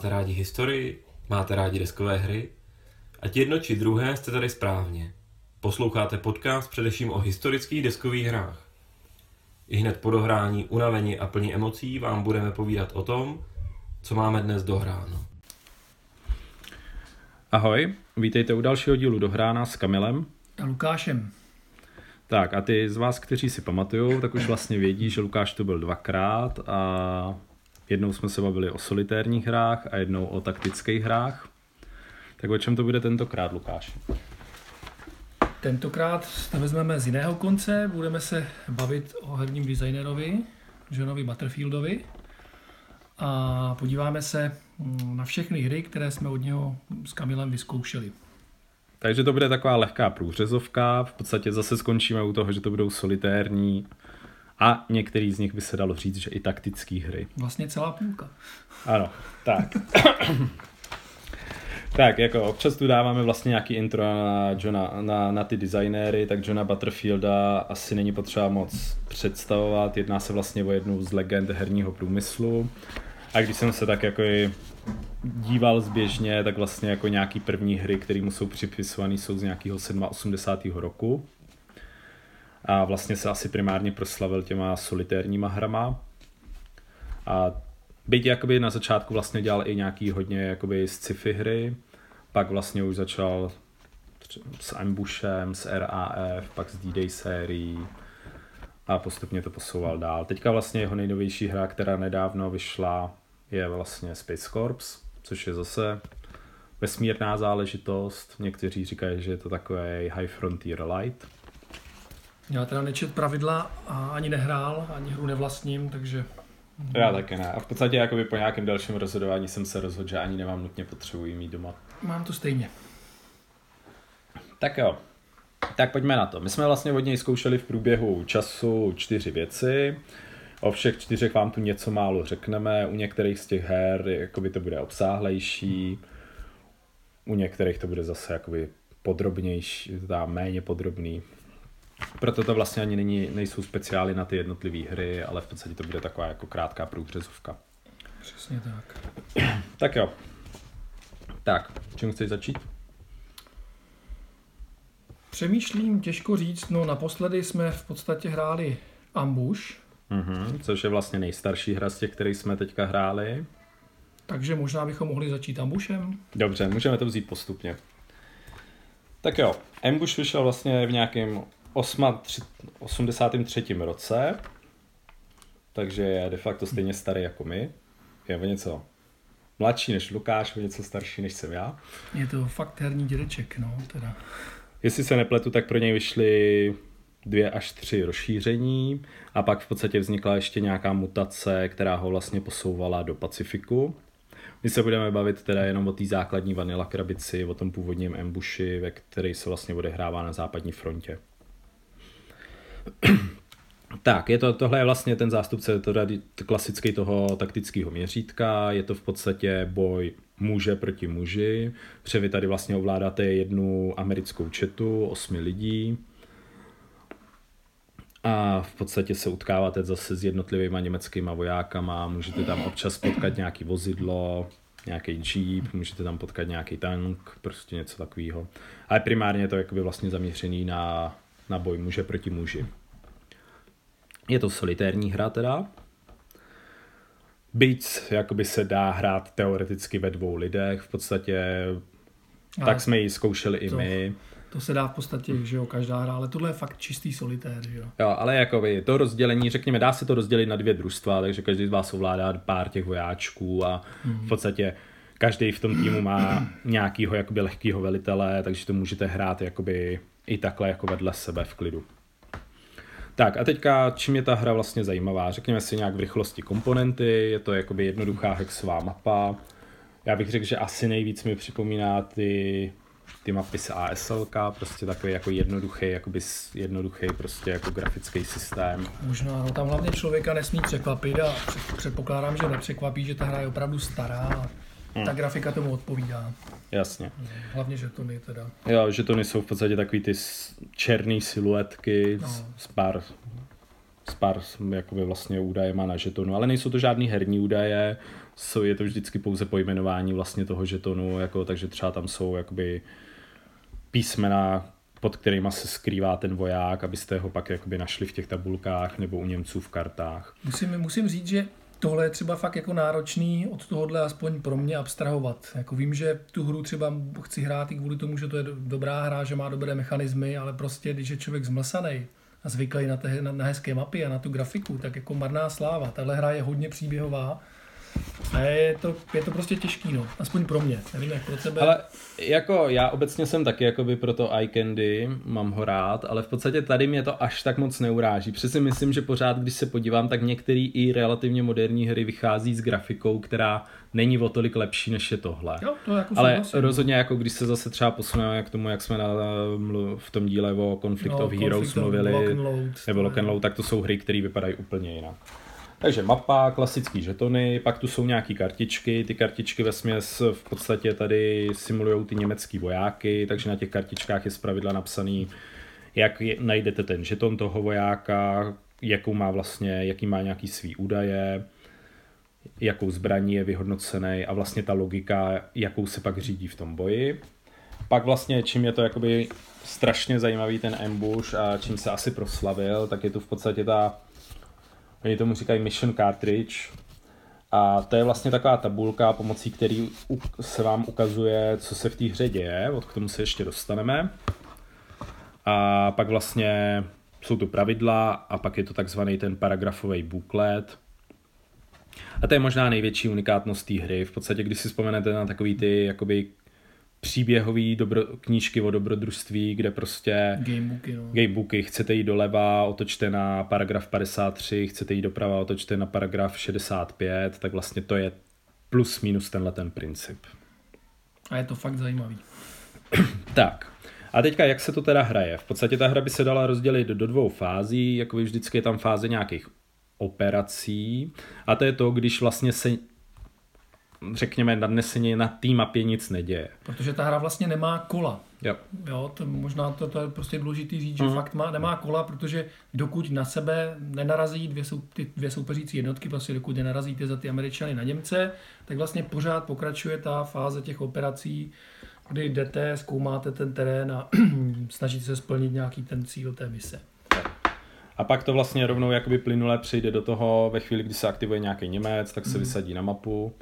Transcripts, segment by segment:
Máte rádi historii? Máte rádi deskové hry? Ať jedno či druhé jste tady správně. Posloucháte podcast především o historických deskových hrách. Ihned po dohrání, unavení a plní emocí vám budeme povídat o tom, co máme dnes dohráno. Ahoj, vítejte u dalšího dílu Dohrána s Kamilem a Lukášem. Tak a ty z vás, kteří si pamatujou, tak už vlastně vědí, že Lukáš tu byl dvakrát a jednou jsme se bavili o solitérních hrách a jednou o taktických hrách. Tak o čem to bude tentokrát, Lukáš? Tentokrát to vezmeme z jiného konce, budeme se bavit o herním designerovi, Johnovi Butterfieldovi a podíváme se na všechny hry, které jsme od něho s Kamilem vyzkoušeli. Takže to bude taková lehká průřezovka, v podstatě zase skončíme u toho, že to budou solitérní a některý z nich by se dalo říct, že i taktický hry. Vlastně celá půlka. Ano, tak. Tak, jako občas tu dáváme vlastně nějaký intro na ty designéry, tak Johna Butterfielda asi není potřeba moc představovat. Jedná se vlastně o jednu z legend herního průmyslu. A když jsem se tak jako díval zběžně, tak vlastně jako nějaký první hry, které mu jsou připisované, jsou z nějakého 87. roku. A vlastně se asi primárně proslavil těma solitérníma hrama. A byť jakoby na začátku vlastně dělal i nějaký hodně jakoby sci-fi hry, pak vlastně už začal s Ambushem, s RAF, pak s D-Day sérií a postupně to posouval dál. Teďka vlastně jeho nejnovější hra, která nedávno vyšla, je vlastně Space Corps, což je zase vesmírná záležitost. Někteří říkají, že je to takový High Frontier Light. Já teda nečet pravidla a ani nehrál, ani hru nevlastním, takže... Já taky ne. A v podstatě jakoby po nějakém dalším rozhodování jsem se rozhodl, že ani nemám nutně potřebuji mít doma. Mám to stejně. Tak jo. Tak pojďme na to. My jsme vlastně od něj zkoušeli v průběhu času 4 věci. O všech 4 vám tu něco málo řekneme. U některých z těch her jakoby to bude obsáhlejší. U některých to bude zase jakoby podrobnější, méně podrobný. Proto to vlastně ani nejsou speciály na ty jednotlivé hry, ale v podstatě to bude taková jako krátká průřezovka. Přesně tak. Tak jo. Tak, čím chceš začít? Přemýšlím, těžko říct, no naposledy jsme v podstatě hráli Ambush. Což je vlastně nejstarší hra z těch, které jsme teďka hráli. Takže možná bychom mohli začít Ambushem. Dobře, můžeme to vzít postupně. Tak jo, Ambush vyšel vlastně v nějakém 83. roce, takže je de facto stejně starý jako my. Je o něco mladší než Lukáš, o něco starší než jsem já. Je to fakt herní dědeček, no teda. Jestli se nepletu, tak pro něj vyšly 2 až 3 rozšíření a pak v podstatě vznikla ještě nějaká mutace, která ho vlastně posouvala do Pacifiku. My se budeme bavit teda jenom o té základní vanilla krabici, o tom původním Ambushi, ve který se vlastně odehrává na západní frontě. Tak, tohle je vlastně ten zástupce klasický toho taktického měřítka, je to v podstatě boj muže proti muži, protože vy tady vlastně ovládáte jednu americkou četu, 8 lidí a v podstatě se utkáváte zase s jednotlivýma německýma vojákama, můžete tam občas potkat nějaký vozidlo, nějaký jeep, můžete tam potkat nějaký tank, prostě něco takového. Ale primárně to je jakoby vlastně zaměřený na boj muže proti muži. Je to solitérní hra teda. Byť jakoby se dá hrát teoreticky ve 2 lidech, v podstatě tak jsme ji zkoušeli i my. To se dá v podstatě, že jo, každá hra, ale tohle je fakt čistý solitér, že jo. Jo, ale jakoby to rozdělení, řekněme, dá se to rozdělit na 2 družstva, takže každý z vás ovládá pár těch vojáčků a v podstatě každý v tom týmu má nějakýho jakoby lehkýho velitele, takže to můžete hrát jakoby i takhle jako vedle sebe v klidu. Tak a teďka, čím je ta hra vlastně zajímavá? Řekněme si nějak v rychlosti komponenty, je to jakoby jednoduchá hexová mapa. Já bych řekl, že asi nejvíc mi připomíná ty mapy z ASLK, prostě takový jako jednoduchý prostě jako grafický systém. Možná, no tam hlavně člověka nesmí překvapit a předpokládám, že nepřekvapí, že ta hra je opravdu stará a ta grafika tomu odpovídá. Jasně. Hlavně žetony teda. Jo, žetony jsou v podstatě takový ty černý siluetky s pár s pár jakoby vlastně údajema na žetonu, ale nejsou to žádný herní údaje, je to vždycky pouze pojmenování vlastně toho žetonu, jako, takže třeba tam jsou jakoby písmena, pod kterýma se skrývá ten voják, abyste ho pak jakoby našli v těch tabulkách nebo u Němců v kartách. Musím říct, že tohle je třeba fakt jako náročný od tohohle aspoň pro mě abstrahovat. Jako vím, že tu hru třeba chci hrát i kvůli tomu, že to je dobrá hra, že má dobré mechanismy, ale prostě když je člověk zmlsanej a zvyklý na hezké mapy a na tu grafiku, tak jako marná sláva. Tahle hra je hodně příběhová a je to prostě těžký, no. Aspoň pro mě. Nevím, jak pro tebe. Ale jako já obecně jsem taky jakoby pro to eye candy, mám ho rád, ale v podstatě tady mě to až tak moc neuráží. Přesně myslím, že pořád, když se podívám, tak některé i relativně moderní hry vychází s grafikou, která není o tolik lepší, než je tohle. Jo, to jako ale rozhodně, jako když se zase třeba posuneme k tomu, jak jsme v tom díle o Conflict of Heroes mluvili, nebo Lock and Load, tak to jsou hry, které vypadají úplně jinak. Takže mapa, klasický žetony, pak tu jsou nějaký kartičky, ty kartičky vesměs v podstatě tady simulujou ty německý vojáky, takže na těch kartičkách je zpravidla napsaný, jak najdete ten žeton toho vojáka, jaký má nějaký svý údaje, jakou zbraní je vyhodnocený a vlastně ta logika, jakou se pak řídí v tom boji. Pak vlastně, čím je to jakoby strašně zajímavý ten ambush a čím se asi proslavil, tak je tu v podstatě oni tomu říkají Mission Cartridge a to je vlastně taková tabulka, pomocí který se vám ukazuje, co se v té hře děje, k tomu se ještě dostaneme. A pak vlastně jsou tu pravidla a pak je to takzvaný ten paragrafový booklet. A to je možná největší unikátnost té hry. V podstatě, když si vzpomenete na takový ty jakoby příběhový knížky o dobrodružství, kde prostě gamebooky, chcete jít doleva, otočte na paragraf 53, chcete jít doprava, otočte na paragraf 65, tak vlastně to je plus minus tenhle ten princip. A je to fakt zajímavý. Tak, a teďka jak se to teda hraje? V podstatě ta hra by se dala rozdělit do 2 fází, jako vždycky je tam fáze nějakých operací a to je to, když vlastně se řekněme nadneseně na té mapě nic neděje. Protože ta hra vlastně nemá kola. Jo, možná to je prostě důležitý říct, že fakt nemá kola, protože dokud na sebe nenarazí ty dvě soupeřící jednotky, prostě dokud nenarazíte za ty Američany na Němce, tak vlastně pořád pokračuje ta fáze těch operací, kdy jdete, zkoumáte ten terén a snažíte se splnit nějaký ten cíl té mise. A pak to vlastně rovnou jakoby plynule přijde do toho, ve chvíli, kdy se aktivuje nějaký Němec, tak se vysadí na mapu.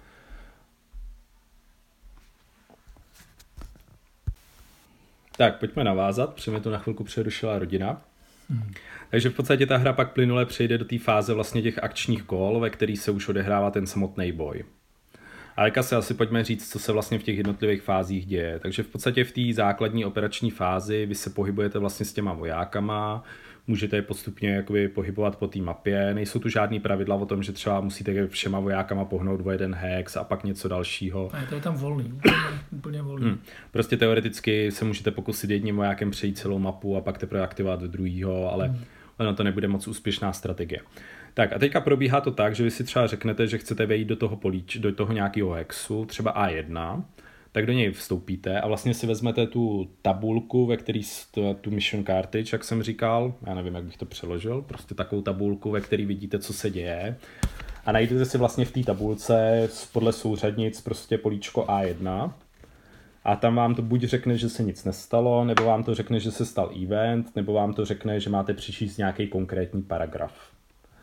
Tak, pojďme navázat, protože mě to na chvilku přerušila rodina. Takže v podstatě ta hra pak plynule přejde do té fáze vlastně těch akčních kol, ve kterých se už odehrává ten samotný boj. A teďka se asi pojďme říct, co se vlastně v těch jednotlivých fázích děje. Takže v podstatě v té základní operační fázi vy se pohybujete vlastně s těma vojákama, můžete je postupně jakoby pohybovat po té mapě. Nejsou tu žádný pravidla o tom, že třeba musíte všema vojákama pohnout o jeden hex a pak něco dalšího. A to je tam volný, úplně volný. Prostě teoreticky se můžete pokusit jedním vojákem přejít celou mapu a pak teprve aktivovat druhýho, ale ono to nebude moc úspěšná strategie. Tak a teďka probíhá to tak, že vy si třeba řeknete, že chcete vejít do toho nějakého hexu, třeba A1, tak do něj vstoupíte a vlastně si vezmete tu tabulku, ve který tu mission cartridge, jak jsem říkal, já nevím, jak bych to přeložil, prostě takovou tabulku, ve který vidíte, co se děje a najdete si vlastně v té tabulce podle souřadnic prostě políčko A1 a tam vám to buď řekne, že se nic nestalo, nebo vám to řekne, že se stal event, nebo vám to řekne, že máte přečíst nějaký konkrétní paragraf.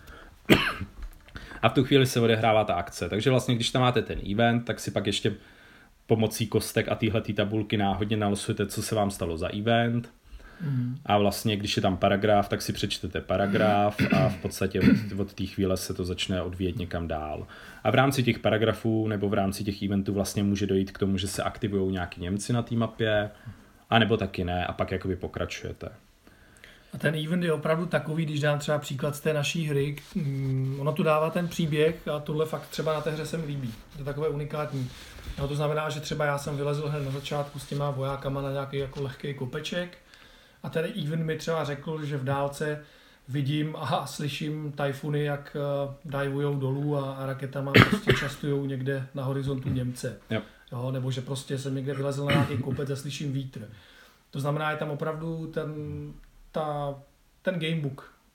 A v tu chvíli se odehrává ta akce. Takže vlastně, když tam máte ten event, tak si pak ještě pomocí kostek a téhletý tabulky náhodně nalosujete, co se vám stalo za event. A vlastně, když je tam paragraf, tak si přečtete paragraf a v podstatě od té chvíle se to začne odvíjet někam dál. A v rámci těch paragrafů nebo v rámci těch eventů vlastně může dojít k tomu, že se aktivují nějaký Němci na té mapě, anebo taky ne a pak jakoby pokračujete. A ten event je opravdu takový, když dám třeba příklad z té naší hry, ono tu dává ten příběh a tohle fakt třeba na té hře se mi líbí. To je takové unikátní. No to znamená, že třeba já jsem vylezl hned na začátku s těma vojákama na nějaký jako lehký kopeček a ten event mi třeba řekl, že v dálce vidím a slyším tajfuny, jak divujou dolů a raketama prostě častujou někde na horizontu Němce. Jo, nebo že prostě jsem někde vylezl na nějaký kopec a slyším vítr. To znamená, je tam opravdu ten gamebook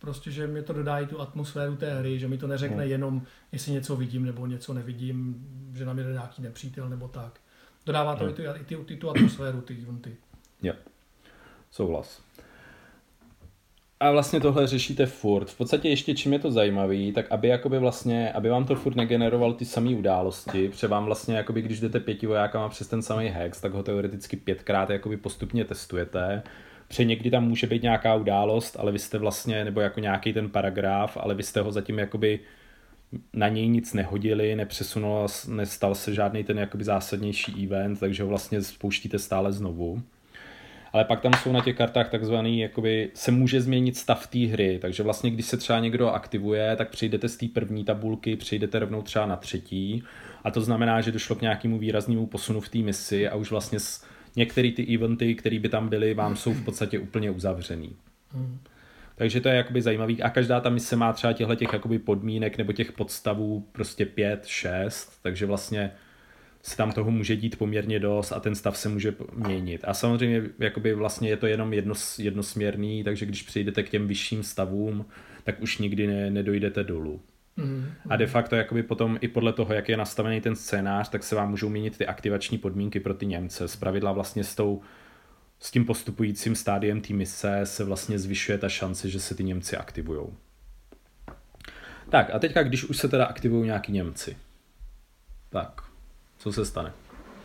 prostě, že mi to dodá i tu atmosféru té hry, že mi to neřekne jenom, jestli něco vidím nebo něco nevidím, že na mě jde nějaký nepřítel nebo tak. Dodává to i tu atmosféru, ty eventy. Jo, souhlas. A vlastně tohle řešíte furt. V podstatě ještě čím je to zajímavý, tak aby vám to furt negeneroval ty samé události, třeba vám vlastně jakoby, když jdete 5 vojákama přes ten samý hex, tak ho teoreticky 5krát jakoby postupně testujete. Protože někdy tam může být nějaká událost, ale vy jste vlastně, nebo jako nějaký ten paragraf, ale vy jste ho zatím jakoby na něj nic nehodili, nepřesunul, nestal se žádný ten jakoby zásadnější event, takže ho vlastně spouštíte stále znovu. Ale pak tam jsou na těch kartách takzvaný, jakoby se může změnit stav té hry, takže vlastně když se třeba někdo aktivuje, tak přejdete z té první tabulky, přejdete rovnou třeba na třetí a to znamená, že došlo k nějakému výraznému posunu v té misi a už vlastně některé ty eventy, které by tam byly, vám jsou v podstatě úplně uzavřený. Takže to je jakoby zajímavý a každá ta mise má třeba těch jakoby podmínek nebo těch podstavů prostě 5, 6, takže vlastně se tam toho může dít poměrně dost a ten stav se může měnit. A samozřejmě jakoby vlastně je to jenom jednosměrný, takže když přijdete k těm vyšším stavům, tak už nikdy nedojdete dolů. A de facto jakoby potom i podle toho, jak je nastavený ten scénář, tak se vám můžou měnit ty aktivační podmínky pro ty Němce. Zpravidla vlastně s tím postupujícím stádiem té mise se vlastně zvyšuje ta šance, že se ty Němci aktivujou. Tak a teďka, když už se teda aktivují nějaký Němci, tak co se stane?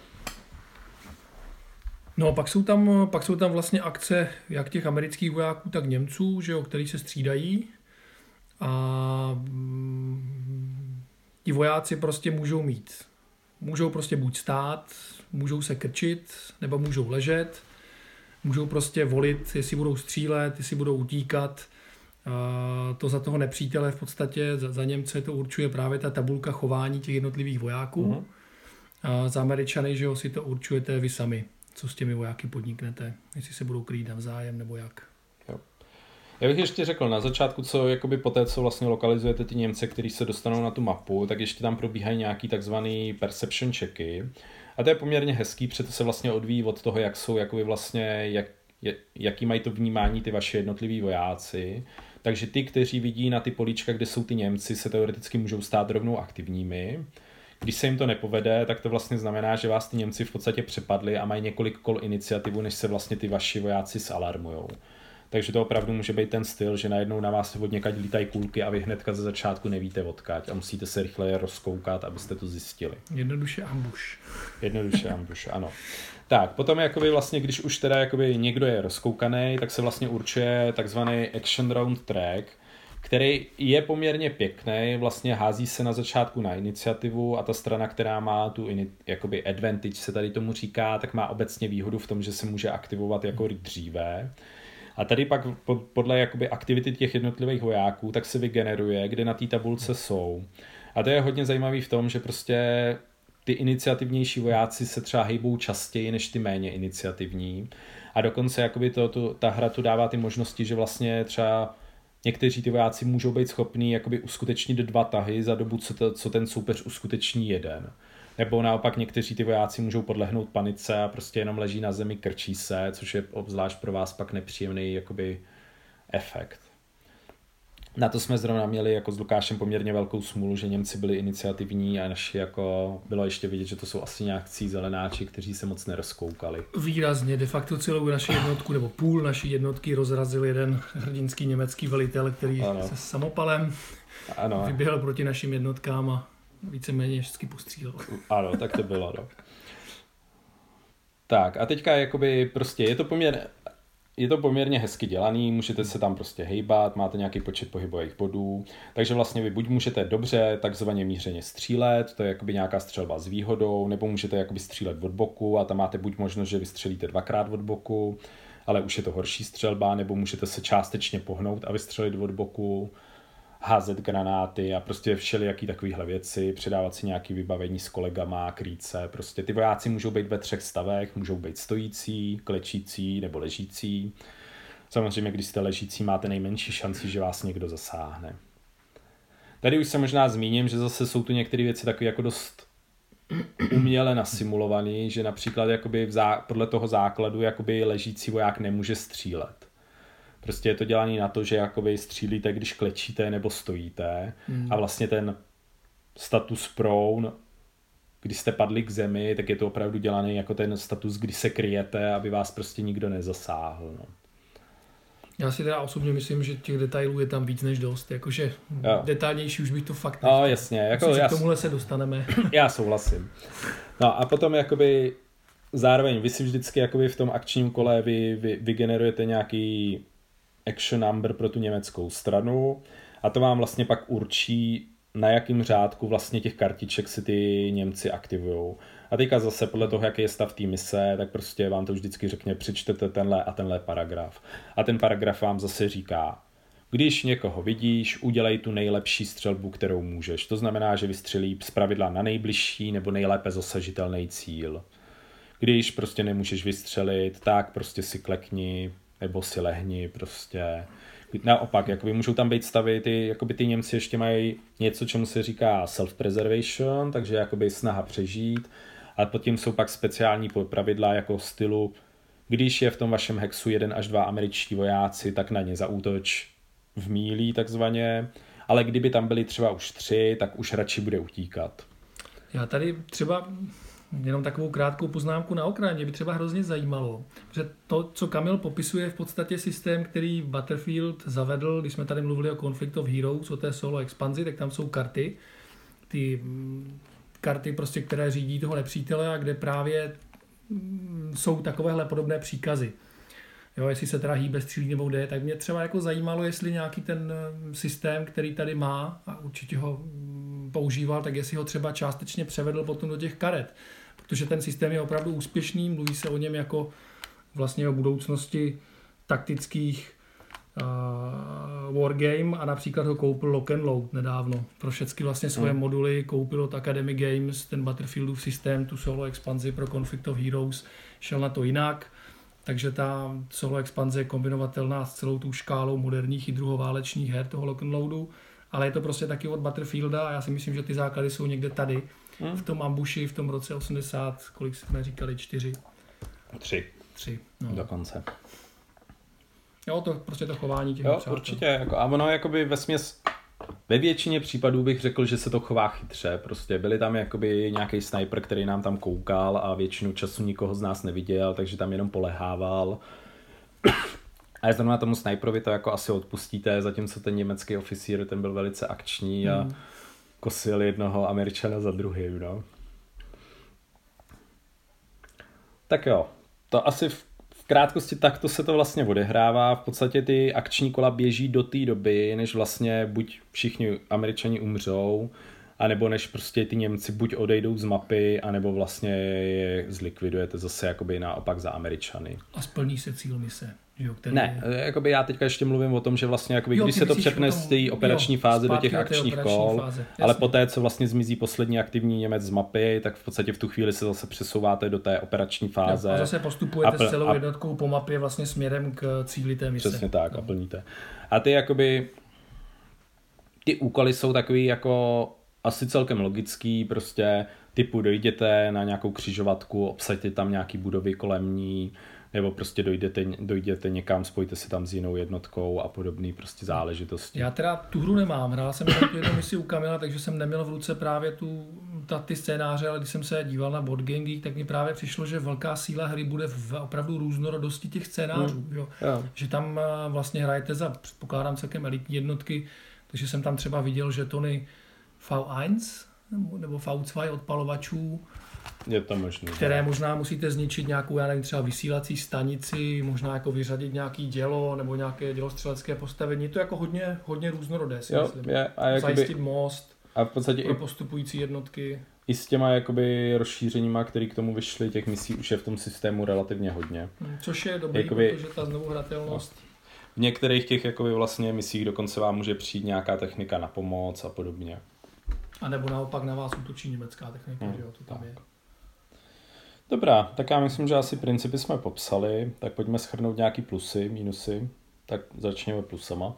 No, pak jsou tam vlastně akce jak těch amerických vojáků, tak Němců, že jo, který se střídají. A ti vojáci prostě můžou prostě buď stát, můžou se krčit, nebo můžou ležet, můžou prostě volit, jestli budou střílet, jestli budou utíkat. To za toho nepřítele v podstatě, za Němce to určuje právě ta tabulka chování těch jednotlivých vojáků. A za Američany, že jo, si to určujete vy sami, co s těmi vojáky podniknete, jestli se budou krýt navzájem nebo jak. Jo. Já bych ještě řekl na začátku, co jakoby poté, co vlastně lokalizujete ty Němce, kteří se dostanou na tu mapu, tak ještě tam probíhají nějaký takzvaný perception checky. A to je poměrně hezký, protože se vlastně odvíjí od toho, jak jsou jakoby vlastně, jaký mají to vnímání ty vaše jednotliví vojáci. Takže ty, kteří vidí na ty políčka, kde jsou ty Němci, se teoreticky můžou stát rovnou aktivními. Když se jim to nepovede, tak to vlastně znamená, že vás ty Němci v podstatě přepadli a mají několik kol iniciativu, než se vlastně ty vaši vojáci zalarmujou. Takže to opravdu může být ten styl, že najednou na vás odněkaď lítají kulky a vy hnedka ze začátku nevíte odkud a musíte se rychle rozkoukat, abyste to zjistili. Jednoduše ambush. Jednoduše ambush, ano. Tak, potom jakoby vlastně, když už teda jakoby někdo je rozkoukaný, tak se vlastně určuje takzvaný action round track, který je poměrně pěkný, vlastně hází se na začátku na iniciativu a ta strana, která má tu jakoby advantage, se tady tomu říká, tak má obecně výhodu v tom, že se může aktivovat jako dříve. A tady pak podle jakoby aktivity těch jednotlivých vojáků, tak se vygeneruje, kde na té tabulce jsou. A to je hodně zajímavý v tom, že prostě ty iniciativnější vojáci se třeba hejbou častěji než ty méně iniciativní. A dokonce jakoby ta hra tu dává ty možnosti, že vlastně třeba někteří ty vojáci můžou být schopní jakoby uskutečnit 2 tahy za dobu, co ten soupeř uskuteční jeden. Nebo naopak někteří ty vojáci můžou podlehnout panice a prostě jenom leží na zemi, krčí se, což je obzvlášť pro vás pak nepříjemný jakoby efekt. Na to jsme zrovna měli jako s Lukášem poměrně velkou smůlu, že Němci byli iniciativní a naši jako bylo ještě vidět, že to jsou asi nějakcí zelenáči, kteří se moc nerozkoukali. Výrazně, de facto celou naši jednotku nebo půl naší jednotky rozrazil jeden hrdinský německý velitel, který se samopalem vyběhl proti našim jednotkám a víceméně všechny postřílel. Ano, tak to bylo, no. Tak a teďka jakoby prostě je to poměrně hezky dělaný, můžete se tam prostě hejbat, máte nějaký počet pohybových bodů, takže vlastně vy buď můžete dobře takzvaně mířeně střílet, to je jakoby nějaká střelba s výhodou, nebo můžete jakoby střílet od boku a tam máte buď možnost, že vystřelíte 2krát od boku, ale už je to horší střelba, nebo můžete se částečně pohnout a vystřelit od boku, házet granáty a prostě všelijaký takovýhle věci, předávat si nějaký vybavení s kolegama, krýt se, prostě ty vojáci můžou být ve 3 stavech, můžou být stojící, klečící nebo ležící. Samozřejmě, když jste ležící, máte nejmenší šanci, že vás někdo zasáhne. Tady už se možná zmíním, že zase jsou tu některé věci takové jako dost uměle nasimulované, že například jakoby podle toho základu jakoby ležící voják nemůže střílet. Prostě je to dělané na to, že jakoby střílíte, když klečíte nebo stojíte a vlastně ten status prone, když jste padli k zemi, tak je to opravdu dělaný jako ten status, kdy se kryjete, aby vás prostě nikdo nezasáhl. No. Já si teda osobně myslím, že těch detailů je tam víc než dost, jakože detailnější už bych to fakt nechtěl. No jasně. Jako k tomuhle se dostaneme. Já souhlasím. No a potom jakoby zároveň vy si vždycky jakoby v tom akčním kole vy generujete nějaký action number pro tu německou stranu a to vám vlastně pak určí, na jakým řádku vlastně těch kartiček si ty Němci aktivujou. A teďka zase podle toho, jaký je stav té mise, tak prostě vám to vždycky řekne, přečtete tenhle a tenhle paragraf. A ten paragraf vám zase říká, když někoho vidíš, udělej tu nejlepší střelbu, kterou můžeš. To znamená, že vystřelí zpravidla na nejbližší nebo nejlépe zasažitelný cíl. Když prostě nemůžeš vystřelit, tak prostě si klekni nebo si lehni prostě. Naopak, jakoby můžou tam být stavy, ty Němci ještě mají něco, čemu se říká self-preservation, takže jakoby snaha přežít, ale pod tím jsou pak speciální pravidla jako stylu, když je v tom vašem hexu 1 až 2 američtí vojáci, tak na ně zaútoč v mílí takzvaně, ale kdyby tam byli třeba už 3, tak už radši bude utíkat. Já tady třeba jenom takovou krátkou poznámku na okraj, mě by třeba hrozně zajímalo, že to, co Kamil popisuje, je v podstatě systém, který Battlefield zavedl, když jsme tady mluvili o Conflict of Heroes, o té solo expanzi, tak tam jsou karty, ty karty prostě, které řídí toho nepřítele a kde právě jsou takovéhle podobné příkazy. Jo, jestli se teda hýbe, střílí nebo jde, tak mě třeba jako zajímalo, jestli nějaký ten systém, který tady má a určitě ho používal, tak jestli ho třeba částečně převedl potom do těch karet. Protože ten systém je opravdu úspěšný, mluví se o něm jako vlastně o budoucnosti taktických wargame a například ho koupil Lock and Load nedávno. Pro všechny vlastně svoje moduly koupil od Academy Games ten Battlefieldův systém, tu solo expanzi pro Conflict of Heroes, šel na to jinak. Takže ta solo expanze je kombinovatelná s celou tou škálou moderních i druhoválečných her toho Lock and Loadu, ale je to prostě taky od Battlefielda a já si myslím, že ty základy jsou někde tady, v tom ambushi, v tom roce 80, kolik jsme říkali, 4? 3. No. Dokonce. Jo, to prostě to chování těch přátel. Určitě, jako, a ono jakoby ve většině případů bych řekl, že se to chová chytře, prostě byli tam jakoby nějaký sniper, který nám tam koukal a většinu času nikoho z nás neviděl, takže tam jenom polehával. A zrovna tomu sniperovi to jako asi odpustíte, zatímco ten německý oficír, ten byl velice akční a kosil jednoho Američana za druhým, no. Tak jo, to asi v krátkosti takto se to vlastně odehrává. V podstatě ty akční kola běží do té doby, než vlastně buď všichni Američani umřou, anebo než prostě ty Němci buď odejdou z mapy, anebo vlastně je zlikvidujete zase jakoby naopak za Američany. A splní se cíl mise. Jo, ne, jakoby já teďka ještě mluvím o tom, že vlastně jakoby, když se to přepne z té operační fáze do těch akčních kol, ale poté, co vlastně zmizí poslední aktivní Němec z mapy, tak v podstatě v tu chvíli se zase přesouváte do té operační fáze. A zase postupujete s celou jednotkou po mapě vlastně směrem k cíli té mise. Přesně tak, a plníte. A ty jakoby, ty úkoly jsou takový jako asi celkem logický, prostě typu dojděte na nějakou křižovatku, obsaďte tam nějaký budovy kolem ní, nebo prostě dojděte někam, spojíte se tam s jinou jednotkou a podobné prostě záležitosti. Já teda tu hru nemám, hrál jsem tu jednu misi u Kamila, takže jsem neměl v ruce právě ty scénáře, ale když jsem se díval na Board Game Geek, tak mi právě přišlo, že velká síla hry bude v opravdu různorodosti těch scénářů. Jo? Že tam vlastně hrajete za, předpokládám, celkem elitní jednotky, takže jsem tam třeba viděl žetony V1 nebo V2 odpalovačů, je to možné. Které možná musíte zničit nějakou, já nevím, třeba vysílací stanici, možná jako vyřadit nějaký dělo nebo nějaké dělostřelecké postavení. Je to jako hodně různorodé, si myslím. Zajistit most a v podstatě pro postupující jednotky. I s těma jakoby rozšířeníma, které k tomu vyšly, těch misí už je v tom systému relativně hodně. Což je dobrý, protože ta znovu hratelnost. V některých těch jakoby vlastně misích dokonce vám může přijít nějaká technika na pomoc a podobně. A nebo naopak na vás útočí německá technika, že jo, to tam je. Dobrá, tak já myslím, že asi principy jsme popsali, tak pojďme shrnout nějaký plusy, minusy. Tak začněme plusama.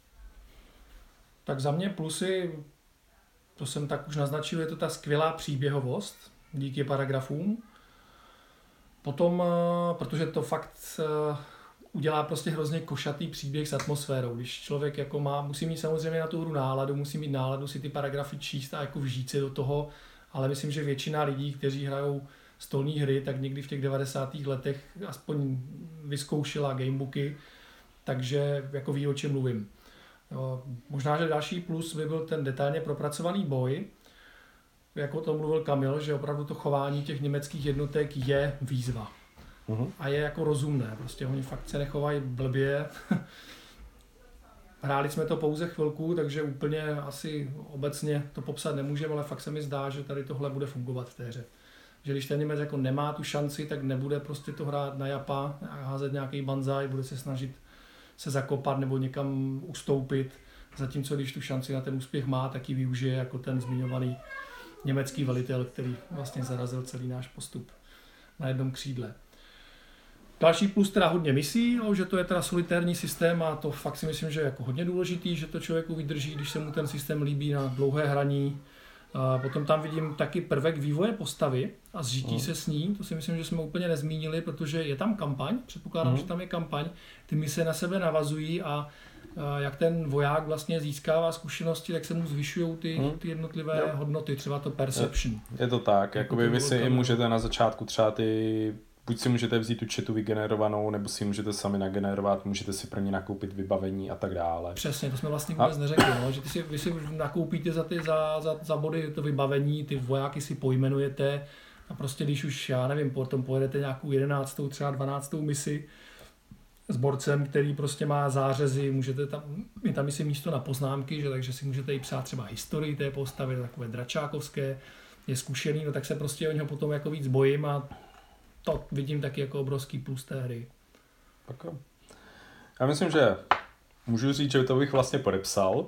Tak za mě plusy, to jsem tak už naznačil, je to ta skvělá příběhovost díky paragrafům. Potom, protože to fakt udělá prostě hrozně košatý příběh s atmosférou. Když člověk jako musí mít samozřejmě na tu hru náladu, musí mít náladu si ty paragrafy číst a jako vžít se do toho, ale myslím, že většina lidí, kteří hrajou stolní hry, tak někdy v těch 90. letech aspoň vyzkoušela gamebooky, takže jako ví, o čem mluvím. Jo, možná, že další plus by byl ten detailně propracovaný boj, jako o tom mluvil Kamil, že opravdu to chování těch německých jednotek je výzva. A je jako rozumné, prostě oni fakt se nechovají blbě. Hráli jsme to pouze chvilku, takže úplně asi obecně to popsat nemůžeme, ale fakt se mi zdá, že tady tohle bude fungovat v té hře. Že když ten Němec jako nemá tu šanci, tak nebude prostě to hrát na japa a házet nějaký banzai, bude se snažit se zakopat nebo někam ustoupit. Zatímco když tu šanci na ten úspěch má, tak ji využije jako ten zmiňovaný německý velitel, který vlastně zarazil celý náš postup na jednom křídle. Další plus teda hodně misí, že to je teda solitérní systém a to fakt si myslím, že je jako hodně důležitý, že to člověku vydrží, když se mu ten systém líbí na dlouhé hraní. A potom tam vidím taky prvek vývoje postavy a zžití se s ní, to si myslím, že jsme úplně nezmínili, protože je tam kampaň, předpokládám, že tam je kampaň, ty mise na sebe navazují a jak ten voják vlastně získává zkušenosti, tak se mu zvyšují ty jednotlivé hodnoty, třeba to perception. Je to tak, jakoby vy si i můžete na začátku třeba buď si můžete vzít tu četu vygenerovanou, nebo si můžete sami nagenerovat, můžete si pro ně nakoupit vybavení a tak dále. Přesně, to jsme vlastně vůbec neřekli, no, že vy si nakoupíte za body to vybavení, ty vojáky si pojmenujete a prostě když už, já nevím, potom pojedete nějakou 11. třeba 12. misi s borcem, který prostě má zářezy, můžete tam misi místo na poznámky, že, takže si můžete i psát třeba historii té postavy, takové dračákovské, je zkušený, no tak se prostě o něho potom jako víc bojím a to vidím taky jako obrovský plus té hry. Tak. Já myslím, že můžu říct, že to bych vlastně podepsal.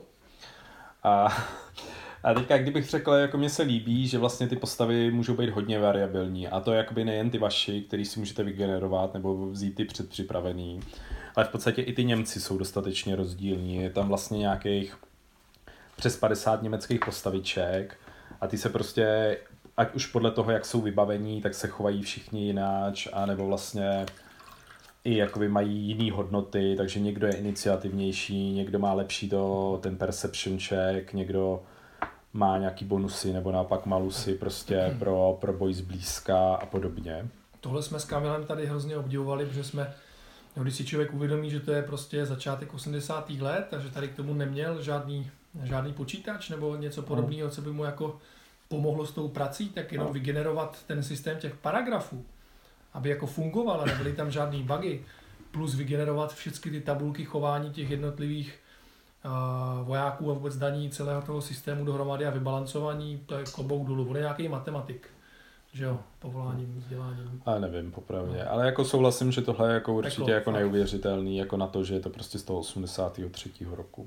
A teďka, kdybych řekl, jako mně se líbí, že vlastně ty postavy můžou být hodně variabilní. A to jakoby nejen ty vaši, který si můžete vygenerovat nebo vzít ty předpřipravený. Ale v podstatě i ty Němci jsou dostatečně rozdílní. Je tam vlastně nějakých přes 50 německých postaviček a ty se prostě, ať už podle toho, jak jsou vybavení, tak se chovají všichni jináč, anebo vlastně i jakoby mají jiný hodnoty, takže někdo je iniciativnější, někdo má lepší ten perception check, někdo má nějaký bonusy nebo naopak malusy prostě pro boj zblízka a podobně. Tohle jsme s Kamilem tady hrozně obdivovali, protože když si člověk uvědomí, že to je prostě začátek 80. let, takže tady k tomu neměl žádný počítač nebo něco podobného, co by mu jako pomohlo s tou prací, tak jenom vygenerovat ten systém těch paragrafů, aby jako fungoval a nebyly tam žádný bugy, plus vygenerovat všechny ty tabulky chování těch jednotlivých vojáků a vůbec daní celého toho systému dohromady a vybalancování, to je klobouk dolů. On je nějaký matematik, že jo, povoláním, vzděláním. Ale nevím, popravdě. Ale jako souhlasím, že tohle je jako určitě jako neuvěřitelný, jako na to, že je to prostě z toho 83. roku.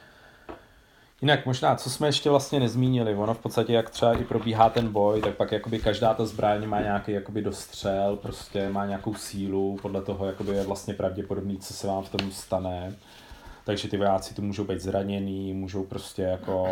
Jinak možná, co jsme ještě vlastně nezmínili, ono v podstatě jak třeba i probíhá ten boj, tak pak jakoby každá ta zbraň má nějaký jakoby dostřel, prostě má nějakou sílu, podle toho jakoby je vlastně pravděpodobný, co se vám v tom stane. Takže ty vojáci tu můžou být zraněný, můžou prostě jako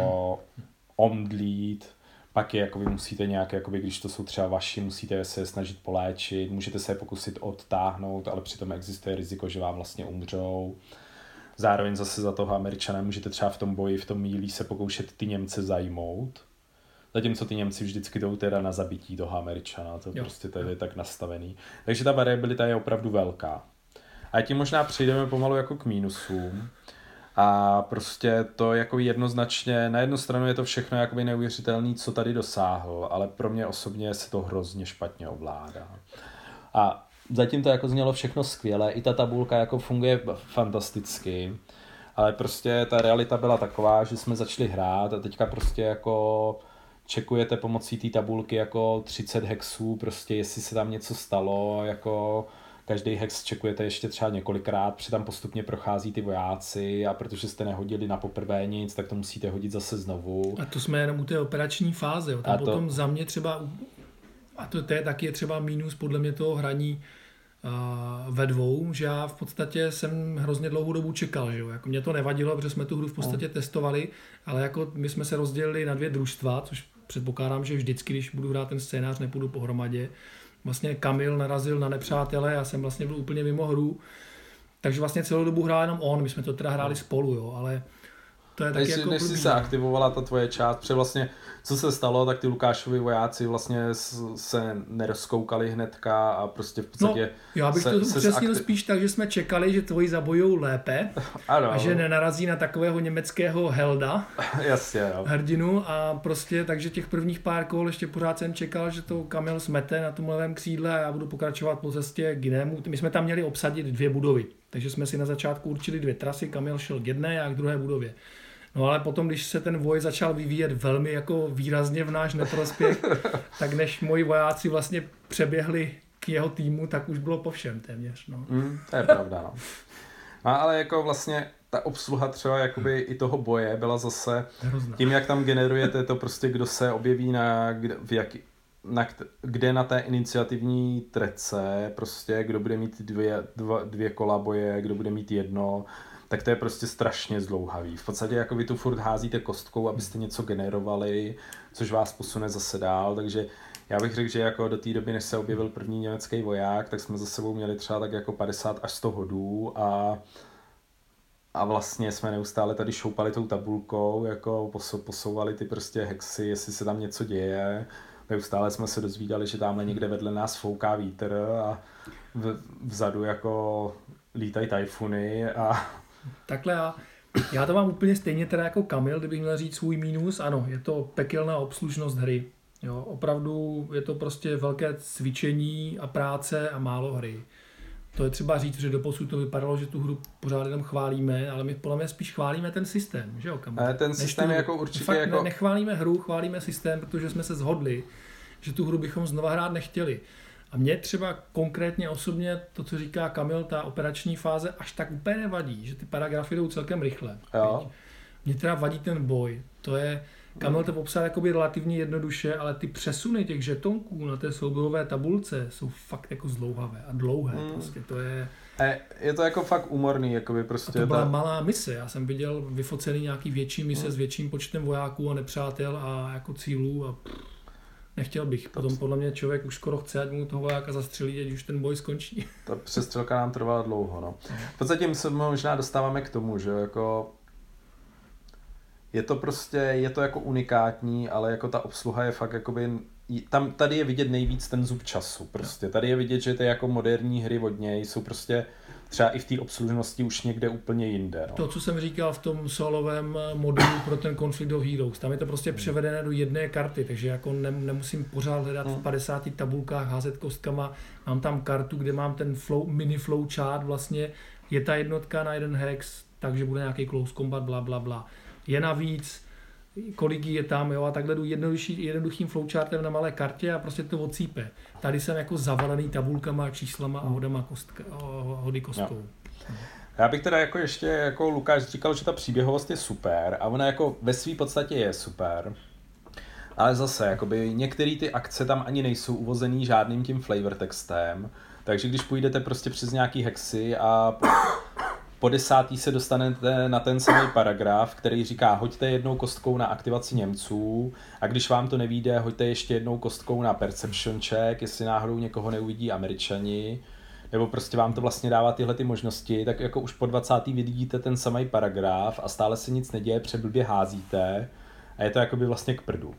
omdlít, pak je jakoby musíte nějak, jakoby, když to jsou třeba vaši, musíte se snažit poléčit, můžete se je pokusit odtáhnout, ale přitom existuje riziko, že vám vlastně umřou. Zároveň zase za toho Američana můžete třeba v tom boji, v tom mílí se pokoušet ty Němce zajmout. Zatímco ty Němci vždycky jdou teda na zabití toho Američana, to prostě tady je tak nastavený. Takže ta variabilita je opravdu velká. A tím možná přejdeme pomalu jako k mínusům. A prostě to jako jednoznačně, na jednu stranu je to všechno jakoby neuvěřitelný, co tady dosáhl, ale pro mě osobně se to hrozně špatně ovládá. A zatím to jako znělo všechno skvěle, i ta tabulka jako funguje fantasticky, ale prostě ta realita byla taková, že jsme začali hrát a teďka prostě jako čekujete pomocí té tabulky jako 30 hexů, prostě jestli se tam něco stalo, jako každý hex čekujete ještě třeba několikrát, protože tam postupně prochází ty vojáci a protože jste nehodili na poprvé nic, tak to musíte hodit zase znovu. A to jsme jenom u té operační fáze, jo. Tam potom za mě třeba, a to je taky třeba mínus podle mě toho hraní ve dvou, že já v podstatě jsem hrozně dlouhou dobu čekal, že jo. Jako mě to nevadilo, protože jsme tu hru v podstatě testovali, ale jako my jsme se rozdělili na 2 družstva, což předpokládám, že vždycky, když budu hrát ten scénář, nepůjdu pohromadě. Vlastně Kamil narazil na nepřátele, já jsem vlastně byl úplně mimo hru, Takže vlastně celou dobu hrál jenom on, my jsme to teda hráli spolu, jo, ale to je taky jako než si se aktivovala ta tvoje část, protože vlastně, co se stalo, tak ty Lukášovi vojáci vlastně se nerozkoukali hnedka a prostě v podstatě... No, já bych to upřesnil spíš tak, že jsme čekali, že tvoji zabojou lépe ano. A že nenarazí na takového německého helda, jasně, jo. Hrdinu a prostě takže těch prvních pár kol ještě pořád jsem čekal, že to Kamil smete na tom levém křídle a já budu pokračovat po cestě k jinému. My jsme tam měli obsadit 2 budovy, takže jsme si na začátku určili 2 trasy, Kamil šel k jedné a k druhé budově. No ale potom, když se ten boj začal vyvíjet velmi jako výrazně v náš neprospěch, tak než moji vojáci vlastně přeběhli k jeho týmu, tak už bylo po všem téměř. No. To je pravda, no. Ale jako vlastně ta obsluha třeba jakoby i toho boje byla zase hrozná. Tím, jak tam generujete to prostě, kdo se objeví kde na té iniciativní trece, prostě kdo bude mít 2 kola boje, kdo bude mít 1, tak to je prostě strašně zdlouhavý. V podstatě jako vy tu furt házíte kostkou, abyste něco generovali, což vás posune zase dál, takže já bych řekl, že jako do té doby, než se objevil první německý voják, tak jsme za sebou měli třeba tak jako 50 až 100 hodů a vlastně jsme neustále tady šoupali tou tabulkou, jako posouvali ty prostě hexy, jestli se tam něco děje. Neustále jsme se dozvídali, že tamhle někde vedle nás fouká vítr a vzadu jako lítají tajfuny a... Takhle já to mám úplně stejně teda jako Kamil, kdybych měl říct svůj mínus, ano, je to pekelná obslužnost hry. Jo, opravdu je to prostě velké cvičení a práce a málo hry. To je třeba říct, že doposud to vypadalo, že tu hru pořád jenom chválíme, ale my podle mě spíš chválíme ten systém, že jo, Kamil? Ten systém je jako určitě fakt jako... Nechválíme hru, chválíme systém, protože jsme se shodli, že tu hru bychom znova hrát nechtěli. A mě třeba konkrétně osobně to, co říká Kamil, ta operační fáze až tak úplně nevadí, že ty paragrafy jdou celkem rychle. Mně teda vadí ten boj. To je, Kamil to popsal jakoby relativně jednoduše, ale ty přesuny těch žetonků na té soubojové tabulce jsou fakt jako zdlouhavé a dlouhé. Prostě to je... Je to jako fakt úmorný, jakoby prostě... A to byla malá mise. Já jsem viděl vyfocený nějaký větší mise s větším počtem vojáků a nepřátel a jako cílů a nechtěl bych. Potom podle mě člověk už skoro chce, ať mu toho vojáka zastřelí, ať už ten boj skončí. Ta přestřelka nám trvala dlouho, no. V podstatě my se možná dostáváme k tomu, že jako... Je to prostě, je to jako unikátní, ale jako ta obsluha je fakt jakoby... Tady je vidět nejvíc ten zub času, prostě. Tady je vidět, že ty jako moderní hry od něj jsou prostě třeba i v té obslužnosti už někde úplně jinde. No. To, co jsem říkal v tom solovém modulu pro ten Conflict of Heroes, tam je to prostě převedené do jedné karty, takže jako nemusím pořád hledat v 50 tabulkách, házet kostkama. Mám tam kartu, kde mám ten mini flowchart, vlastně je ta jednotka na jeden hex, takže bude nějaký close combat, bla, bla, bla. Je navíc, kolik je tam, jo, a takhle jdu jednoduchým flowchartem na malé kartě a prostě to odsýpe. Tady jsem jako zavalený tabulkama, číslama a hody kostkou. Já bych teda jako ještě, jako Lukáš říkal, že ta příběhovost je super a ona jako ve své podstatě je super. Ale zase, jakoby některé ty akce tam ani nejsou uvozený žádným tím flavor textem, takže když půjdete prostě přes nějaký hexy a po 10. se dostanete na ten samý paragraf, který říká hoďte jednou kostkou na aktivaci Němců a když vám to nevyjde, hoďte ještě jednou kostkou na perception check, jestli náhodou někoho neuvidí Američani, nebo prostě vám to vlastně dává tyhle ty možnosti, tak jako už po 20. vidíte ten samý paragraf a stále se nic neděje, přeblbě házíte a je to jakoby vlastně k prdu.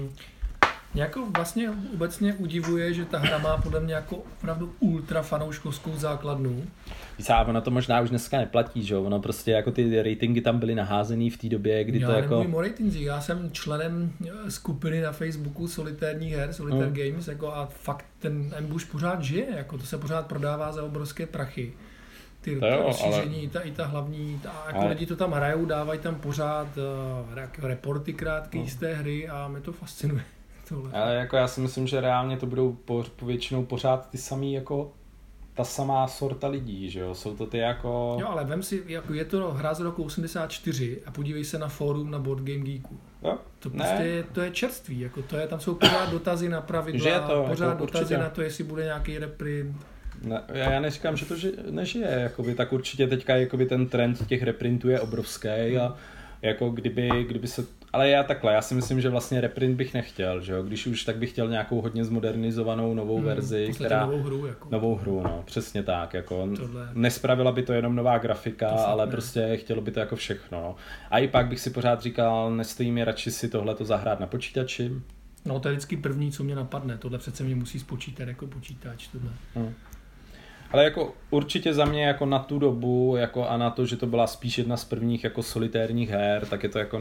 Mě jako vlastně obecně udivuje, že ta hra má podle mě jako opravdu ultra fanouškovskou základnu. Víš, a ono to možná už dneska neplatí, že jo? Ono prostě jako ty ratingy tam byly naházený v té době, kdy to jako... Já nemluvím o ratingzích, já jsem členem skupiny na Facebooku solitérních her, Solitaire Games, jako a fakt ten ambush pořád žije, jako to se pořád prodává za obrovské prachy. Ty rozšíření, ale... i ta hlavní, jako lidi to tam hrajou, dávají tam pořád reporty krátké z té hry a mě to fascinuje. Ale jako já si myslím, že reálně to budou většinou pořád ty samý jako ta samá sorta lidí, že jo, jsou to ty jako... Jo, ale vem si, jako je to hra z roku 84 a podívej se na fórum na Board Game Geeku. Jo? To prostě to je čerství, jako to je, tam jsou pořád dotazy na pravidla, pořád jako dotazy určitě na to, jestli bude nějaký reprint. Ne, já neříkám, že to nežije, jakoby, tak určitě teďka jakoby ten trend těch reprintů je obrovský a jako kdyby se Ale já si myslím, že vlastně reprint bych nechtěl, že jo? Když už, tak bych chtěl nějakou hodně zmodernizovanou novou verzi, která... novou hru, jako. Novou hru, no, přesně tak, jako. Tohle... Nespravila by to jenom nová grafika, ale ne. Prostě chtělo by to jako všechno, no. A i pak bych si pořád říkal, nestojí mi radši si tohleto zahrát na počítači. No to je vždycky první, co mě napadne, tohle přece mě musí spočítat jako počítač, tohle. Ale jako určitě za mě jako na tu dobu jako a na to, že to byla spíš jedna z prvních jako solitérních her, tak je to jako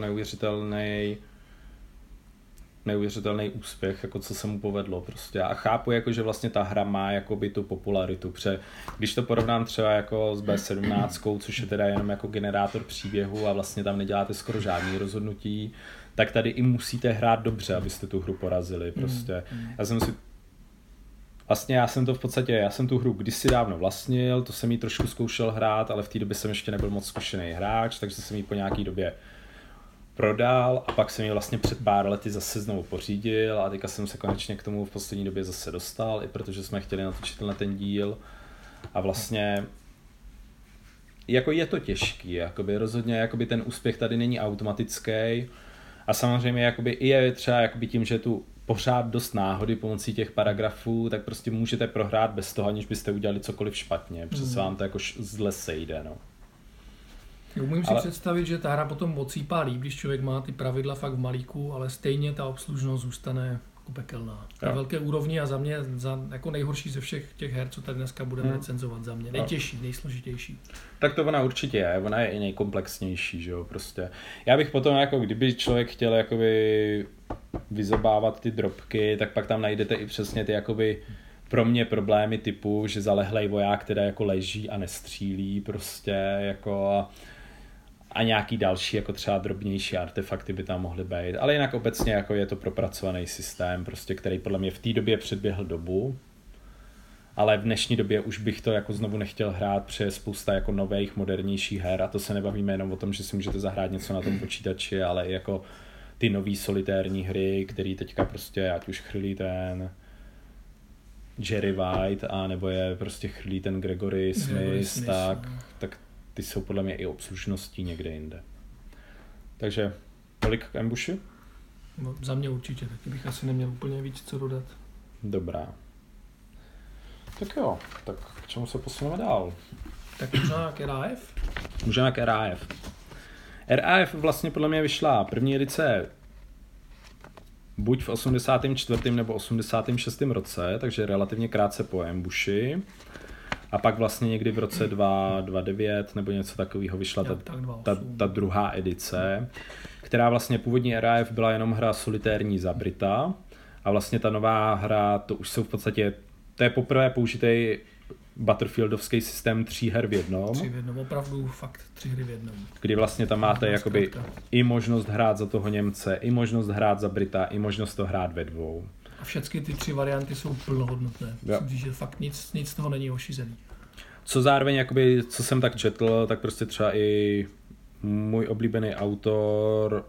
neuvěřitelný úspěch, jako co se mu povedlo prostě. A chápu, jako, že vlastně ta hra má jakoby tu popularitu, protože když to porovnám třeba jako s B17, což je teda jenom jako generátor příběhu a vlastně tam neděláte skoro žádný rozhodnutí, tak tady i musíte hrát dobře, abyste tu hru porazili prostě. Já jsem tu hru kdysi dávno vlastnil, to jsem ji trošku zkoušel hrát, ale v té době jsem ještě nebyl moc zkušený hráč, takže jsem ji po nějaký době prodal a pak jsem ji vlastně před pár lety zase znovu pořídil a teďka jsem se konečně k tomu v poslední době zase dostal, i protože jsme chtěli natočit na ten díl a vlastně jako je to těžký, jakoby rozhodně jakoby ten úspěch tady není automatický a samozřejmě jakoby i je třeba jakoby tím, že tu pořád dost náhody pomocí těch paragrafů, tak prostě můžete prohrát bez toho, aniž byste udělali cokoliv špatně, protože vám to jako zle sejde, no. Umím si představit, že ta hra potom odsýpá líp, když člověk má ty pravidla fakt v malíku, ale stejně ta obslužnost zůstane jako pekelná. Na velké úrovni a za mě jako nejhorší ze všech těch her, co tady dneska budeme recenzovat za mě. Nejtěžší, nejsložitější. Tak to ona určitě je, ona je i nejkomplexnější, že jo, prostě. Já bych potom, jako kdyby člověk chtěl jakoby vyzobávat ty drobky, tak pak tam najdete i přesně ty jakoby pro mě problémy typu, že zalehlej voják teda jako leží a nestřílí prostě jako a nějaký další jako třeba drobnější artefakty by tam mohly být, ale jinak obecně jako je to propracovaný systém, prostě, který podle mě v té době předběhl dobu, ale v dnešní době už bych to jako znovu nechtěl hrát, protože je spousta jako nových, modernějších her a to se nebavíme jenom o tom, že si můžete zahrát něco na tom počítači, ale i jako ty nový solitérní hry, který teďka prostě, ať už chrlí ten Jerry White, a nebo je prostě chrlí ten Gregory Smith, tak ty jsou podle mě i obslužností někde jinde. Takže tolik k Ambushi? No, za mě určitě, taky bych asi neměl úplně víc co dodat. Dobrá. Tak jo, tak k čemu se posuneme dál? Tak možná k RAF? Můžeme k RAF. RAF vlastně podle mě vyšla první edice buď v 84. nebo 86. roce, takže relativně krátce po Ambushi. A pak vlastně někdy v roce 2009 nebo něco takového vyšla ta druhá edice, která vlastně původní RAF byla jenom hra solitérní za Brita a vlastně ta nová hra, to už jsou v podstatě, to je poprvé použitý Butterfieldovský systém 3 her v jednom. 3 v jednom, opravdu fakt 3 hry v jednom. Kdy vlastně tam máte jakoby i možnost hrát za toho Němce, i možnost hrát za Brita, i možnost to hrát ve dvou. A všechny ty 3 varianty jsou plnohodnotné. Myslím, že fakt nic z toho není ošizený. Co zároveň, jakoby, co jsem tak četl, tak prostě třeba i můj oblíbený autor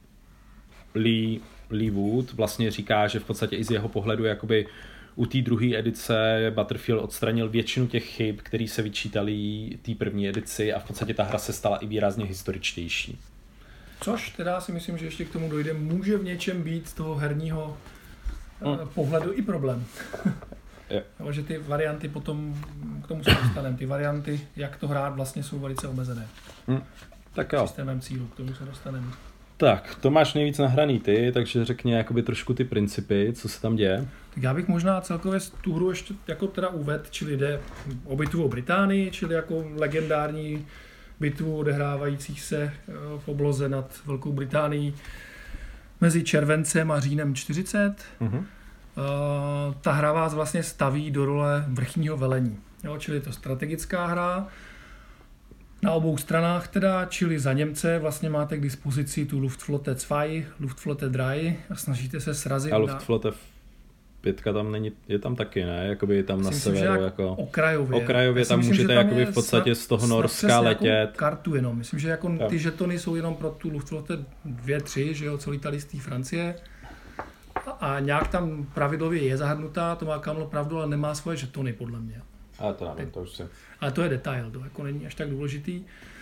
Lee Wood vlastně říká, že v podstatě i z jeho pohledu jakoby u té druhé edice Butterfield odstranil většinu těch chyb, které se vyčítaly té první edici a v podstatě ta hra se stala i výrazně historičtější. Což teda si myslím, že ještě k tomu dojde, může v něčem být z toho herního pohledu i problém. Že ty varianty potom, k tomu se dostaneme, ty varianty, jak to hrát, vlastně jsou velice omezené. Tak jo. Systémem cílu, k tomu se dostaneme. Tak, to máš nejvíc nahraný ty, takže řekni jakoby trošku ty principy, co se tam děje. Tak já bych možná celkově tu hru ještě jako teda uvedl, čili jde o bitvu o Británii, čili jako legendární bitvu odehrávajících se v obloze nad Velkou Británií mezi červencem a říjnem 40. Ta hra vás vlastně staví do role vrchního velení. Jo, čili je to strategická hra. Na obou stranách teda, čili za Němce vlastně máte k dispozici tu Luftflotte 2, Luftflotte 3 a snažíte se srazit. A Luftflotte 5 tam není, je tam taky, ne? Jakoby je tam na severu jako okrajově tam myslím, můžete jakoby v podstatě z toho Norska letět. Kartu jenom. Myslím, že jako ty žetony jsou jenom pro tu Luftflotte 2, 3, že jo, co lítali z té Francie. A nějak tam pravidlově je zahrnutá, to má Kamil pravdu, ale nemá svoje žetony podle mě. A to nevím, to už si. Ale to je detail, to jako není až tak důležitý.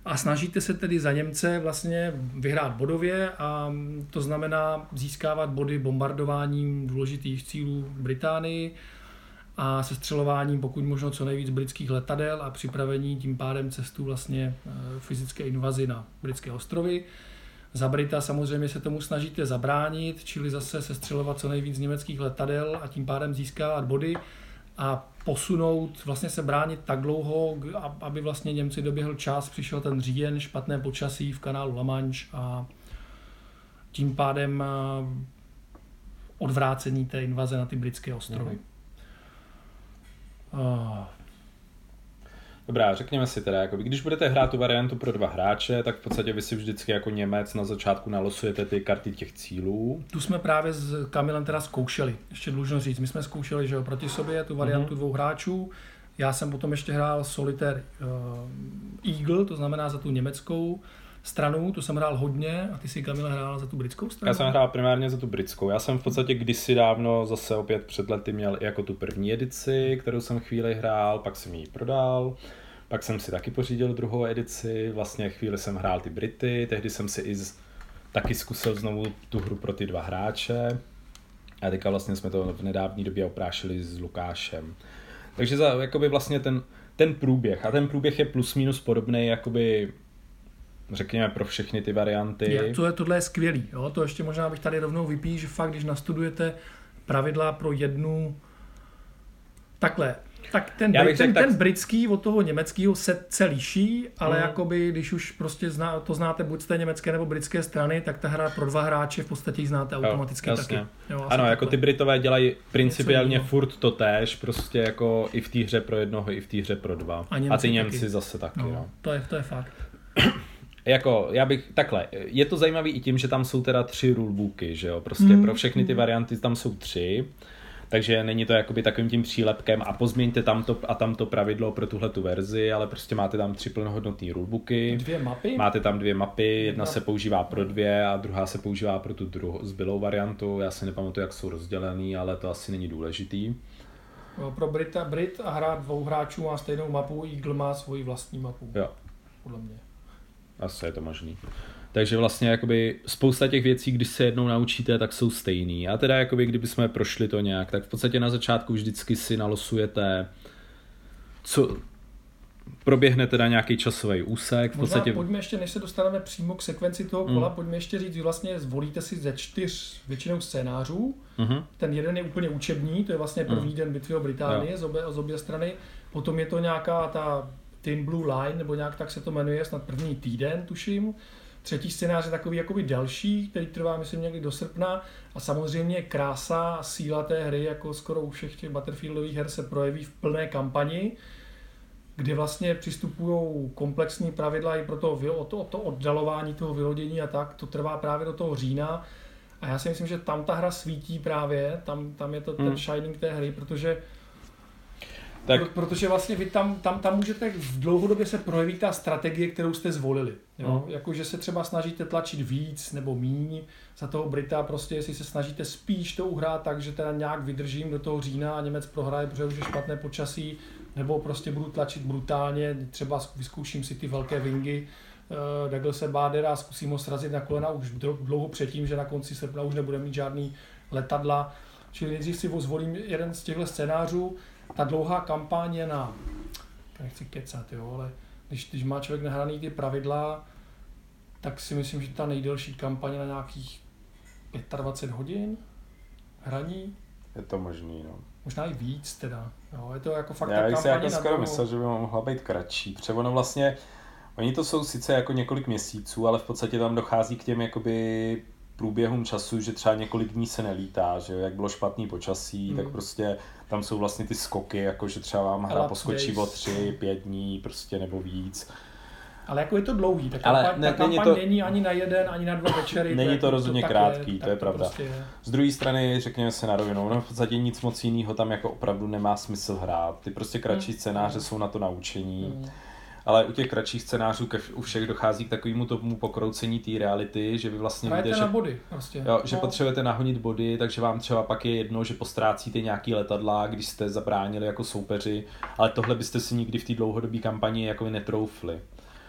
A snažíte se tedy za Němce vlastně vyhrát bodově a to znamená získávat body bombardováním důležitých cílů v Británii a sestřelováním pokud možno co nejvíc britských letadel a připravení tím pádem cestu vlastně fyzické invazi na britské ostrovy. Za Brita samozřejmě se tomu snažíte zabránit, čili zase sestřelovat co nejvíc německých letadel a tím pádem získávat body a posunout, vlastně se bránit tak dlouho, aby vlastně Němci doběhl čas, přišel ten říjen, špatné počasí v kanálu La Manche a tím pádem odvrácení té invaze na ty britské ostrovy. Dobrá, řekněme si teda, jakoby, když budete hrát tu variantu pro 2 hráče, tak v podstatě vy si vždycky jako Němec na začátku nalosujete ty karty těch cílů. Tu jsme právě s Kamilem teda zkoušeli, ještě dlužno říct. My jsme zkoušeli, že jo, proti sobě tu variantu 2 hráčů. Já jsem potom ještě hrál Solitaire Eagle, to znamená za tu německou stranu, tu jsem hrál hodně a ty si, Kamile, hrál za tu britskou stranu? Já jsem hrál primárně za tu britskou. Já jsem v podstatě kdysi dávno, zase opět před lety, měl jako tu první edici, kterou jsem chvíli hrál, pak jsem ji prodal, pak jsem si taky pořídil druhou edici, vlastně chvíli jsem hrál ty Brity, tehdy jsem si taky zkusil znovu tu hru pro ty 2 hráče a teďka vlastně jsme to v nedávné době oprášili s Lukášem. Takže jakoby vlastně ten průběh, a ten průběh je plus minus podobný, jakoby řekněme pro všechny ty varianty. Tohle je skvělý, jo? To ještě možná bych tady rovnou vypíš, že fakt, když nastudujete pravidla pro jednu takhle, tak ten britský od toho německého se liší, ale jakoby, když už prostě znáte buď z té německé nebo britské strany, tak ta hra pro 2 hráče v podstatě ji znáte automaticky taky. Jo, ano, jako ty Britové dělají principiálně furt to též, prostě jako i v té hře pro jednoho, i v té hře pro 2. A ty Němci taky. Zase taky. No, to je fakt. Jako, je to zajímavý i tím, že tam jsou teda 3 rulebooky, že jo, prostě pro všechny ty varianty tam jsou 3, takže není to jakoby takovým tím přílepkem a pozměňte tamto a tamto pravidlo pro tuhletu verzi, ale prostě máte tam 3 plnohodnotné rulebooky. 2 mapy? Máte tam 2 mapy, jedna se používá pro 2 a druhá se používá pro tu zbylou variantu, já si nepamatuju, jak jsou rozdělený, ale to asi není důležitý. Pro Brit a hrát 2 hráčů má stejnou mapu, Eagle má svoji vlastní mapu. Jo. Podle mě. Asi je to možný. Takže vlastně jakoby spousta těch věcí, když se jednou naučíte, tak jsou stejný. A teda jakoby, kdybychom prošli to nějak, tak v podstatě na začátku vždycky si nalosujete, co proběhne teda nějaký časový úsek. V podstatě... Pojďme ještě, než se dostaneme přímo k sekvenci toho kola, pojďme ještě říct, že vlastně zvolíte si ze 4 většinou scénářů. Ten jeden je úplně učební, to je vlastně první den bitvy o Británii z obě strany. Potom je to nějaká ta Thin Blue Line, nebo nějak tak se to jmenuje, snad první týden, tuším. Třetí scénář je takový jakoby delší, který trvá, myslím, někdy do srpna. A samozřejmě krása a síla té hry, jako skoro u všech těch Butterfieldových her, se projeví v plné kampani, kdy vlastně přistupují komplexní pravidla i pro to oddalování toho vylodění a tak. To trvá právě do toho října. A já si myslím, že tam ta hra svítí právě, tam je to ten shining té hry, protože vlastně vy tam můžete v dlouhodobě se projeví ta strategie, kterou jste zvolili. Jo? Jakože se třeba snažíte tlačit víc nebo míň za toho Brita, prostě jestli se snažíte spíš to uhrát tak, že teda nějak vydržím do toho října a Němec prohraje, protože už je špatné počasí, nebo prostě budu tlačit brutálně, třeba vyzkouším si ty velké wingy Douglase Badera a zkusím ho srazit na kolena už dlouho předtím, že na konci srpna už nebude mít žádný letadla. Čili nejdřív si zvolím jeden z těchto scénářů. Ta dlouhá kampaň je na, nechci kecat, jo, ale když má člověk nahraný ty pravidla, tak si myslím, že ta nejdelší kampaň je na nějakých 25 hodin hraní. Je to možný, no. Možná i víc teda, jo, je to jako fakt já ta kampaň jako skoro myslel, že by mohla být kratší, protože ono vlastně, oni to jsou sice jako několik měsíců, ale v podstatě tam dochází k těm jakoby průběhům času, že třeba několik dní se nelítá, že jak bylo špatný počasí, tak prostě tam jsou vlastně ty skoky, jako že třeba vám hra poskočí o 3-5 dní prostě nebo víc. Ale jako je to dlouhý, ta kampaň není ani na 1, ani na 2 večery. Není to rozhodně krátký, to je pravda. Prostě je. Z druhé strany, řekněme se na rovinu, no v podstatě nic moc jiného tam jako opravdu nemá smysl hrát. Ty prostě kratší scénáře jsou na to naučení. Ale u těch kratších scénářů u všech dochází k takovému tomu pokroucení té reality, že vy vlastně víte, že, body, prostě. Že potřebujete nahonit body, takže vám třeba pak je jedno, že postrácíte nějaký letadla, když jste zabránili jako soupeři, ale tohle byste si nikdy v té dlouhodobé kampani jako netroufli.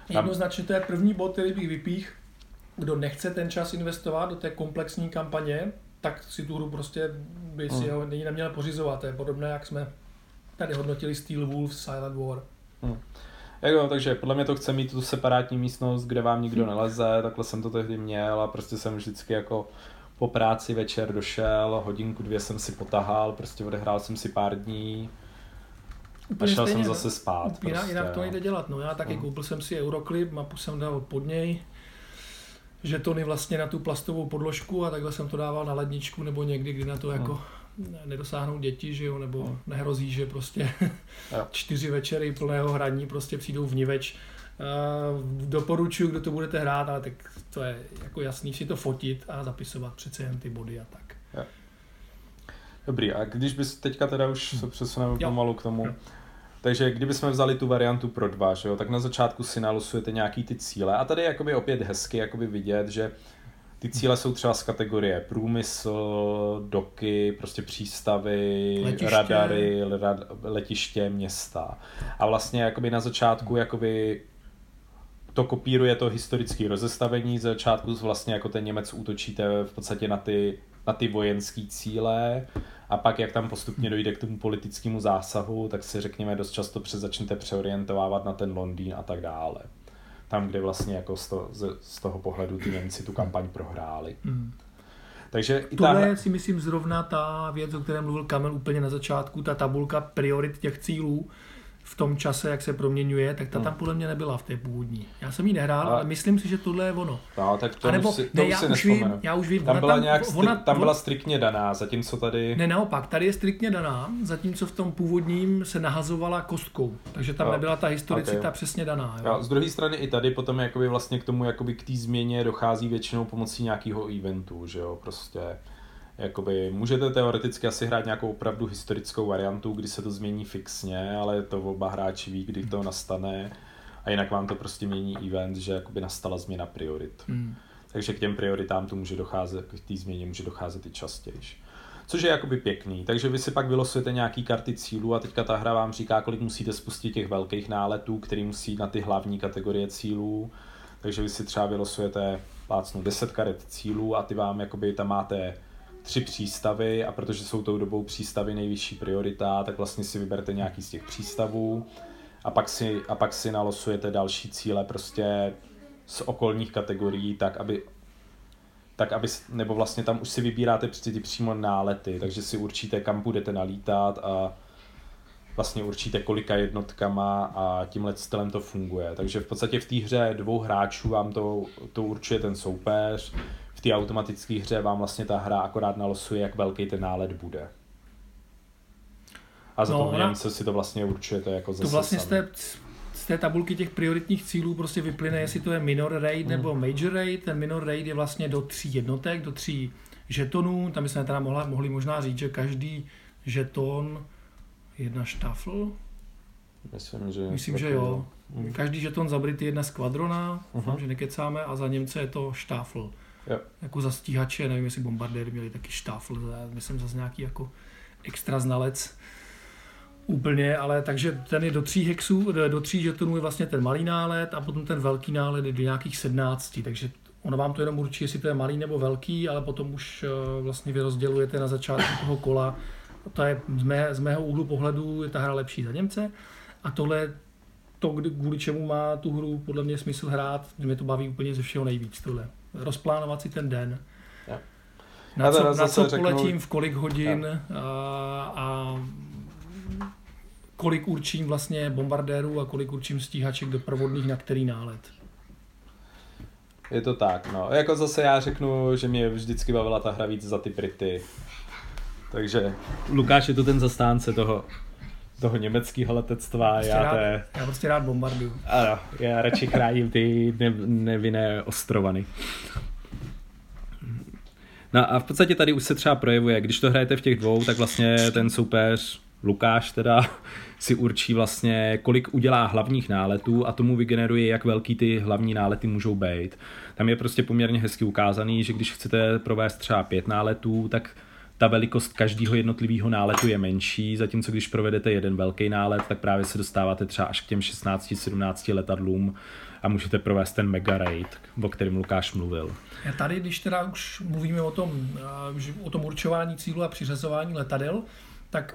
Jednoznačně to je první bod, který bych vypích. Kdo nechce ten čas investovat do té komplexní kampaně, tak si tu hru prostě by si ho nyní neměl pořizovat. To je podobné, jak jsme tady hodnotili Steel Wolf, Silent War. Jako, takže podle mě to chce mít tu separátní místnost, kde vám nikdo neleze, takhle jsem to tehdy měl a prostě jsem vždycky jako po práci večer došel, hodinku, 2 jsem si potahal, prostě odehrál jsem si pár dní a šel jsem zase spát. Jinak to nejde dělat, no já taky koupil jsem si Euroclip, mapu jsem dal pod něj, žetony vlastně na tu plastovou podložku a takhle jsem to dával na ledničku nebo někdy, kdy na to jako nedosáhnou děti, že jo, nebo nehrozí, že prostě 4 večery plného hraní prostě přijdou vniveč. Doporučuji, kdo to budete hrát, ale tak to je jako jasný, si to fotit a zapisovat přece jen ty body a tak. Dobrý, a když bys teďka teda už se přesuneme pomalu k tomu, takže kdybychom vzali tu variantu pro 2, že jo, tak na začátku si nalosujete nějaký ty cíle a tady je jakoby opět hezky jakoby vidět, že ty cíle jsou třeba z kategorie průmysl, doky, prostě přístavy, radary, letiště, města. A vlastně jakoby na začátku jakoby to kopíruje to historické rozestavení, ze začátku vlastně jako ten Němec útočíte v podstatě na ty vojenské cíle a pak jak tam postupně dojde k tomu politickému zásahu, tak si řekněme dost často začnete přeorientovávat na ten Londýn a tak dále. Tam, kde vlastně jako z toho pohledu ty Němci tu kampaň prohráli. Takže tohle je si myslím zrovna ta věc, o které mluvil Kamil úplně na začátku, ta tabulka priorit těch cílů v tom čase, jak se proměňuje, tak ta tam podle mě nebyla v té původní. Já jsem ji nehrál, ale myslím si, že tohle je ono. No, tak to já už vím. Tam byla striktně daná, zatímco tady... Ne, naopak, tady je striktně daná, zatímco v tom původním se nahazovala kostkou, takže tam nebyla ta historicita přesně daná. Jo. Z druhé strany i tady potom jakoby vlastně k tomu jakoby k té změně dochází většinou pomocí nějakého eventu, že jo, prostě... Jakoby, můžete teoreticky asi hrát nějakou opravdu historickou variantu, kdy se to změní fixně, ale to oba hráči ví, kdy to nastane a jinak vám to prostě mění event, že jakoby nastala změna priorit. Takže k těm prioritám to může docházet, k té změně může docházet i častěji. Což je jakoby pěkný, takže vy si pak vylosujete nějaký karty cílů a teďka ta hra vám říká, kolik musíte spustit těch velkých náletů, který musí na ty hlavní kategorie cílů. Takže vy si třeba vylosujete 10 karet cílů a ty vám jakoby tam máte 3 přístavy a protože jsou tou dobou přístavy nejvyšší priorita, tak vlastně si vyberte nějaký z těch přístavů a pak si nalosujete další cíle prostě z okolních kategorií, tak aby nebo vlastně tam už si vybíráte ty přímo nálety, takže si určíte, kam budete nalítat a vlastně určíte, kolika jednotkama a tímhle stylem to funguje. Takže v podstatě v té hře 2 hráčů vám to určuje ten soupeř. V té automatické hře vám vlastně ta hra akorát nalosuje, jak velký ten nálet bude. A za to Němce si to vlastně určujete jako zase. To vlastně z té tabulky těch prioritních cílů prostě vyplyne, jestli to je minor raid nebo major raid. Ten minor raid je vlastně do 3 jednotek, do 3 žetonů. Tam bychom teda mohli možná říct, že každý žeton 1 štafl. Myslím, že jo. Každý žeton za Brity 1 skvadrona, že nekecáme, a za Němce je to štáfl. Jo. Jako za stíhače, nevím, jestli bombardéry měli taky štáfl, myslím zase nějaký jako extra znalec úplně, ale takže ten je do 3 hexů, do 3 žetonů je vlastně ten malý nálet a potom ten velký nálet je do nějakých 17, takže ono vám to jenom určí, jestli to je malý nebo velký, ale potom už vlastně vy rozdělujete na začátku toho kola. To je z mého úhlu pohledu je ta hra lepší za Němce a tohle to, kvůli čemu má tu hru podle mě smysl hrát, že mě to baví úplně ze všeho nejvíc tohle. Rozplánovat si ten den. Ja. Na co poletím, v kolik hodin a kolik určím vlastně bombardérů a kolik určím stíhaček doprovodných na který nálet. Je to tak, no. Jako zase já řeknu, že mě vždycky bavila ta hra víc za ty Brity. Takže Lukáš je to ten zastánce toho německého letectva. Já prostě rád bombarduju. Ano, já radši chráním ty nevinné ostrovany. No a v podstatě tady už se třeba projevuje, když to hrajete v těch 2, tak vlastně ten soupeř Lukáš teda si určí vlastně, kolik udělá hlavních náletů a tomu vygeneruje, jak velký ty hlavní nálety můžou být. Tam je prostě poměrně hezky ukázaný, že když chcete provést třeba 5 náletů, tak ta velikost každého jednotlivého náletu je menší, zatímco když provedete jeden velký nálet, tak právě se dostáváte třeba až k těm 16-17 letadlům a můžete provést ten mega raid, o kterém Lukáš mluvil. Tady, když teda už mluvíme o tom určování cílu a přiřazování letadel, tak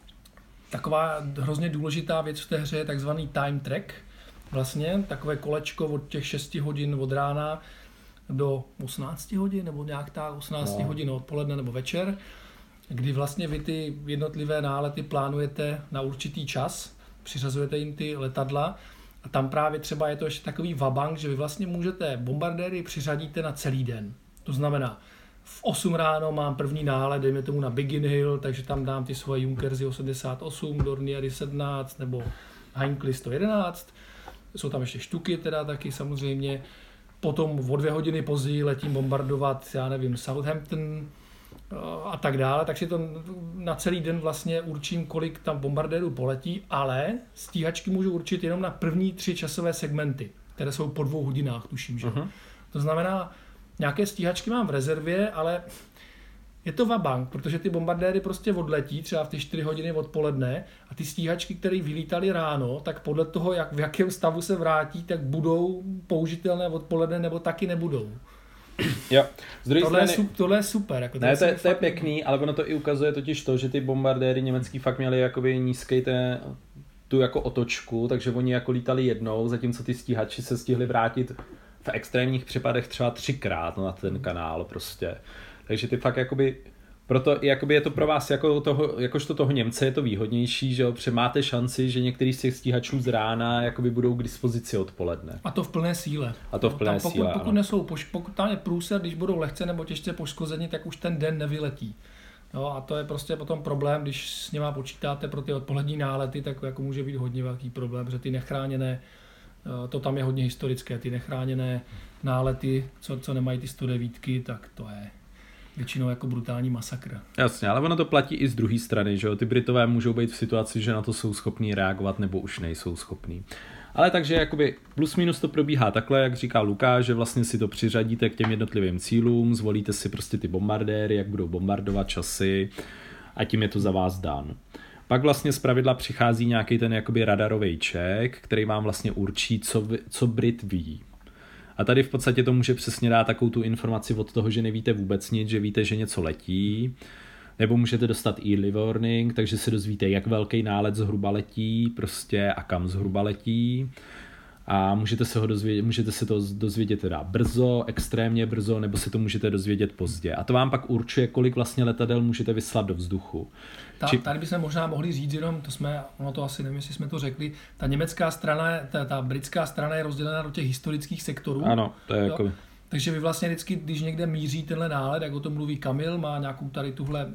taková hrozně důležitá věc v té hře je takzvaný time track. Vlastně takové kolečko od těch 6 hodin od rána do 18 hodin, nebo nějak tak 18 hodin odpoledne nebo večer, kdy vlastně vy ty jednotlivé nálety plánujete na určitý čas, přiřazujete jim ty letadla a tam právě třeba je to ještě takový vabank, že vy vlastně můžete bombardéry přiřadíte na celý den. To znamená, v 8 ráno mám první nálet, dejme tomu na Biggin Hill, takže tam dám ty svoje Junkersy 88, Dorniery 17 nebo Hinckley 111. Jsou tam ještě štuky teda taky samozřejmě. Potom o 2 hodiny později letím bombardovat, já nevím, Southampton a tak dále, takže to na celý den vlastně určím, kolik tam bombardérů poletí, ale stíhačky můžu určit jenom na první 3 časové segmenty, které jsou po 2 hodinách, tuším, že? To znamená, nějaké stíhačky mám v rezervě, ale je to vabank, protože ty bombardéry prostě odletí třeba v ty 4 hodiny odpoledne a ty stíhačky, které vylítaly ráno, tak podle toho, v jakém stavu se vrátí, tak budou použitelné odpoledne nebo taky nebudou. Jo. Tohle je super. Jako ne, to je pěkný, ale ono to i ukazuje totiž to, že ty bombardéry německý fakt měli jakoby nízkej tu jako otočku, takže oni jako lítali jednou, zatímco ty stíhači se stihli vrátit v extrémních případech třeba 3krát na ten kanál prostě. Takže ty fakt jakoby, proto jakoby je to pro vás jakožto toho Němce je to výhodnější, že jo, protože máte šanci, že některý z těch stíhačů z rána jakoby budou k dispozici odpoledne. A to v plné síle. Pokud nesou, pokud tam je průser, když budou lehce nebo těžce poškozeni, tak už ten den nevyletí. No a to je prostě potom problém, když s něma počítáte pro ty odpolední nálety, tak jako může být hodně velký problém, protože ty nechráněné, to tam je hodně historické, ty nechráněné nálety, co nemají ty 109, tak to je většinou jako brutální masakr. Jasně, ale ono to platí i z druhé strany, že jo? Ty Britové můžou být v situaci, že na to jsou schopní reagovat nebo už nejsou schopní. Ale takže jakoby plus minus to probíhá takhle, jak říká Lukáš, že vlastně si to přiřadíte k těm jednotlivým cílům, zvolíte si prostě ty bombardéry, jak budou bombardovat časy a tím je to za vás dán. Pak vlastně zpravidla přichází nějaký ten jakoby radarový check, který vám vlastně určí, co Brit ví. A tady v podstatě to může přesně dát takovou tu informaci od toho, že nevíte vůbec nic, že víte, že něco letí, nebo můžete dostat early warning, takže se dozvíte, jak velký nálet zhruba letí prostě a kam zhruba letí. A můžete se to dozvědět teda brzo, extrémně brzo, nebo se to můžete dozvědět pozdě. A to vám pak určuje, kolik vlastně letadel můžete vyslat do vzduchu. Tady bychom možná mohli říct jenom, ono to asi nevím, jestli jsme to řekli, ta německá strana, ta britská strana je rozdělena do těch historických sektorů. Ano, to je jako... Takže vy vlastně vždycky, když někde míří tenhle nálet, jak o tom mluví Kamil, má nějakou tady tuhle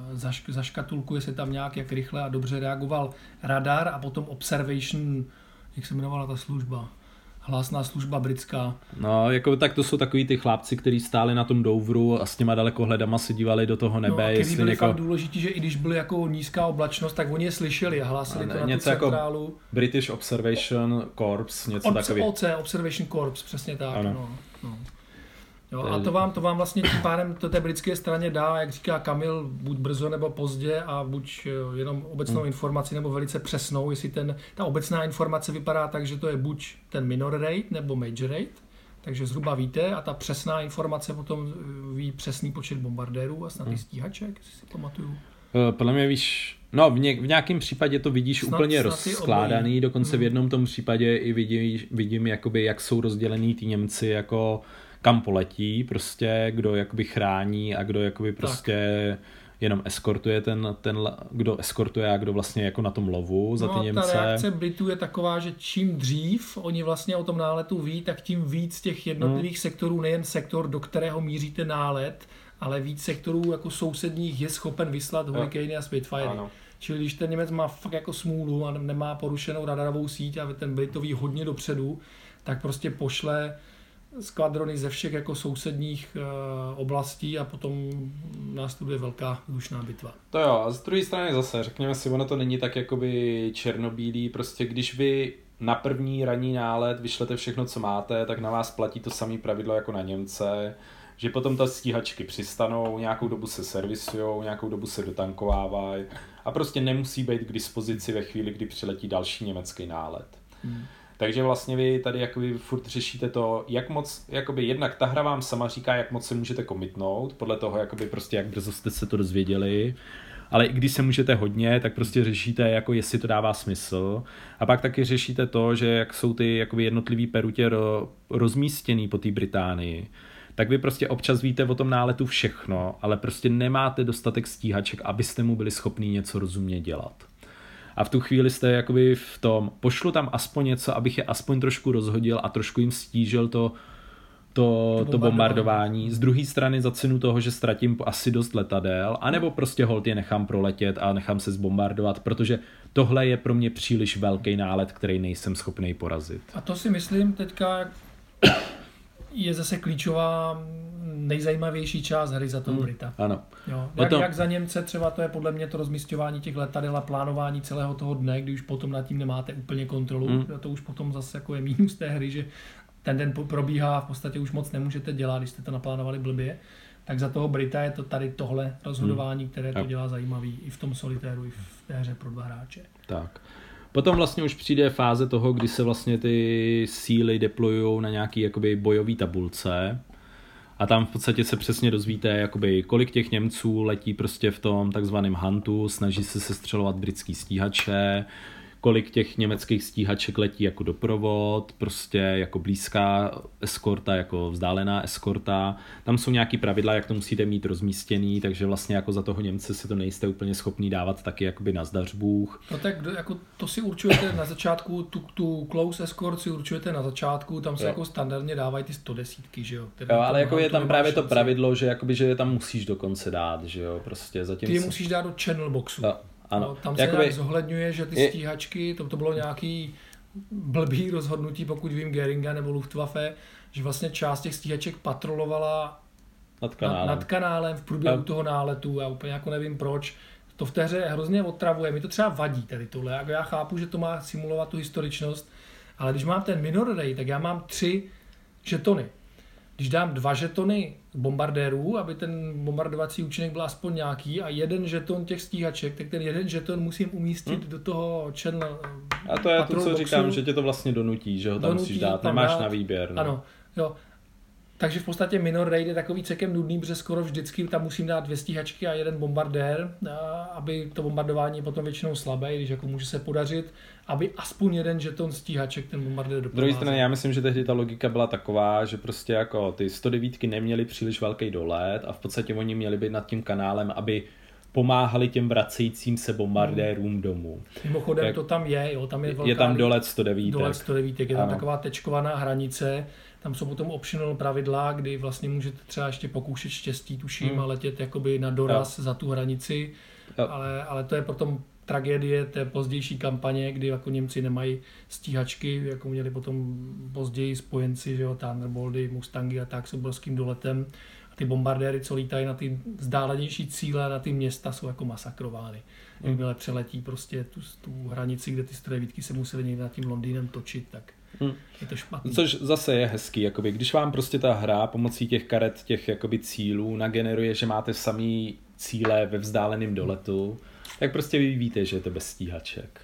zaškatulku, jestli tam nějak jak rychle a dobře reagoval radar a potom observation, jak se jmenovala ta služba? Hlásná služba britská. No, jako tak to jsou takový ty chlápci, kteří stáli na tom Douvru a s těma dalekohledama se dívali do toho nebe. No, a kteří byli fakt důležití, že i když byly jako nízká oblačnost, tak oni je slyšeli a hlásili to na tu centrálu. Jako British Observation Corps, něco takového. OC, Observation Corps, přesně tak. No. Jo, a to vám vlastně tím pádem té britské straně dá, jak říká Kamil, buď brzo nebo pozdě a buď jenom obecnou informaci nebo velice přesnou, jestli ta obecná informace vypadá tak, že to je buď ten minor rate nebo major rate, takže zhruba víte a ta přesná informace potom ví přesný počet bombardérů a snad i stíhaček, jestli si pamatuju. Podle mě víš, no v nějakém případě to vidíš úplně rozskládaný, dokonce v jednom tom případě i vidím jakoby, jak jsou rozdělený ty Němci jako kam poletí, prostě, kdo jakoby chrání a kdo jakoby prostě jenom eskortuje kdo eskortuje a kdo vlastně jako na tom lovu za ty Němce. Ta reakce Britů je taková, že čím dřív oni vlastně o tom náletu ví, tak tím víc těch jednotlivých sektorů, nejen sektor, do kterého míříte nálet, ale víc sektorů jako sousedních je schopen vyslat Hurricane a Spitfire. Čili když ten Němec má fakt jako smůlu a nemá porušenou radarovou síť a ten Britový hodně dopředu, tak prostě pošle skvadrony ze všech jako sousedních oblastí a potom následuje velká vzdušná bitva. To jo, a z druhé strany zase, řekněme si, ono to není tak jakoby černobílý, prostě když vy na první ranní nálet vyšlete všechno, co máte, tak na vás platí to samé pravidlo jako na Němce, že potom ta stíhačky přistanou, nějakou dobu se servisujou, nějakou dobu se dotankovávají a prostě nemusí být k dispozici ve chvíli, kdy přiletí další německý nálet. Takže vlastně vy tady jakoby furt řešíte to, jak moc, jakoby jednak ta hra vám sama říká, jak moc se můžete commitnout, podle toho, jakoby prostě jak brzo jste se to dozvěděli, ale i když se můžete hodně, tak prostě řešíte, jako jestli to dává smysl. A pak taky řešíte to, že jak jsou ty jakoby jednotlivý perutě rozmístěný po té Británii, tak vy prostě občas víte o tom náletu všechno, ale prostě nemáte dostatek stíhaček, abyste mu byli schopní něco rozumně dělat. A v tu chvíli jste jakoby v tom, pošlu tam aspoň něco, abych je aspoň trošku rozhodil a trošku jim stížil to bombardování. Z druhé strany za cenu toho, že ztratím asi dost letadel, anebo prostě holt je nechám proletět a nechám se zbombardovat, protože tohle je pro mě příliš velký nálet, který nejsem schopný porazit. A to si myslím teďka je zase klíčová nejzajímavější část hry za toho Brita. Ano. Jo. Jak za Němce třeba to je podle mě to rozmisťování těch letadel a plánování celého toho dne, když už potom nad tím nemáte úplně kontrolu. To už potom zase jako je mínus té hry, že ten den probíhá a v podstatě už moc nemůžete dělat, když jste to naplánovali blbě. Tak za toho Brita je to tady tohle rozhodování, které to dělá zajímavý i v tom solitéru, i v té hře pro 2 hráče. Tak. Potom vlastně už přijde fáze toho, kdy se vlastně ty síly deployujou na nějaký jakoby bojový tabulce a tam v podstatě se přesně dozvíte, jakoby, kolik těch Němců letí prostě v tom takzvaném huntu, snaží se sestřelovat britský stíhače, kolik těch německých stíhaček letí jako doprovod, prostě jako blízká eskorta, jako vzdálená eskorta. Tam jsou nějaký pravidla, jak to musíte mít rozmístěný, takže vlastně jako za toho Němce si to nejste úplně schopný dávat taky jakoby na zdař Bůh. No tak jako to si určujete na začátku, tu close escort si určujete na začátku, tam se jako standardně dávají ty 110, že jo. Jo, ale jako je tam právě to pravidlo, že jakoby, že je tam musíš dokonce dát, že jo, prostě zatím. Ty je musíš dát do channel boxu. Jo. Ano. No, tam se nějak zohledňuje, že ty stíhačky, to bylo nějaký blbý rozhodnutí, pokud vím, Göringa nebo Luftwaffe, že vlastně část těch stíhaček patrolovala nad kanálem v průběhu toho náletu. Já úplně jako nevím proč. To v té hře hrozně otravuje. Mi to třeba vadí tady tohle. Jako já chápu, že to má simulovat tu historičnost, ale když mám ten minor array, tak já mám 3 žetony. Když dám 2 žetony bombardérů, aby ten bombardovací účinek byl aspoň nějaký a 1 žeton těch stíhaček, tak ten 1 žeton musím umístit do toho channel. A to je to, co boxu. Říkám, že tě to vlastně donutí, že ho tam musíš dát, nemáš na výběr. No. Ano, jo. Takže v podstatě minor raid je takový cekem nudný, protože skoro vždycky tam musím dát 2 stíhačky a 1 bombardér, aby to bombardování je potom většinou slabé, když jako může se podařit, aby aspoň 1 žeton stíhaček ten bombardér doprovázel. Z druhé strany já myslím, že tehdy ta logika byla taková, že prostě jako ty 109 neměly příliš velký dolet a v podstatě oni měli být nad tím kanálem, aby pomáhali těm vracejícím se bombardérům domů. Mimochodem to tam je, jo, tam je velká... Je tam dolet 109. Dolet 109, je tam taková tečkovaná hranice, tam jsou potom optional pravidla, kdy vlastně můžete třeba ještě pokoušet štěstí, tuším, a letět jakoby na doraz za tu hranici, ale to je potom tragédie té pozdější kampaně, kdy jako Němci nemají stíhačky, jako měli potom později spojenci, že jo, Thunderbolty, Mustangy a tak s obrovským doletem. A ty bombardéry, co lítají na ty vzdálenější cíle, na ty města, jsou jako masakrovány. Jakmile přeletí prostě tu hranici, kde ty 109 se museli někde nad tím Londýnem točit, tak je to špatný. Což zase je hezký, jakoby, když vám prostě ta hra pomocí těch karet, těch jakoby cílů nageneruje, že máte samý cíle ve vzdáleném doletu, tak prostě vy víte, že je to bez stíhaček.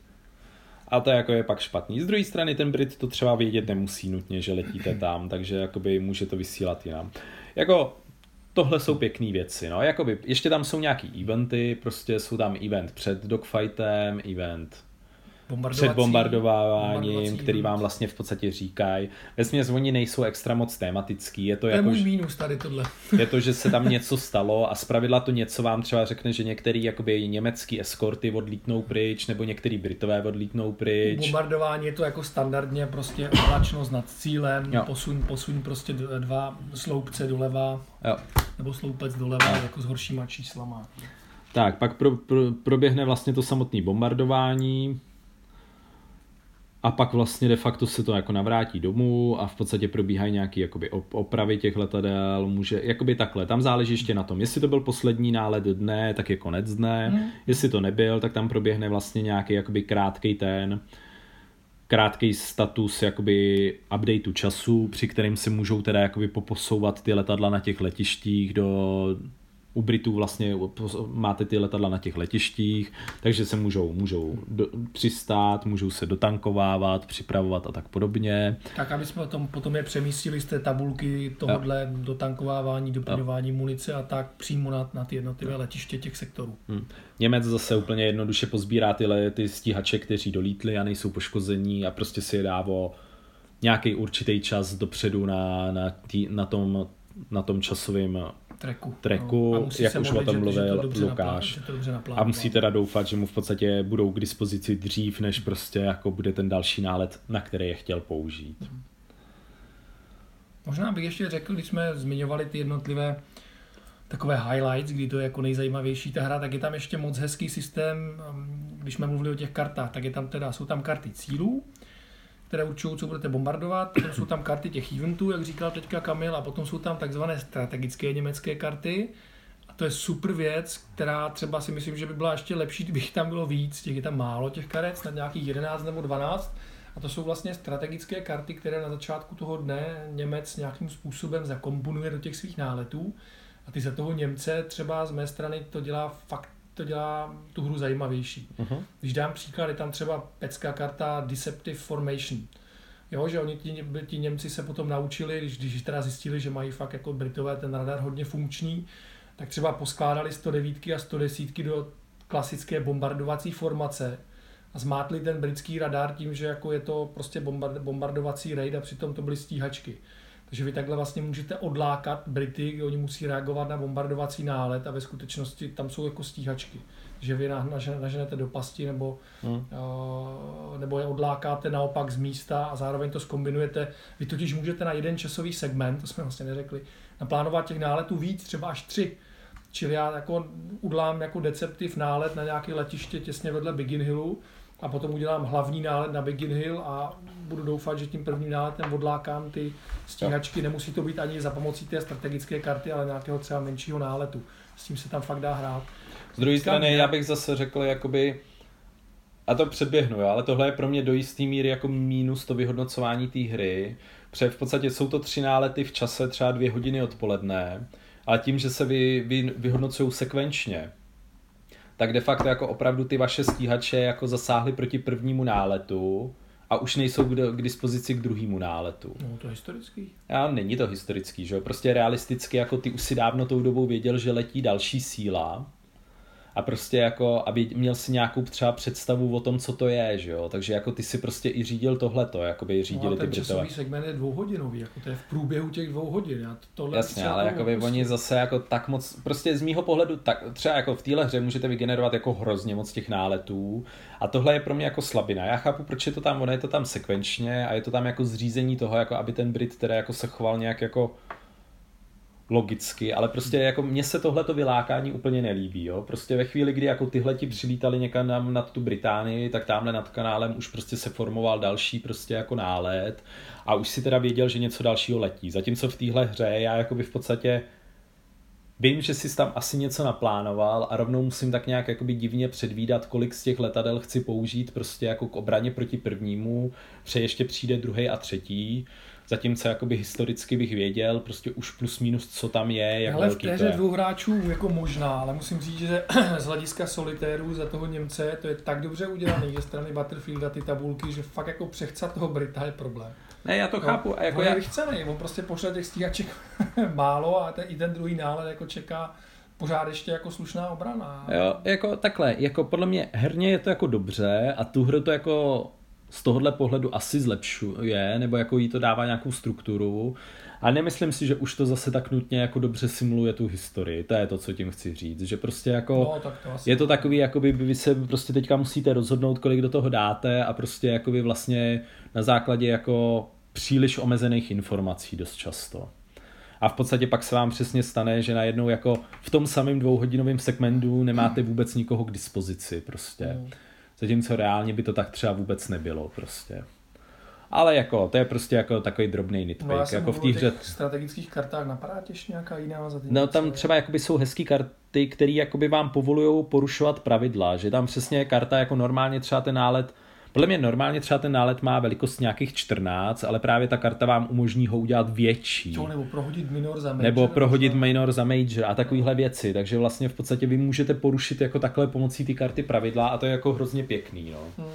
A to jako je pak špatný. Z druhé strany ten Brit to třeba vědět nemusí nutně, že letíte tam, takže jakoby může to vysílat jinam. Jako tohle jsou pěkné věci, no, jakoby ještě tam jsou nějaký eventy, prostě jsou tam event před dogfightem, event před bombardováním, který vám vlastně v podstatě říkají. Vesměs oni nejsou extra moc tematický. Je to jako, můj mínus tady tohle. Je to, že se tam něco stalo a zpravidla to něco vám třeba řekne, že některý jakoby německý eskorty odlítnou pryč, nebo některý Britové odlítnou pryč. Bombardování je to jako standardně prostě oblačnost nad cílem, posuň prostě 2 sloupce doleva, nebo sloupec doleva, jako s horšíma číslama. Tak, pak proběhne vlastně to samotné bombardování. A pak vlastně de facto se to jako navrátí domů a v podstatě probíhají nějaké jakoby opravy těch letadel, může, jakoby takhle, tam záleží ještě na tom, jestli to byl poslední nálet dne, tak je konec dne, jestli to nebyl, tak tam proběhne vlastně nějaký jakoby krátkej krátký status jakoby updateu času, při kterým se můžou teda jakoby poposouvat ty letadla na těch letištích u Britů vlastně máte ty letadla na těch letištích, takže se můžou přistát, můžou se dotankovávat, připravovat a tak podobně. Tak, aby jsme potom je přemístili z té tabulky tohodle dotankovávání, doplňování munice a tak přímo na ty jednotlivé letiště těch sektorů. Němec zase úplně jednoduše pozbírá ty stíhače, kteří dolítli a nejsou poškození a prostě si je dává nějaký určitý čas dopředu na tom časovém treku, no, jak už o tom mluvil Lukáš. A musí teda doufat, že mu v podstatě budou k dispozici dřív, než prostě jako bude ten další nálet, na který je chtěl použít. Možná bych ještě řekl, když jsme zmiňovali ty jednotlivé takové highlights, kdy to je jako nejzajímavější ta hra, tak je tam ještě moc hezký systém, když jsme mluvili o těch kartách, tak jsou tam karty cílů, které určují, co budete bombardovat, potom jsou tam karty těch eventů, jak říkal teďka Kamil, a potom jsou tam takzvané strategické německé karty. A to je super věc, která třeba si myslím, že by byla ještě lepší, kdyby tam bylo víc, těch je tam málo těch karet, snad nějakých 11 nebo 12. A to jsou vlastně strategické karty, které na začátku toho dne Němec nějakým způsobem zakomponuje do těch svých náletů. A ty za toho Němce třeba z mé strany to dělá tu hru zajímavější. Uh-huh. Když dám příklad, je tam třeba pecká karta Deceptive Formation. Jo, že oni ti Němci se potom naučili, když teda zjistili, že mají fakt jako Britové ten radar hodně funkční, tak třeba poskládali 109 a 110 do klasické bombardovací formace a zmátli ten britský radar tím, že jako je to prostě bombardovací raid a přitom to byly stíhačky. Takže vy takhle vlastně můžete odlákat Brity, kdy oni musí reagovat na bombardovací nálet a ve skutečnosti tam jsou jako stíhačky. Že vy naženete do pasti nebo je odlákáte naopak z místa a zároveň to zkombinujete. Vy totiž můžete na jeden časový segment, to jsme vlastně neřekli, naplánovat těch náletů víc, třeba až 3. Čili já jako udlám jako deceptiv nálet na nějaké letiště těsně vedle Biggin Hillu a potom udělám hlavní nálet na Biggin Hill a budu doufat, že tím prvním náletem odlákám ty stíhačky. Nemusí to být ani za pomocí té strategické karty, ale nějakého třeba menšího náletu. S tím se tam fakt dá hrát. Z druhé strany já bych zase řekl, jakoby, a to předběhnu, jo, ale tohle je pro mě do jistý míry jako mínus to vyhodnocování té hry, protože v podstatě jsou to 3 nálety v čase třeba 2 hodiny odpoledne, ale tím, že se vyhodnocují sekvenčně, tak de facto jako opravdu ty vaše stíhače jako zasáhly proti prvnímu náletu a už nejsou k dispozici k druhému náletu. No, to je historický. A není to historický, že jo? Prostě realisticky jako ty už si dávno tou dobou věděl, že letí další síla a prostě jako, aby měl si nějakou třeba představu o tom, co to je, že jo? Takže jako ty si prostě i řídil tohleto, jakoby řídili ty Britové. No a ten časový segment je 2hodinový, jako to je v průběhu těch 2 hodin. Jasně, ale jakoby oni zase jako tak moc, prostě z mýho pohledu, tak třeba jako v téhle hře můžete vygenerovat jako hrozně moc těch náletů a tohle je pro mě jako slabina. Já chápu, proč je to tam, ono je to tam sekvenčně a je to tam jako zřízení toho, jako aby ten Brit teda jako se choval nějak jako logicky, ale prostě jako mně se tohleto vylákání úplně nelíbí, jo. Prostě ve chvíli, kdy jako tyhle ti přilítali někam nad tu Británii, tak tamhle nad kanálem už prostě se formoval další prostě jako nálet a už si teda věděl, že něco dalšího letí. Zatímco v téhle hře já jakoby v podstatě vím, že jsi tam asi něco naplánoval a rovnou musím tak nějak jakoby divně předvídat, kolik z těch letadel chci použít prostě jako k obraně proti prvnímu, protože ještě přijde druhý a třetí. Zatímco jakoby historicky bych věděl prostě už plus minus, co tam je, jak ale velký to je. Ale v té hře 2 hráčů jako možná, ale musím říct, že z hlediska solitérů za toho Němce to je tak dobře udělané ze strany Battlefielda ty tabulky, že fakt jako přechcat toho Brita je problém. Ne, já to chápu. A jako on je vychcenej, on prostě pošle těch stíhaček málo a i ten druhý nálet jako čeká pořád ještě jako slušná obrana. Jo, jako takhle, jako podle mě herně je to jako dobře a tu hru to jako z tohohle pohledu asi zlepšuje, nebo jako jí to dává nějakou strukturu, ale nemyslím si, že už to zase tak nutně jako dobře simuluje tu historii. To je to, co tím chci říct, že prostě jako je to takový, jakoby vy se prostě teďka musíte rozhodnout, kolik do toho dáte a prostě jakoby vlastně na základě jako příliš omezených informací dost často. A v podstatě pak se vám přesně stane, že najednou jako v tom samém 2hodinovém segmentu nemáte vůbec nikoho k dispozici prostě. Zatímco reálně by to tak třeba vůbec nebylo prostě. Ale jako, to je prostě jako takový drobný nitpick. No já jsem jako v těch strategických kartách napadá těž nějaká jiná za no tam třeba jakoby jsou hezký karty, které jakoby vám povolujou porušovat pravidla, že tam přesně je karta jako normálně třeba ten nálet Podle mě normálně třeba ten nálet má velikost nějakých 14, ale právě ta karta vám umožní ho udělat větší. Nebo prohodit minor za major. Nebo prohodit minor za major a takovýhle věci. Takže vlastně v podstatě vy můžete porušit jako takhle pomocí ty karty pravidla a to je jako hrozně pěkný. No.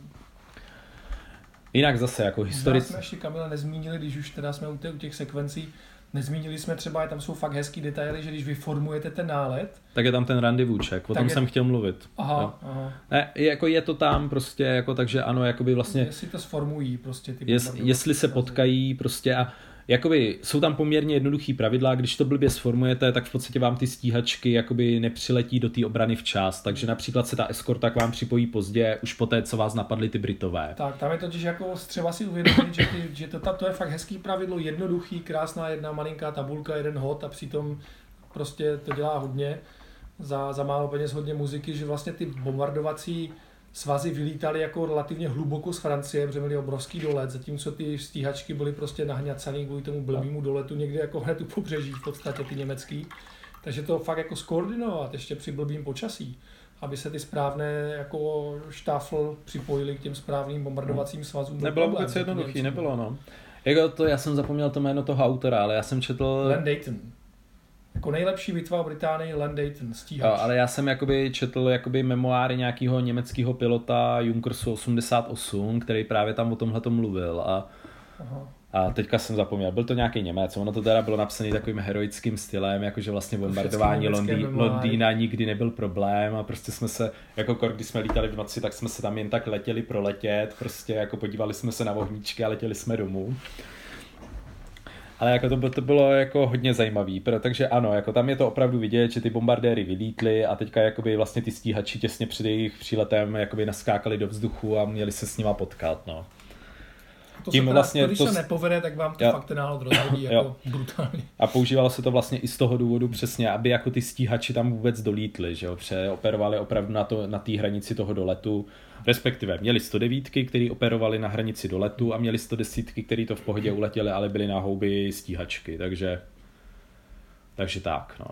Jinak zase jako historicky. Jsme ještě, Kamila, nezmínili, když už teda jsme u těch sekvencí, nezmínili jsme třeba, tam jsou fakt hezký detaily, že když vy formujete ten nálet, tak je tam ten randevůček, o tom jsem chtěl mluvit. Aha. Ne, jako je to tam prostě, jako, takže ano, jakoby vlastně. Jestli to sformují prostě ty jestli se potkají prostě a jakoby jsou tam poměrně jednoduchý pravidla, když to blbě sformujete, tak v podstatě vám ty stíhačky jakoby nepřiletí do té obrany včas, takže například se ta eskorta k vám připojí pozdě, už poté, co vás napadli ty Britové. Tak, tam je totiž jako třeba si uvědomit, že to je fakt hezký pravidlo, jednoduchý, krásná jedna malinká tabulka, jeden hod a přitom prostě to dělá hodně, za málo peněz hodně muziky, že vlastně ty bombardovací svazy vylítaly jako relativně hluboko z Francie, protože měli obrovský dolet, zatímco ty stíhačky byly prostě nahňacaný kvůli tomu blbýmu doletu někde jako hned u pobřeží v podstatě ty německý. Takže to fakt jako skoordinovat ještě při blbým počasí, aby se ty správné jako štáfl připojili k těm správným bombardovacím svazům. Nebylo vůbec jednoduchý, nebylo no. Jako to, já jsem zapomněl to jméno toho autora, ale já jsem četl... Len Dayton. Jako nejlepší bitva v Británii Len Dayton, stíhač. Jo, ale já jsem jakoby četl jakoby memoáry nějakého německého pilota Junkersu 88, který právě tam o tomhletom mluvil a teďka jsem zapomněl, byl to nějaký Němec, ono to teda bylo napsané takovým heroickým stylem, jakože vlastně bombardování Londýna nikdy nebyl problém a prostě jsme se, jako když jsme lítali v noci, tak jsme se tam jen tak letěli proletět, prostě jako podívali jsme se na ohníčky a letěli jsme domů. Ale jako to bylo jako hodně zajímavý, takže ano, jako tam je to opravdu vidět, že ty bombardéry vylítly a teďka jakoby vlastně ty stíhači těsně před jejich příletem jakoby naskákali do vzduchu a měli se s nima potkat, no. To tím se teda, vlastně, když se nepovede, tak vám to fakt ten nálad rozhodí jako brutálně. A používalo se to vlastně i z toho důvodu přesně, aby jako ty stíhači tam vůbec dolítli, že jo, protože operovali opravdu na té hranici toho doletu, respektive měli 109, který operovali na hranici doletu a měli 110, který to v pohodě uletěli, ale byli na houby stíhačky, takže tak, no.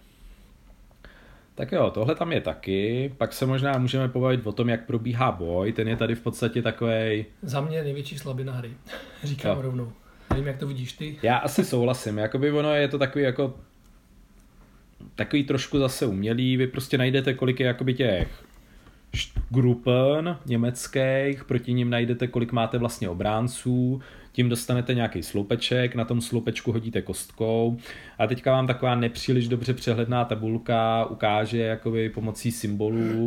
Tak jo, tohle tam je taky, pak se možná můžeme pobavit o tom, jak probíhá boj, ten je tady v podstatě takovej... Za mě největší slabina hry, říkám rovnou. Nevím, jak to vidíš ty. Já asi souhlasím, jakoby ono je to takový jako... Takový trošku zase umělý, vy prostě najdete, kolik je jakoby těch grupen německých, proti nim najdete, kolik máte vlastně obránců, tím dostanete nějaký sloupeček, na tom sloupečku hodíte kostkou a teďka vám taková nepříliš dobře přehledná tabulka ukáže jakoby pomocí symbolů,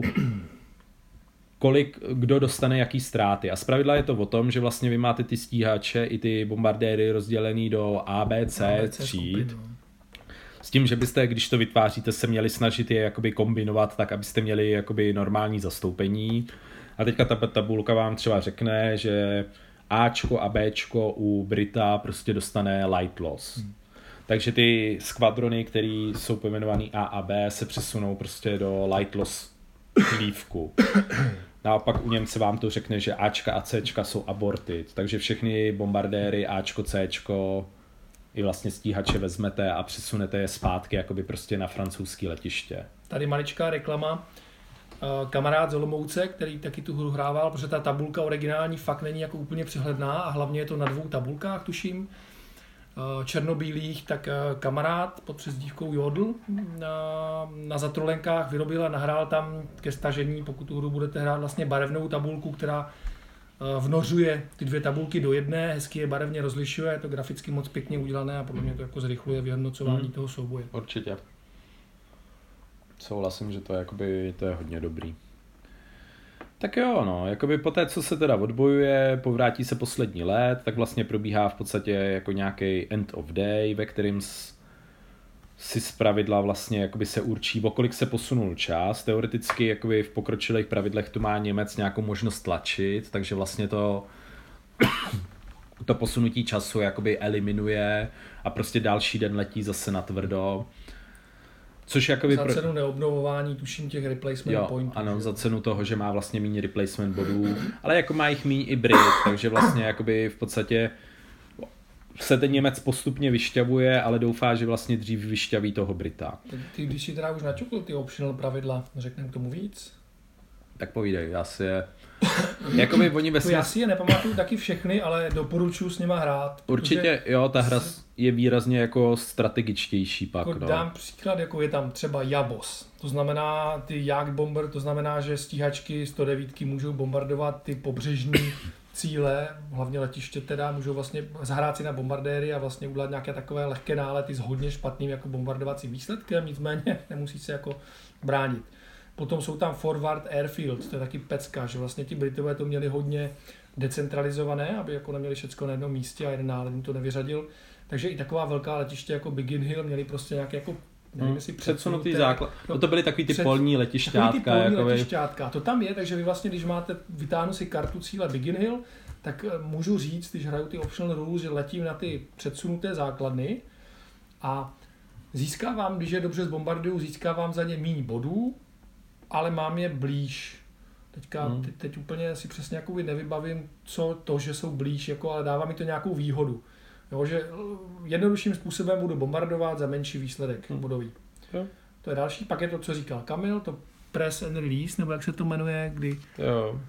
kdo dostane jaký ztráty. A zpravidla je to o tom, že vlastně vy máte ty stíhače i ty bombardéry rozdělený do A, B, C tříd. S tím, že byste, když to vytváříte, se měli snažit je jakoby kombinovat tak, abyste měli jakoby normální zastoupení. A teďka ta tabulka vám třeba řekne, že Ačko a Bčko u Brita prostě dostane light loss. Takže ty skvadrony, které jsou pojmenované A a B, se přesunou prostě do light loss hlívku. Naopak u Němce vám to řekne, že Ačka a Cčka jsou aborted. Takže všechny bombardéry Ačko, Cčko i vlastně stíhače vezmete a přesunete je zpátky jakoby prostě na francouzské letiště. Tady maličká reklama. Kamarád z Olomouce, který taky tu hru hrával, protože ta tabulka originální fakt není jako úplně přehledná a hlavně je to na 2 tabulkách, tuším, černobílých, tak kamarád pod přezdívkou Jodl na Zatrolenkách vyrobil a nahrál tam ke stažení, pokud tu hru budete hrát, vlastně barevnou tabulku, která vnořuje ty 2 tabulky do jedné, hezky je barevně rozlišuje, je to graficky moc pěkně udělané a podle mě to jako zrychluje vyhodnocování toho souboje. Určitě. Souhlasím, že to je hodně dobrý. Tak jo, no, jakoby po té, co se teda odbojuje, povrátí se poslední let, tak vlastně probíhá v podstatě jako nějaký end of day, ve kterým si zpravidla vlastně jakoby se určí, o kolik se posunul čas. Teoreticky jakoby v pokročilých pravidlech tu má Němec nějakou možnost tlačit, takže vlastně to posunutí času jakoby eliminuje a prostě další den letí zase na tvrdo. Což jakoby za cenu neobnovování, tuším, těch replacement pointů. Ano, za cenu toho, že má vlastně méně replacement bodů, ale jako má jich méně i Brit, takže vlastně jakoby v podstatě se ten Němec postupně vyšťavuje, ale doufá, že vlastně dřív vyšťaví toho Brita. Ty, když si teda už načukl ty optional pravidla, řekneme k tomu víc? Tak povídej, asi je... Jakoby oni ve Já si je nepamatuju taky všechny, ale doporučuji s nima hrát. Určitě, jo, ta hra je výrazně jako strategičtější pak, jako no. Dám příklad, jako je tam třeba Jabos. To znamená ty Jagdbomber, to znamená, že stíhačky 109 můžou bombardovat ty pobřežní cíle, hlavně letiště teda, můžou vlastně zahrát si na bombardéry a vlastně udělat nějaké takové lehké nálety s hodně špatným jako bombardovacím výsledkem, nicméně nemusí se jako bránit. Potom jsou tam Forward Airfield, to je taky pecka, že vlastně ti Britové to měli hodně decentralizované, aby jako neměli všecko na jednom místě a jeden nálet jim to nevyřadil. Takže i taková velká letiště jako Biggin Hill měli prostě nějaké jako nevím, jestli předsunutý základ. No to byly takový ty polní letišťátka. Letišťátka. To tam je, takže vy vlastně, když vytáhnu si kartu cíle Biggin Hill, tak můžu říct, když hraju ty optional rules, že letím na ty předsunuté základny a získávám, když je dobře zbombarduju, získávám za ně míň bodů, ale mám je blíž. Teď úplně si přesně jako nevybavím, co to, že jsou blíž, jako, ale dává mi to nějakou výhodu. Jo, že jednodušším způsobem budu bombardovat za menší výsledek bodový. To je další. Pak je to, co říkal Kamil, to press and release, nebo jak se to jmenuje, kdy... Jo.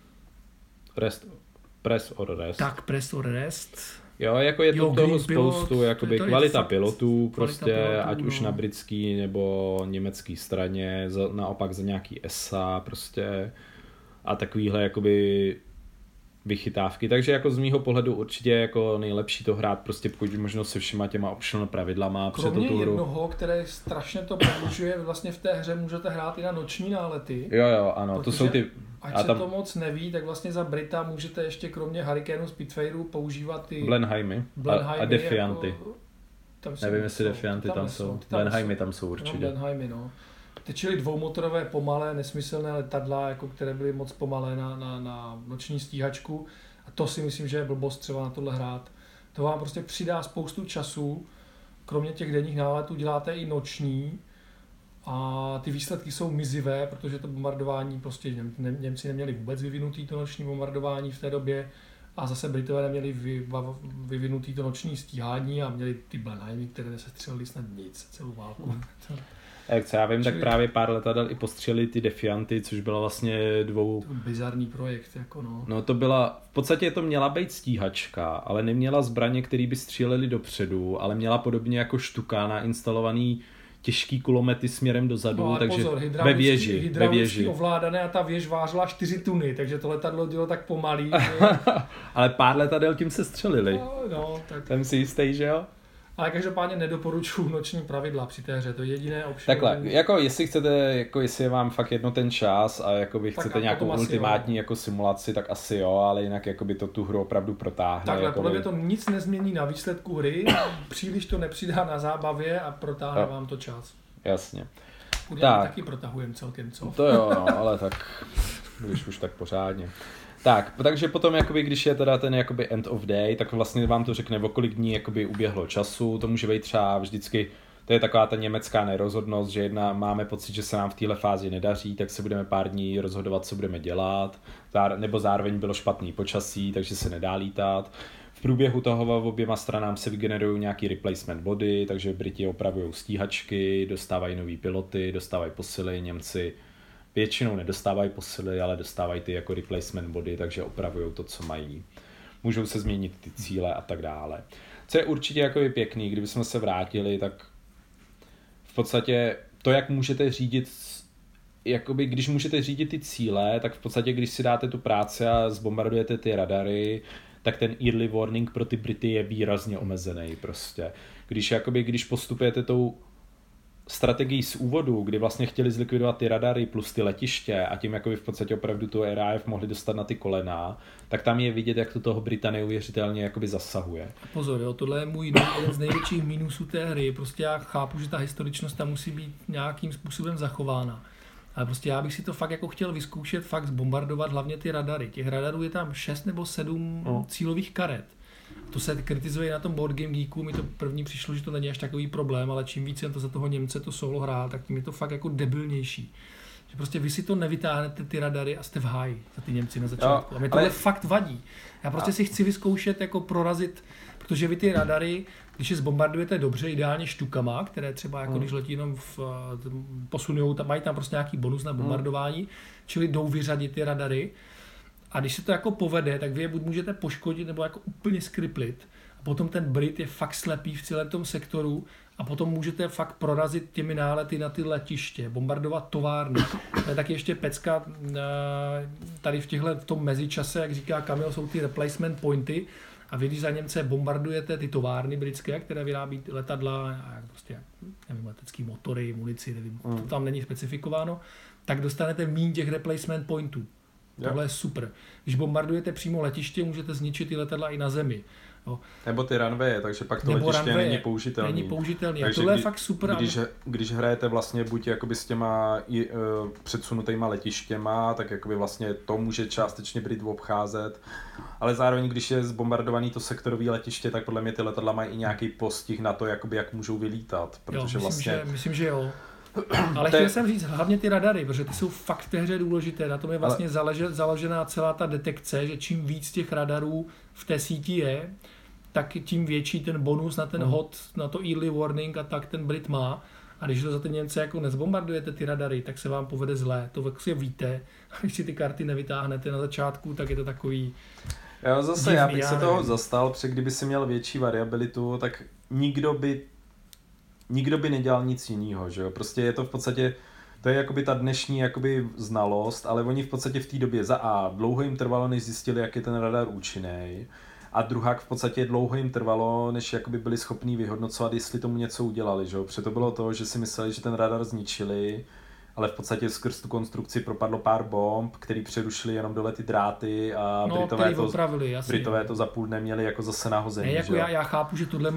Press or rest. Tak, press or rest. Jo, jako je to toho spoustu, jakoby kvalita pilotů, prostě, ať už na britský nebo německý straně, naopak za nějaký ESA, prostě, a takovýhle, jakoby, vychytávky, takže jako z mýho pohledu určitě jako nejlepší to hrát prostě pokud možno se všema těma optional pravidlama před tu hru. Kromě jednoho, které strašně to prodlužuje, vlastně v té hře můžete hrát i na noční nálety. Jo, ano, to jsou ty... Ať se to moc neví, tak vlastně za Brita můžete ještě kromě Hurricaneu Spitfareu používat ty... Blenheimy a Defianty. Jako, nevím, jestli Defianty tam jsou. Blenheimy tam jsou určitě. Blenheimy, no. Čili dvoumotorové pomalé, nesmyslné letadla, jako které byly moc pomalé na noční stíhačku. A to si myslím, že je blbost třeba na tohle hrát. To vám prostě přidá spoustu času. Kromě těch denních náletů děláte i noční. A ty výsledky jsou mizivé, protože to bombardování, prostě Němci neměli vůbec vyvinutý to noční bombardování v té době. A zase Britové neměli vyvinutý to noční stíhání a měli ty Blenheimy, které nesestřelili snad nic celou válku. Jak co já vím, tak právě pár letadel i postřelili ty Defianty, což byla vlastně bizarní projekt, jako no. No to byla, v podstatě to měla být stíhačka, ale neměla zbraně, které by střílely dopředu, ale měla podobně jako Štuka nainstalovaný těžký kulomety směrem dozadu, no, takže pozor, ve věži. Ovládané a ta věž vážila 4 tuny, takže to letadlo dělo tak pomalý. Ale pár letadel tím se střelili. No, tak... Jsem si jistý, že jo? Ale každopádně nedoporučuji noční pravidla při té hře, to je jediné option. Takhle, jako jestli chcete, jako jestli je vám fakt jedno ten čas a jakoby chcete nějakou ultimátní jako simulaci, tak asi jo, ale jinak jakoby to tu hru opravdu protáhne. Takhle, jakoby... podle mě to nic nezmění na výsledku hry, příliš to nepřidá na zábavě a protáhne vám to čas. Jasně. Tak. Taky protahujeme celkem, co? To jo, no, ale tak, když už tak pořádně. Tak, takže potom, jakoby, když je teda ten jakoby end of day, tak vlastně vám to řekne, o kolik dní jakoby uběhlo času. To může být třeba vždycky, to je taková ta německá nerozhodnost, že máme pocit, že se nám v téhle fázi nedaří, tak se budeme pár dní rozhodovat, co budeme dělat, nebo zároveň bylo špatný počasí, takže se nedá lítat. V průběhu toho oběma stranám se vygenerují nějaký replacement body, takže Briti opravují stíhačky, dostávají nový piloty, dostávají posily, Němci většinou nedostávají posily, ale dostávají ty jako replacement body, takže opravují to, co mají. Můžou se změnit ty cíle a tak dále. Co je určitě jako pěkný, kdybychom se vrátili, tak v podstatě to, jak můžete řídit, jakoby, když můžete řídit ty cíle, tak v podstatě, když si dáte tu práci a zbombardujete ty radary, tak ten early warning pro ty Brity je výrazně omezený prostě. Když postupujete tou strategii z úvodu, kdy vlastně chtěli zlikvidovat ty radary plus ty letiště a tím jakoby v podstatě opravdu tu RAF mohli dostat na ty kolena, tak tam je vidět, jak to toho Brita neuvěřitelně jakoby zasahuje. Pozor, jo, tohle je můj jeden z největších mínusů té hry. Prostě já chápu, že ta historičnost tam musí být nějakým způsobem zachována. Ale prostě já bych si to fakt jako chtěl vyzkoušet, fakt zbombardovat hlavně ty radary. Těch radarů je tam 6 nebo 7 cílových karet. To se kritizuje na tom Board Game Geeku, mi to první přišlo, že to není až takový problém, ale čím víc jsem to za toho Němce to solo hrál, tak tím je to fakt jako debilnější. Že prostě vy si to nevytáhnete ty radary a jste v háji za ty Němci na začátku. A mě tohle fakt vadí. Já prostě si chci vyzkoušet jako prorazit, protože vy ty radary když je zbombardujete dobře, ideálně štukama, které třeba jako když letí jenom posunujou, mají tam prostě nějaký bonus na bombardování, čili jdou vyřadit ty radary. A když se to jako povede, tak vy je buď můžete poškodit nebo jako úplně skriplit. A potom ten Brit je fakt slepý v celém tom sektoru a potom můžete fakt prorazit těmi nálety na ty letiště, bombardovat továrny. To je taky ještě pecka tady v tom mezičase, jak říká Kamil, jsou ty replacement pointy. A vy, když za Němce bombardujete ty továrny britské, které vyrábí letadla, a prostě, nevím, letecký motory, munici, nevím, to tam není specifikováno, tak dostanete míň těch replacement pointů. Tohle je super. Když bombardujete přímo letiště, můžete zničit ty letadla i na zemi. Jo. Nebo ty runwaye, takže pak to letiště není použitelný. Není použitelný. A tohle je fakt super. Když hrajete vlastně buď jakoby s těma předsunutýma letištěma, tak jakoby vlastně to může částečně Brit obcházet. Ale zároveň, když je zbombardovaný to sektorový letiště, tak podle mě ty letadla mají i nějaký postih na to, jakoby jak můžou vylítat. Protože myslím, že jo. Ale chtěl jsem říct hlavně ty radary, protože ty jsou fakt v té hře důležité. Na tom je vlastně založená celá ta detekce, že čím víc těch radarů v té síti je, tak tím větší ten bonus na ten hod, na to early warning a tak ten Brit má. A když to za ty Němce jako nezbombardujete ty radary, tak se vám povede zlé. To vlastně víte. A když si ty karty nevytáhnete na začátku, tak je to takový... Jo, zase já bych se toho zastal, protože kdyby si měl větší variabilitu, tak nikdo by nedělal nic jiného, že jo? Prostě je to v podstatě, to je jakoby ta dnešní jakoby znalost, ale oni v podstatě v té době za A dlouho jim trvalo, než zjistili, jak je ten radar účinný, a druhá v podstatě dlouho jim trvalo, než jakoby byli schopní vyhodnocovat, jestli tomu něco udělali, že jo? Protože to bylo to, že si mysleli, že ten radar zničili, ale v podstatě skrz tu konstrukci propadlo pár bomb, který přerušili jenom dole ty dráty a Britové to za půl dne měli jako zase nahozený. Ne, jako já chápu, že tohle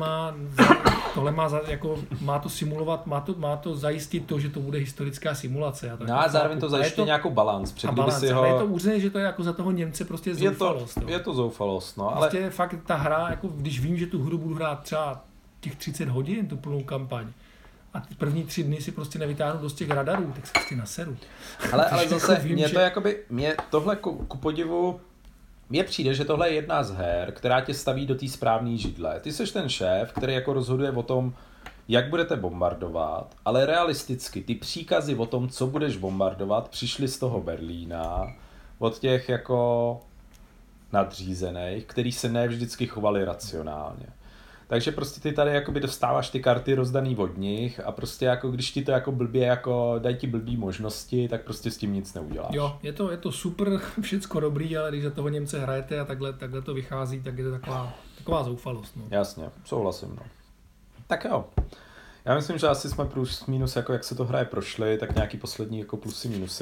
má to simulovat, má to zajistit to, že to bude historická simulace. No a zároveň to zajišťuje nějakou balans. Ale je to úřadně, že to je jako za toho Němce prostě zoufalost. Je to zoufalost, no. Prostě ale... fakt ta hra, jako když vím, že tu hru budu hrát třeba těch 30 hodin, tu plnou kampaň, a ty první 3 dny si prostě nevytáhnu dost těch radarů, tak se prostě naseru. Ale zase mě tohle ku podivu, mně přijde, že tohle je jedna z her, která tě staví do té správné židle. Ty seš ten šéf, který jako rozhoduje o tom, jak budete bombardovat, ale realisticky ty příkazy o tom, co budeš bombardovat, přišly z toho Berlína, od těch jako nadřízených, který se ne vždycky chovali racionálně. Takže prostě ty tady jakoby dostáváš ty karty rozdaný od nich a prostě jako když ti to jako blbě jako dají ti blbý možnosti, tak prostě s tím nic neuděláš. Jo, je to super, všecko dobrý, ale když za toho Němce hrajete a takhle to vychází, tak je to taková zoufalost. No. Jasně, souhlasím. No. Tak jo. Já myslím, že asi jsme plus minus, jako jak se to hraje prošli, tak nějaký poslední jako plusy minusy.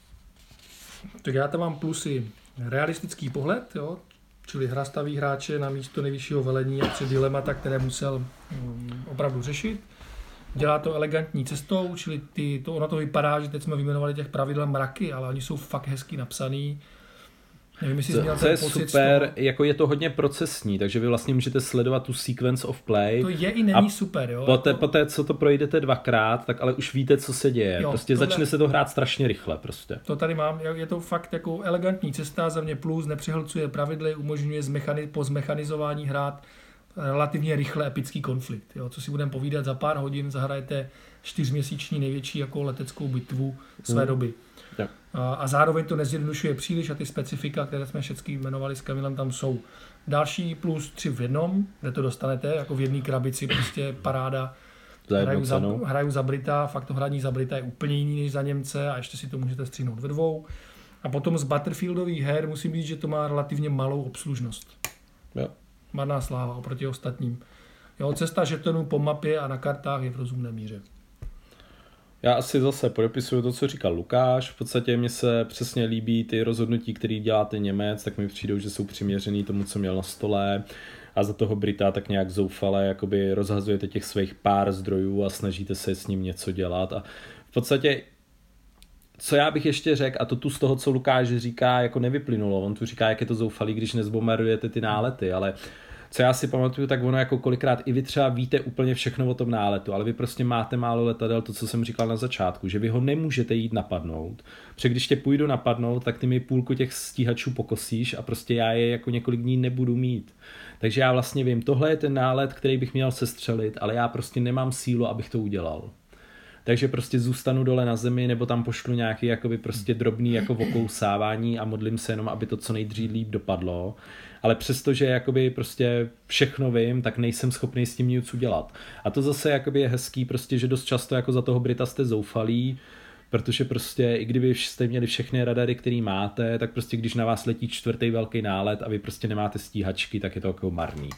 Tak já tam mám plusy. Realistický pohled, jo, čili hra staví hráče na místo nejvyššího velení a před dilemata, které musel opravdu řešit. Dělá to elegantní cestou, čili ono to vypadá, že teď jsme vyjmenovali těch pravidel mraky, ale oni jsou fakt hezky napsaný. Nevím, jestli jsi měl ten pocit super, jako je to hodně procesní, takže vy vlastně můžete sledovat tu sequence of play. To je i není super, jo. Poté, co to projdete 2krát, tak ale už víte, co se děje. Jo, prostě začne se to hrát strašně rychle prostě. To tady mám, je to fakt jako elegantní cesta, za mě plus, nepřehlcuje pravidly, umožňuje po zmechanizování hrát relativně rychle epický konflikt. Jo. Co si budeme povídat, za pár hodin zahrajete 4měsíční největší jako leteckou bitvu své doby. A zároveň to nezjednodušuje příliš a ty specifika, které jsme všechny jmenovali s Kamilem, tam jsou. Další plus 3 v jednom, kde to dostanete, jako v jedné krabici, prostě paráda. Hraju za Brita, fakt to hraní za Brita je úplně jiný než za Němce a ještě si to můžete stříhnout ve 2. A potom z Butterfieldových her musím říct, že to má relativně malou obslužnost. Jo. Marná sláva oproti ostatním. Jo, cesta žetonů po mapě a na kartách je v rozumné míře. Já asi zase podepisuju to, co říkal Lukáš. V podstatě mi se přesně líbí ty rozhodnutí, které děláte Němec, tak mi přijdou, že jsou přiměřený tomu, co měl na stole. A za toho Brita tak nějak zoufale jakoby rozhazujete těch svých pár zdrojů a snažíte se s ním něco dělat. A v podstatě, co já bych ještě řekl, a to tu z toho, co Lukáš říká, jako nevyplynulo. On tu říká, jak je to zoufalý, když nezbombardujete ty nálety, ale co já si pamatuju, tak ono jako kolikrát i vy třeba víte úplně všechno o tom náletu, ale vy prostě máte málo letadel, to, co jsem říkal na začátku, že vy ho nemůžete jít napadnout. Protože když tě půjdu napadnout, tak ty mi půlku těch stíhačů pokosíš a prostě já je jako několik dní nebudu mít. Takže já vlastně vím, tohle je ten nálet, který bych měl sestřelit, ale já prostě nemám sílu, abych to udělal. Takže prostě zůstanu dole na zemi, nebo tam pošlu nějaký jakoby prostě drobný jako vokousávání a modlím se jenom, aby to co nejdřív líp dopadlo. Ale přestože jakoby prostě všechno vím, tak nejsem schopný s tím nic udělat. A to zase jakoby je hezký, prostě, že dost často jako za toho Brita jste zoufalí, protože prostě i kdyby jste měli všechny radary, který máte, tak prostě když na vás letí 4. velký nálet a vy prostě nemáte stíhačky, tak je to jako marný.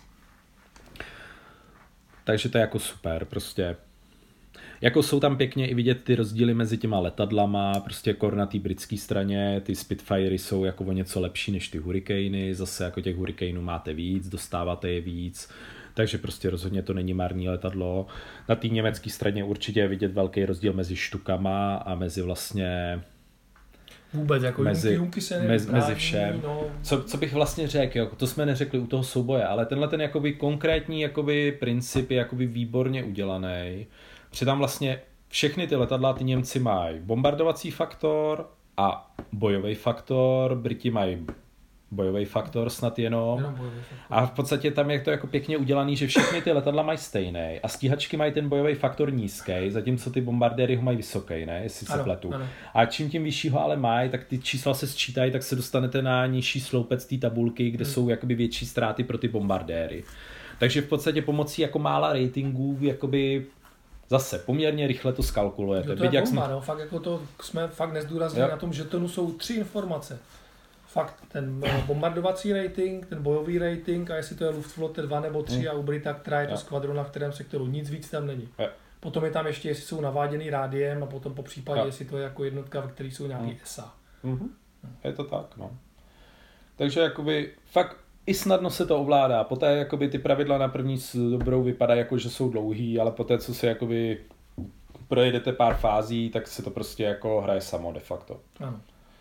Takže to je jako super, prostě. Jako jsou tam pěkně i vidět ty rozdíly mezi těma letadlama, prostě na té britské straně, ty Spitfirey jsou jako o něco lepší než ty Hurricany, zase jako těch Hurricanů máte víc, dostáváte je víc, takže prostě rozhodně to není marný letadlo. Na té německé straně určitě je vidět velký rozdíl mezi štukama a mezi vlastně... Vůbec, jako junky se mezi všem. No. Co bych vlastně řekl, jo, to jsme neřekli u toho souboje, ale tenhle ten jakoby konkrétní jakoby princip je jakoby výborně udělaný. Protože tam vlastně všechny ty letadla ty Němci mají bombardovací faktor a bojový faktor, Briti mají bojový faktor snad jenom. A v podstatě tam je to jako pěkně udělaný, že všechny ty letadla mají stejný a stíhačky mají ten bojový faktor nízký, zatímco ty bombardéry ho mají vysoký, ne, jestli se pletu. Ano. A čím tím vyššího ale mají, tak ty čísla se sčítají, tak se dostanete na nižší sloupec té tabulky, kde jsou jakoby větší ztráty pro ty bombardéry. Takže v podstatě pomocí jako mála ratingů jakoby zase poměrně rychle to skalkulujete. Jo, to je bomba, no. Fakt jako to jsme fakt nezdůraznili na tom žetonu jsou 3 informace. Fakt ten bombardovací rating, ten bojový rating a jestli to je Luftflotte 2 nebo 3 a u Brita, která je to skvadrona, v kterém sektoru, nic víc tam není. Potom je tam ještě, jestli jsou naváděný rádiem a potom po případě, jestli to je jako jednotka, v který jsou nějaký ESA. Je to tak, no. Takže jakoby fakt i snadno se to ovládá. Poté jakoby ty pravidla na první dobrou vypadají jako, že jsou dlouhý, ale poté, co si jakoby projedete pár fází, tak se to prostě jako hraje samo de facto. Ano.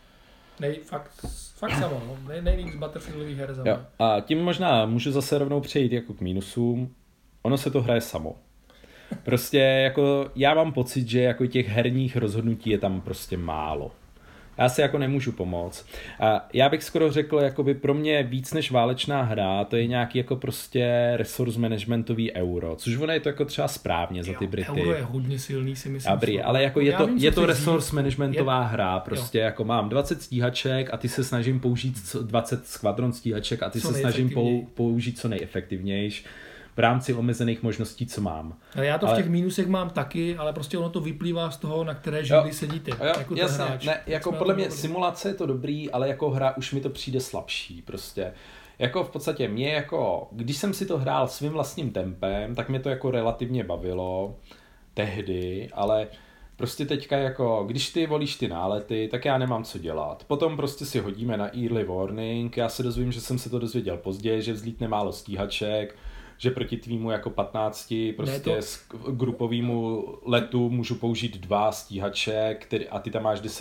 Fakt samo, no. Nejvíc Butterfieldových her za mě. A tím možná můžu zase rovnou přejít jako k mínusům. Ono se to hraje samo. Prostě jako já mám pocit, že jako těch herních rozhodnutí je tam prostě málo. Já si jako nemůžu pomoct. A já bych skoro řekl, jakoby pro mě víc než válečná hra, to je nějaký jako prostě resource managementový euro, což ono je to jako třeba správně za ty Brity. Euro je hodně silný, si myslím. Dobrý, ale jako je to resource managementová hra, prostě jako mám 20 stíhaček a ty se snažím použít 20 skvadron stíhaček a ty se snažím použít co nejefektivnější v rámci omezených možností, co mám. Ale já to v těch mínusech mám taky, ale prostě ono to vyplývá z toho, na které židli sedíte. Jako jasně, hráč. Ne, jako podle mě simulace je to dobrý, ale jako hra už mi to přijde slabší prostě. Jako v podstatě mě jako, když jsem si to hrál svým vlastním tempem, tak mě to jako relativně bavilo tehdy, ale prostě teďka jako, když ty volíš ty nálety, tak já nemám co dělat. Potom prostě si hodíme na early warning, já se dozvím, že jsem se to dozvěděl později, že vzlítne málo stíhaček, že proti tvýmu jako 15 prostě grupovému letu můžu použít 2 stíhače, a ty tam máš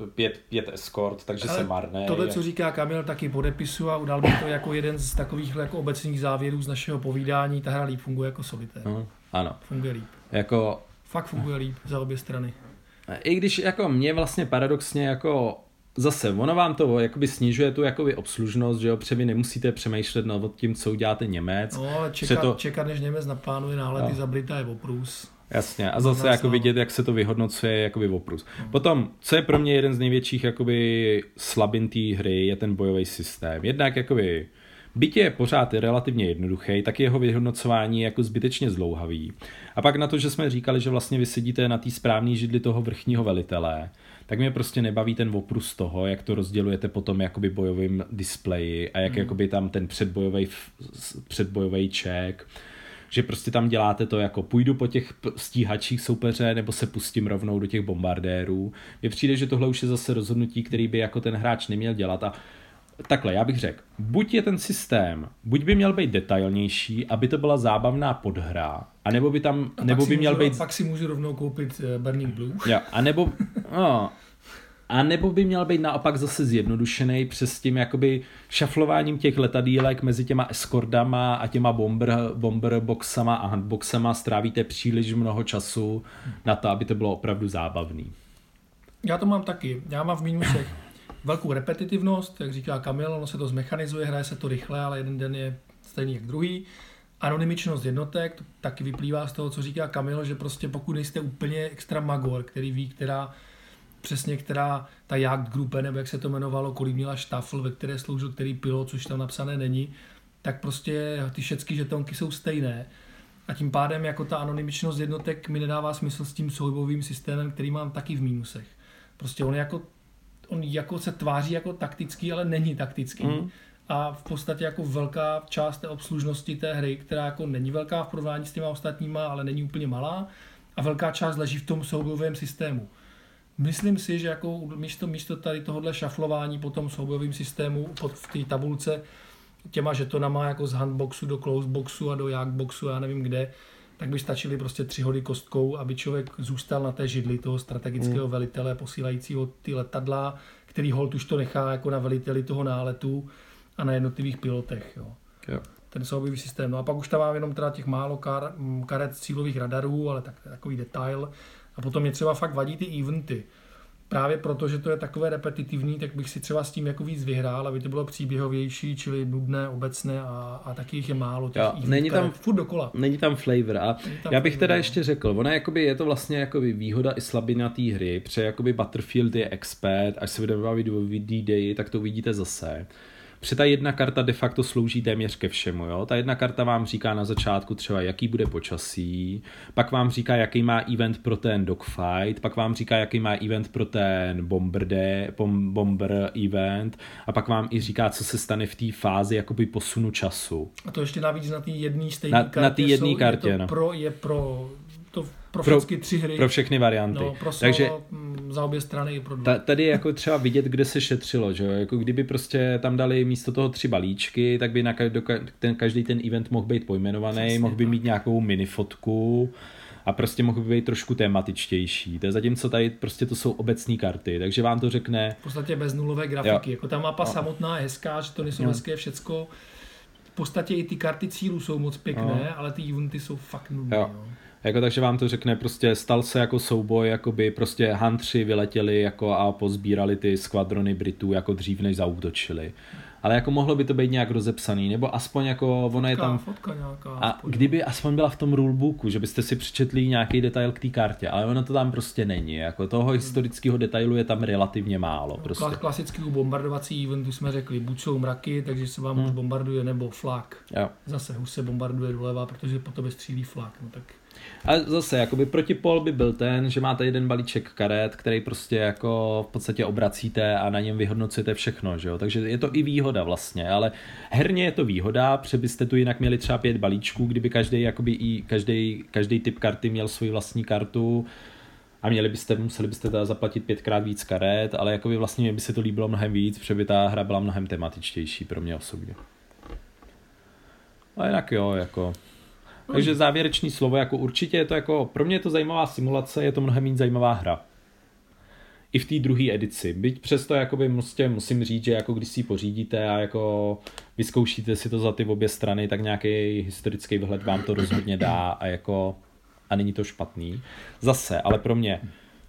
5 escort, takže se marné. Tohle, co říká Kamil, taky podepisu a udal bych to jako jeden z takových jako obecných závěrů z našeho povídání. Ta hra líp funguje jako solitér. Ano. Funguje líp. Jako... Fakt funguje líp za obě strany. I když jako mě vlastně paradoxně jako zase, ono vám to jakoby snižuje tu jakoby obslužnost, že jo, protože vy nemusíte přemýšlet nad tím, co uděláte Němec. No, ale čekat, než Němec naplánuje nálety za Brita je oprus. Jasně, a zase jako vidět, jak se to vyhodnocuje, je jakoby oprus. Potom, co je pro mě jeden z největších jakoby slabin té hry, je ten bojový systém. Jednak jakoby byť je pořád relativně jednoduchý, tak jeho vyhodnocování je jako zbytečně zdlouhavý. A pak na to, že jsme říkali, že vlastně vy sedíte na té správné židli toho vrchního velitele, tak mě prostě nebaví ten oprus toho, jak to rozdělujete potom jakoby bojovým displeji a jak jakoby tam ten předbojový check, že prostě tam děláte to jako půjdu po těch stíhačích soupeře nebo se pustím rovnou do těch bombardérů. Mně přijde, že tohle už je zase rozhodnutí, který by jako ten hráč neměl dělat a takhle, já bych řekl, buď je ten systém, buď by měl být detailnější, aby to byla zábavná podhra, anebo by tam, nebo by měl být... Pak si můžu rovnou koupit Burning Blue. Jo, anebo, no, A nebo by měl být naopak zase zjednodušený přes tím jakoby šaflováním těch letadílek mezi těma escordama a těma bomber boxama a handboxama strávíte příliš mnoho času na to, aby to bylo opravdu zábavný. Já to mám taky. Já mám v mínusech velkou repetitivnost, jak říká Kamil, ono se to zmechanizuje, hraje se to rychle, ale jeden den je stejný jak druhý. Anonymičnost jednotek, to taky vyplývá z toho, co říká Kamil, že prostě pokud nejste úplně extra magor, který ví, která ta Jagdgruppe, nebo jak se to jmenovalo, kolik měla štafl, ve které sloužil který pilot, což tam napsané není, tak prostě ty všechny žetonky jsou stejné. A tím pádem jako ta anonymičnost jednotek mi nedává smysl s tím soubojovým systémem, který mám taky v mínusech. Prostě on jako se tváří jako taktický, ale není taktický. A v podstatě jako velká část té obslužnosti té hry, která jako není velká v porovnání s těma ostatníma, ale není úplně malá, a velká část leží v tom soubojovém systému. Myslím si, že jako místo tady tohohle šaflování po tom soubojovém systému v té tabulce těma žetonama jako z handboxu do closeboxu a do jagdboxu, já nevím kde, tak by stačily prostě 3 hody kostkou, aby člověk zůstal na té židli toho strategického velitele posílajícího ty letadla, který holt už to nechá jako na veliteli toho náletu a na jednotlivých pilotech. Jo. Ten soubojový systém. No a pak už tam mám jenom teda těch málo karet cílových radarů, ale takový detail. A potom mě třeba fakt vadí ty eventy. Právě proto, že to je takové repetitivní, tak bych si třeba s tím jako víc vyhrál, aby to bylo příběhovější, čili nudné, obecné a taky jich je málo. Není tam furt dokola. Není tam flavor. A já bych teda ještě řekl, ona je to vlastně jakoby výhoda i slabina té hry, protože jakoby Battlefield je expert, až se budeme bavit o D-Day, tak to uvidíte zase. Protože ta jedna karta de facto slouží téměř ke všemu. Jo? Ta jedna karta vám říká na začátku třeba, jaký bude počasí, pak vám říká, jaký má event pro ten dogfight, pak vám říká, jaký má event pro ten bomber event a pak vám i říká, co se stane v té fázi jakoby posunu času. A to ještě navíc na té jedné stejné kartě. Na té jedné kartě, pro všechny 3 hry. Pro všechny varianty. No, pro solo, takže za obě strany i pro 2. Tady je jako třeba vidět, kde se šetřilo, že jo? Jako kdyby prostě tam dali místo toho 3 balíčky, tak by každý ten event mohl být pojmenovaný, přesně, mohl by mít nějakou minifotku a prostě mohl by být trošku tematičtější. To je zatímco tady prostě to jsou obecné karty, takže vám to řekne... V podstatě bez nulové grafiky. Jako ta mapa samotná je hezká, že to nejsou hezké všecko. V podstatě i ty karty cílů jsou moc pěkné, ale ty eventy jsou fakt nudné. Jako, takže vám to řekne, prostě stal se jako souboj, jakoby prostě huntři vyletěli jako a pozbírali ty skvadrony Britů jako dřív, než zaútočili. Ale jako mohlo by to být nějak rozepsaný, nebo aspoň jako ono je tam... Fotka nějaká. A kdyby aspoň byla v tom rulebooku, že byste si přečetli nějaký detail k té kartě, ale ono to tam prostě není. Jako toho historického detailu je tam relativně málo. Prostě. Klasický bombardovací eventu jsme řekli, buď jsou mraky, takže se vám už bombarduje, nebo flak. Jo. Zase už se bombarduje doleva, protože po tobě střílí flak. No tak... A zase, jakoby protipol by byl ten, že máte jeden balíček karet, který prostě jako v podstatě obracíte a na něm vyhodnocujete všechno, že jo? Takže je to i výhoda vlastně, ale herně je to výhoda, protože byste tu jinak měli třeba 5 balíčků, kdyby každý typ karty měl svoji vlastní kartu a museli byste teda zaplatit 5krát víc karet, ale jakoby vlastně mě by se to líbilo mnohem víc, protože by ta hra byla mnohem tematičtější pro mě osobně. A jinak jo, jako... Takže závěrečný slovo, jako určitě je to jako, pro mě je to zajímavá simulace, je to mnohem méně zajímavá hra. I v té druhé edici. Byť přesto jakoby musím říct, že jako když si ji pořídíte a jako vyzkoušíte si to za ty obě strany, tak nějaký historický vhled vám to rozhodně dá a není to špatný. Zase, ale pro mě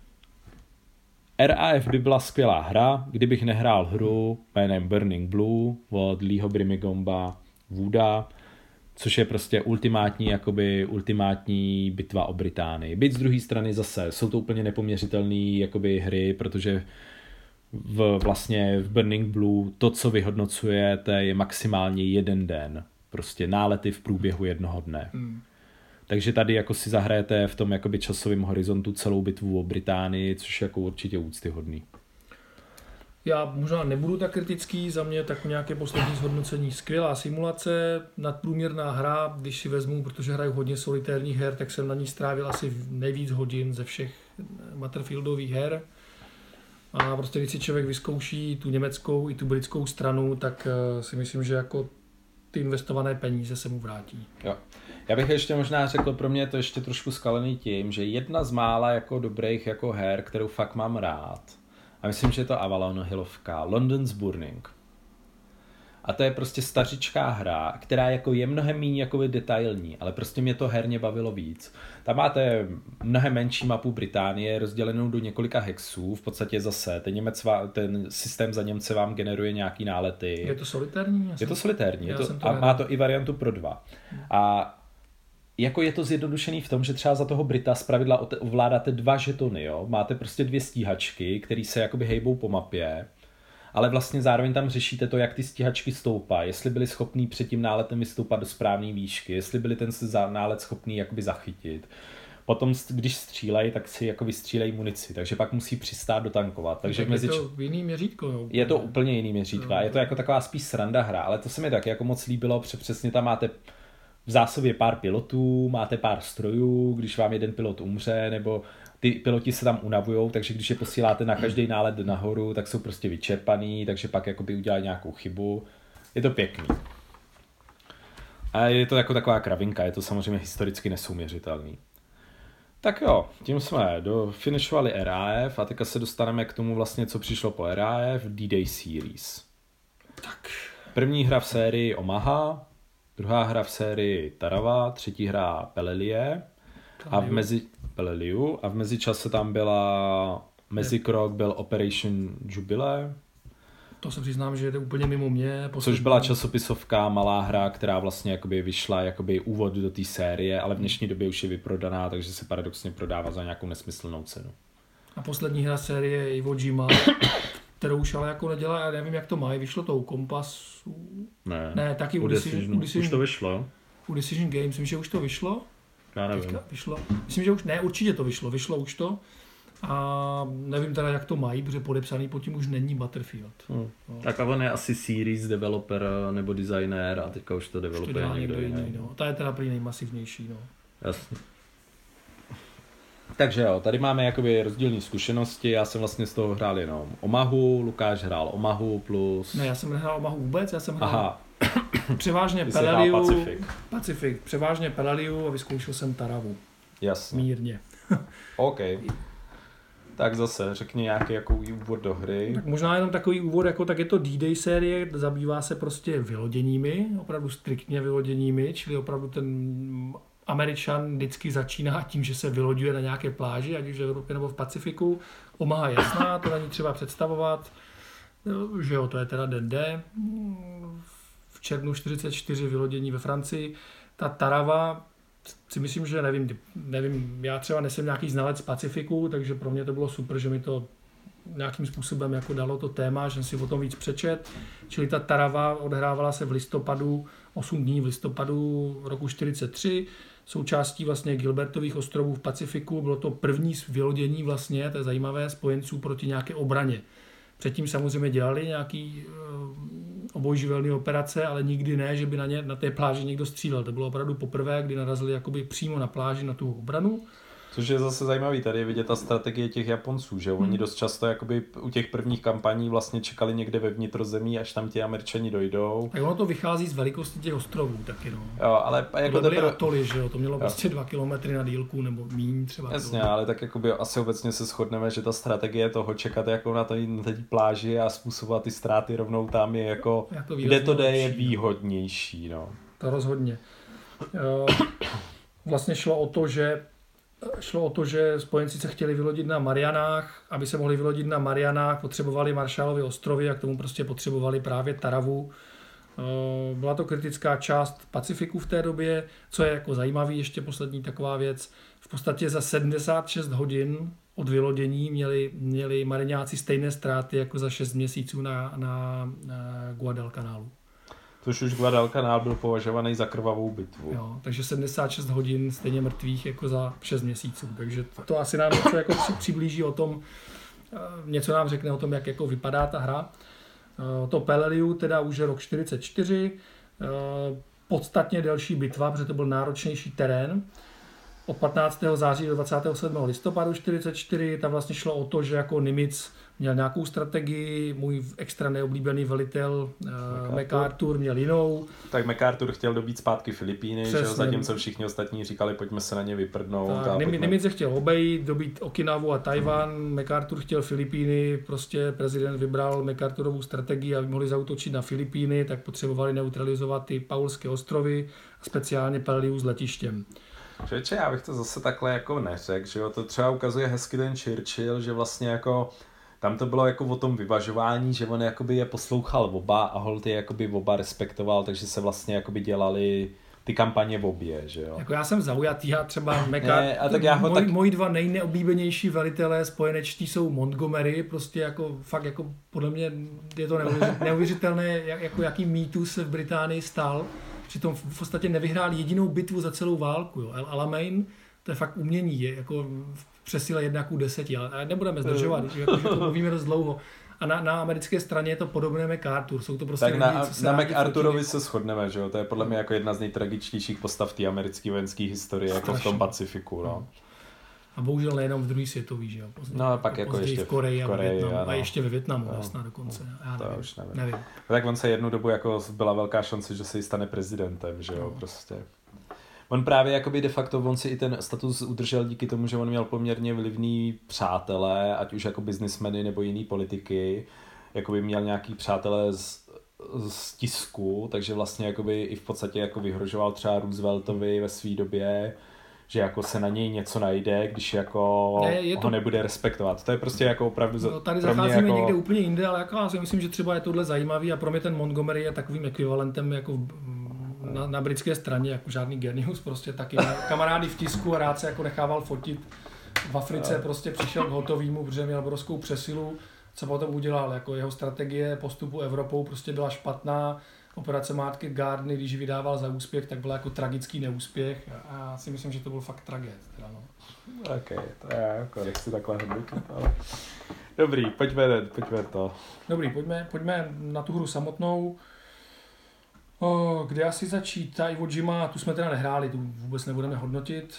RAF by byla skvělá hra, kdybych nehrál hru jménem Burning Blue od Leeho Brimigomba Wooda, což je prostě ultimátní bitva o Británii. Byť z druhé strany zase jsou to úplně nepoměřitelné hry, protože vlastně v Burning Blue to, co vyhodnocujete, je maximálně 1 den. Prostě nálety v průběhu jednoho dne. Takže tady jako si zahrajete v tom časovém horizontu celou bitvu o Británii, což je jako určitě úctyhodný. Já možná nebudu tak kritický, za mě tak nějaké poslední zhodnocení. Skvělá simulace, nadprůměrná hra, když si vezmu, protože hraju hodně solitérních her, tak jsem na ní strávil asi nejvíc hodin ze všech Battlefieldových her. A prostě když si člověk vyzkouší tu německou i tu britskou stranu, tak si myslím, že jako ty investované peníze se mu vrátí. Jo. Já bych ještě možná řekl, pro mě je to ještě trošku skalený tím, že jedna z mála jako dobrých jako her, kterou fakt mám rád, A myslím, že je to Avalon Hillovka. London's Burning. A to je prostě stařičká hra, která jako je mnohem méně jakoby detailní, ale prostě mě to herně bavilo víc. Tam máte mnohem menší mapu Británie, rozdělenou do několika hexů, v podstatě zase ten systém za Němce vám generuje nějaký nálety. Je to solitérní? Je to solitérní a má to i variantu pro 2. A jako je to zjednodušený v tom, že třeba za toho Brita zpravidla ovládáte 2 žetony, jo? Máte prostě 2 stíhačky, které se jakoby hejbou po mapě, ale vlastně zároveň tam řešíte to, jak ty stíhačky stoupají, jestli byli schopní před tím náletem vystoupat do správné výšky, jestli byli ten nálet schopný jakoby zachytit. Potom, když střílejí, tak si jako vystřílejí munici, takže pak musí přistát dotankovat. Takže tak je to jiný měřítko. Jo. Je to úplně jiný měřítko. Je to jako taková spíš sranda hra, ale to se mi taky jako moc líbilo, protože přesně tam máte v zásobě pár pilotů, máte pár strojů, když vám jeden pilot umře, nebo ty piloti se tam unavujou, takže když je posíláte na každý nálet nahoru, tak jsou prostě vyčerpaný, takže pak jakoby udělají nějakou chybu. Je to pěkný. A je to jako taková kravinka, je to samozřejmě historicky nesouměřitelný. Tak jo, tím jsme dofinišovali RAF a teďka se dostaneme k tomu vlastně, co přišlo po RAF, D-Day Series. Tak. První hra v sérii Omaha, druhá hra v sérii Tarawa, třetí hra Peleliu a v mezičase tam byla mezikrok byl Operation Jubilee. To se přiznám, že je úplně mimo mě. Což byla časopisovka, malá hra, která vlastně jakoby vyšla jakoby úvod do té série, ale v dnešní době už je vyprodaná, takže se paradoxně prodává za nějakou nesmyslnou cenu. A poslední hra série je Iwo Jima, kterou už ale jako nedělá, já nevím, jak to mají, vyšlo to u Kompasu. Ne, taky u Decision. Už to vyšlo. U Decision Games, myslím, že už to vyšlo. Já nevím. Vyšlo. Myslím, že už, ne, určitě to vyšlo už to. A nevím teda, jak to mají, protože podepsaný pod tím už není Battlefield. No. Tak a on je asi series developer nebo designer a teďka už to developuje někdo jiný. No. Ta je teda prý nejmasivnější. No. Jasně. Takže jo, tady máme jakoby rozdílné zkušenosti, já jsem vlastně z toho hrál jenom Omahu, Lukáš hrál Omahu plus... Ne, já jsem nehrál Omahu vůbec, já jsem hrál převážně Peleliu, Pacific, převážně Peleliu a vyzkoušel jsem Tarawu. Jasně. Mírně. OK. Tak zase řekni nějaký jako úvod do hry. Tak možná jenom takový úvod, jako tak je to D-Day série, zabývá se prostě vyloděními, opravdu striktně vyloděními, čili opravdu ten Američan vždycky začíná tím, že se vyloďuje na nějaké pláži, ať už v Evropě nebo v Pacifiku. Omaha jasná, to není třeba představovat, že jo, to je teda den D. V červnu 44 vylodění ve Francii. Ta Tarawa, si myslím, že nevím, já třeba nejsem nějaký znalec Pacifiku, takže pro mě to bylo super, že mi to nějakým způsobem jako dalo to téma, že jsem si o tom víc přečet. Čili ta Tarawa odhrávala se v listopadu, 8 dní v listopadu roku 43, součástí vlastně Gilbertových ostrovů v Pacifiku. Bylo to první vylodění vlastně, to je zajímavé, spojenců proti nějaké obraně. Předtím samozřejmě dělali nějaký obojživelné operace, ale nikdy ne, že by na té pláži někdo střílel. To bylo opravdu poprvé, kdy narazili jakoby přímo na pláži na tu obranu. Což je zase zajímavý, tady je vidět ta strategie těch Japonců, že oni dost často jakoby u těch prvních kampaní vlastně čekali někde ve vnitrozemí, až tam ti Američani dojdou. Tak ono to vychází z velikosti těch ostrovů taky, no. Jo, ale jako to byly atoly, že jo, to mělo prostě 2 kilometry na dílku nebo míň třeba. Jasně, ale tak jakoby asi obecně se shodneme, že ta strategie toho čekat jako na té pláži a způsobovat ty ztráty rovnou tam je jako, kde to jde, je výhodnější, no. To rozhodně. Vlastně šlo o to, že spojenci se chtěli vylodit na Marianách. Aby se mohli vylodit na Marianách, potřebovali Marshallovy ostrovy a k tomu prostě potřebovali právě Tarawu. Byla to kritická část Pacifiku v té době, co je jako zajímavý, ještě poslední taková věc. V podstatě za 76 hodin od vylodění měli mariňáci stejné ztráty jako za 6 měsíců na Guadalcanálu. Což už Guadalcanal byl považovaný za krvavou bitvu. Jo, takže 76 hodin stejně mrtvých jako za 6 měsíců. Takže to asi nám něco jako přiblíží o tom, něco nám řekne o tom, jak jako vypadá ta hra. To Peleliu teda už je rok 44, podstatně delší bitva, protože to byl náročnější terén. od 15. září do 27. listopadu 44. Tam vlastně šlo o to, že jako Nimitz měl nějakou strategii, můj extra neoblíbený velitel MacArthur měl jinou. Tak MacArthur chtěl dobít zpátky Filipíny, že jo, zatímco všichni ostatní říkali, pojďme se na ně vyprdnout. Nimitz chtěl obejít, dobít Okinavu a Tajvan, MacArthur chtěl Filipíny, prostě prezident vybral MacArthurovu strategii, aby mohli zaútočit na Filipíny, tak potřebovali neutralizovat ty Paulské ostrovy, speciálně Peleliu s letištěm. Člověče, já bych to zase takhle jako neřekl, že jo, to třeba ukazuje hezky ten Churchill, že vlastně jako tam to bylo jako o tom vyvažování, že on jakoby je poslouchal oba a holt je jakoby oba respektoval, takže se vlastně jakoby dělali ty kampaně v obě, že jo. Jako já jsem zaujatý, já třeba moji dva nejneoblíbenější velitelé spojenečtí jsou Montgomery, prostě jako fakt jako podle mě je to neuvěřitelné, jako jaký mýtus se v Británii stal. Přitom v podstatě nevyhrál jedinou bitvu za celou válku. Jo. Alamein, to je fakt umění, je jako v přesile 1:10, ale nebudeme zdržovat, že to mluvíme dost dlouho. A na americké straně je to podobné MacArthur, jsou to prostě tak na MacArthurovi se shodneme, že jo, to je podle mě jako jedna z nejtragičtějších postav té americké vojenské historie, jako v tom Pacifiku, no. A bohužel nejenom v druhé světové, že jo. No a pak jako ještě v Koreji a ve Vietnamu, a ještě ve Vietnamu, jasná dokonce. Já to nevím, už nevím. Tak on se jednu dobu jako byla velká šance, že se jí stane prezidentem, že jo, prostě. On právě jakoby de facto, on si i ten status udržel díky tomu, že on měl poměrně vlivný přátelé, ať už jako biznismeny nebo jiný politiky, jakoby měl nějaký přátelé z tisku, takže vlastně jakoby i v podstatě jako vyhrožoval třeba Rooseveltovi ve své době, že jako se na něj něco najde, když jako ho nebude respektovat. To je prostě jako opravdu tady zacházíme jako někde úplně jinde, ale jako já si myslím, že třeba je tohle zajímavý a pro mě ten Montgomery je takovým ekvivalentem jako na britské straně, jako žádný genius, prostě taky kamarády v tisku a rád se jako nechával fotit. V Africe prostě přišel k hotovýmu, protože měl obrovskou přesilu. Co potom udělal, jako jeho strategie postupu Evropou prostě byla špatná. Operace Market Garden, když ji vydával za úspěch, tak byl jako tragický neúspěch a já si myslím, že to byl fakt tragéd. No. Ok, to já jako nechci takhle hodnotit, ale... Dobrý, pojďme to. Dobrý, pojďme na tu hru samotnou. Kde asi začít? Ta Iwo Jima, tu jsme teda nehráli, tu vůbec nebudeme hodnotit.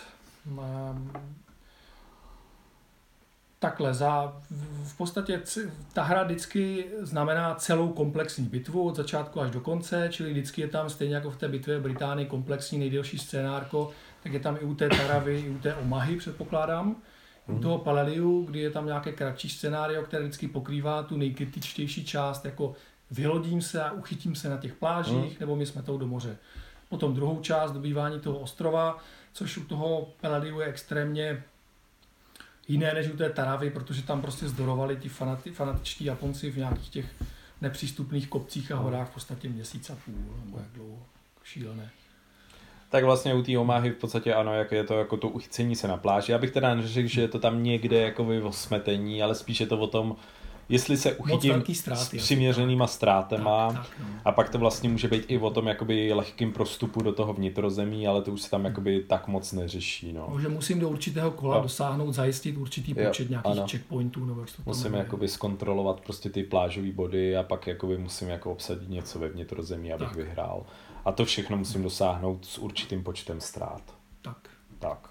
Takhle, v podstatě ta hra vždycky znamená celou komplexní bitvu od začátku až do konce, čili vždycky je tam stejně jako v té bitvě v Británii komplexní nejdelší scénárko, tak je tam i u té Taravy, i u té Omahy, předpokládám. U toho Peleliu, kdy je tam nějaké kratší scénário, které vždycky pokrývá tu nejkritičtější část, jako vylodím se a uchytím se na těch plážích, nebo my jsme tou do moře. Potom druhou část, dobývání toho ostrova, což u toho Peleliu je extrémně jiné než u té Taravy, protože tam prostě zdorovali ti fanatičtí Japonci v nějakých těch nepřístupných kopcích a horách v podstatě měsíc a půl, nebo jak dlouho, šílené. Tak vlastně u té Omahy v podstatě ano, jak je to jako to uchycení se na pláži. Já bych teda neřekl, že je to tam někde jako o smetení, ale spíš je to o tom, jestli se uchytím s přiměřenýma ztrátama no. A pak to vlastně může být i o tom jakoby lehkým prostupu do toho vnitrozemí, ale to už se tam jakoby tak moc neřeší. No. Že musím do určitého kola dosáhnout, zajistit určitý počet nějakých checkpointů. Nebo jak to musím jakoby zkontrolovat prostě ty plážové body a pak jakoby musím jako obsadit něco ve vnitrozemí, abych vyhrál. A to všechno musím dosáhnout s určitým počtem ztrát. Tak.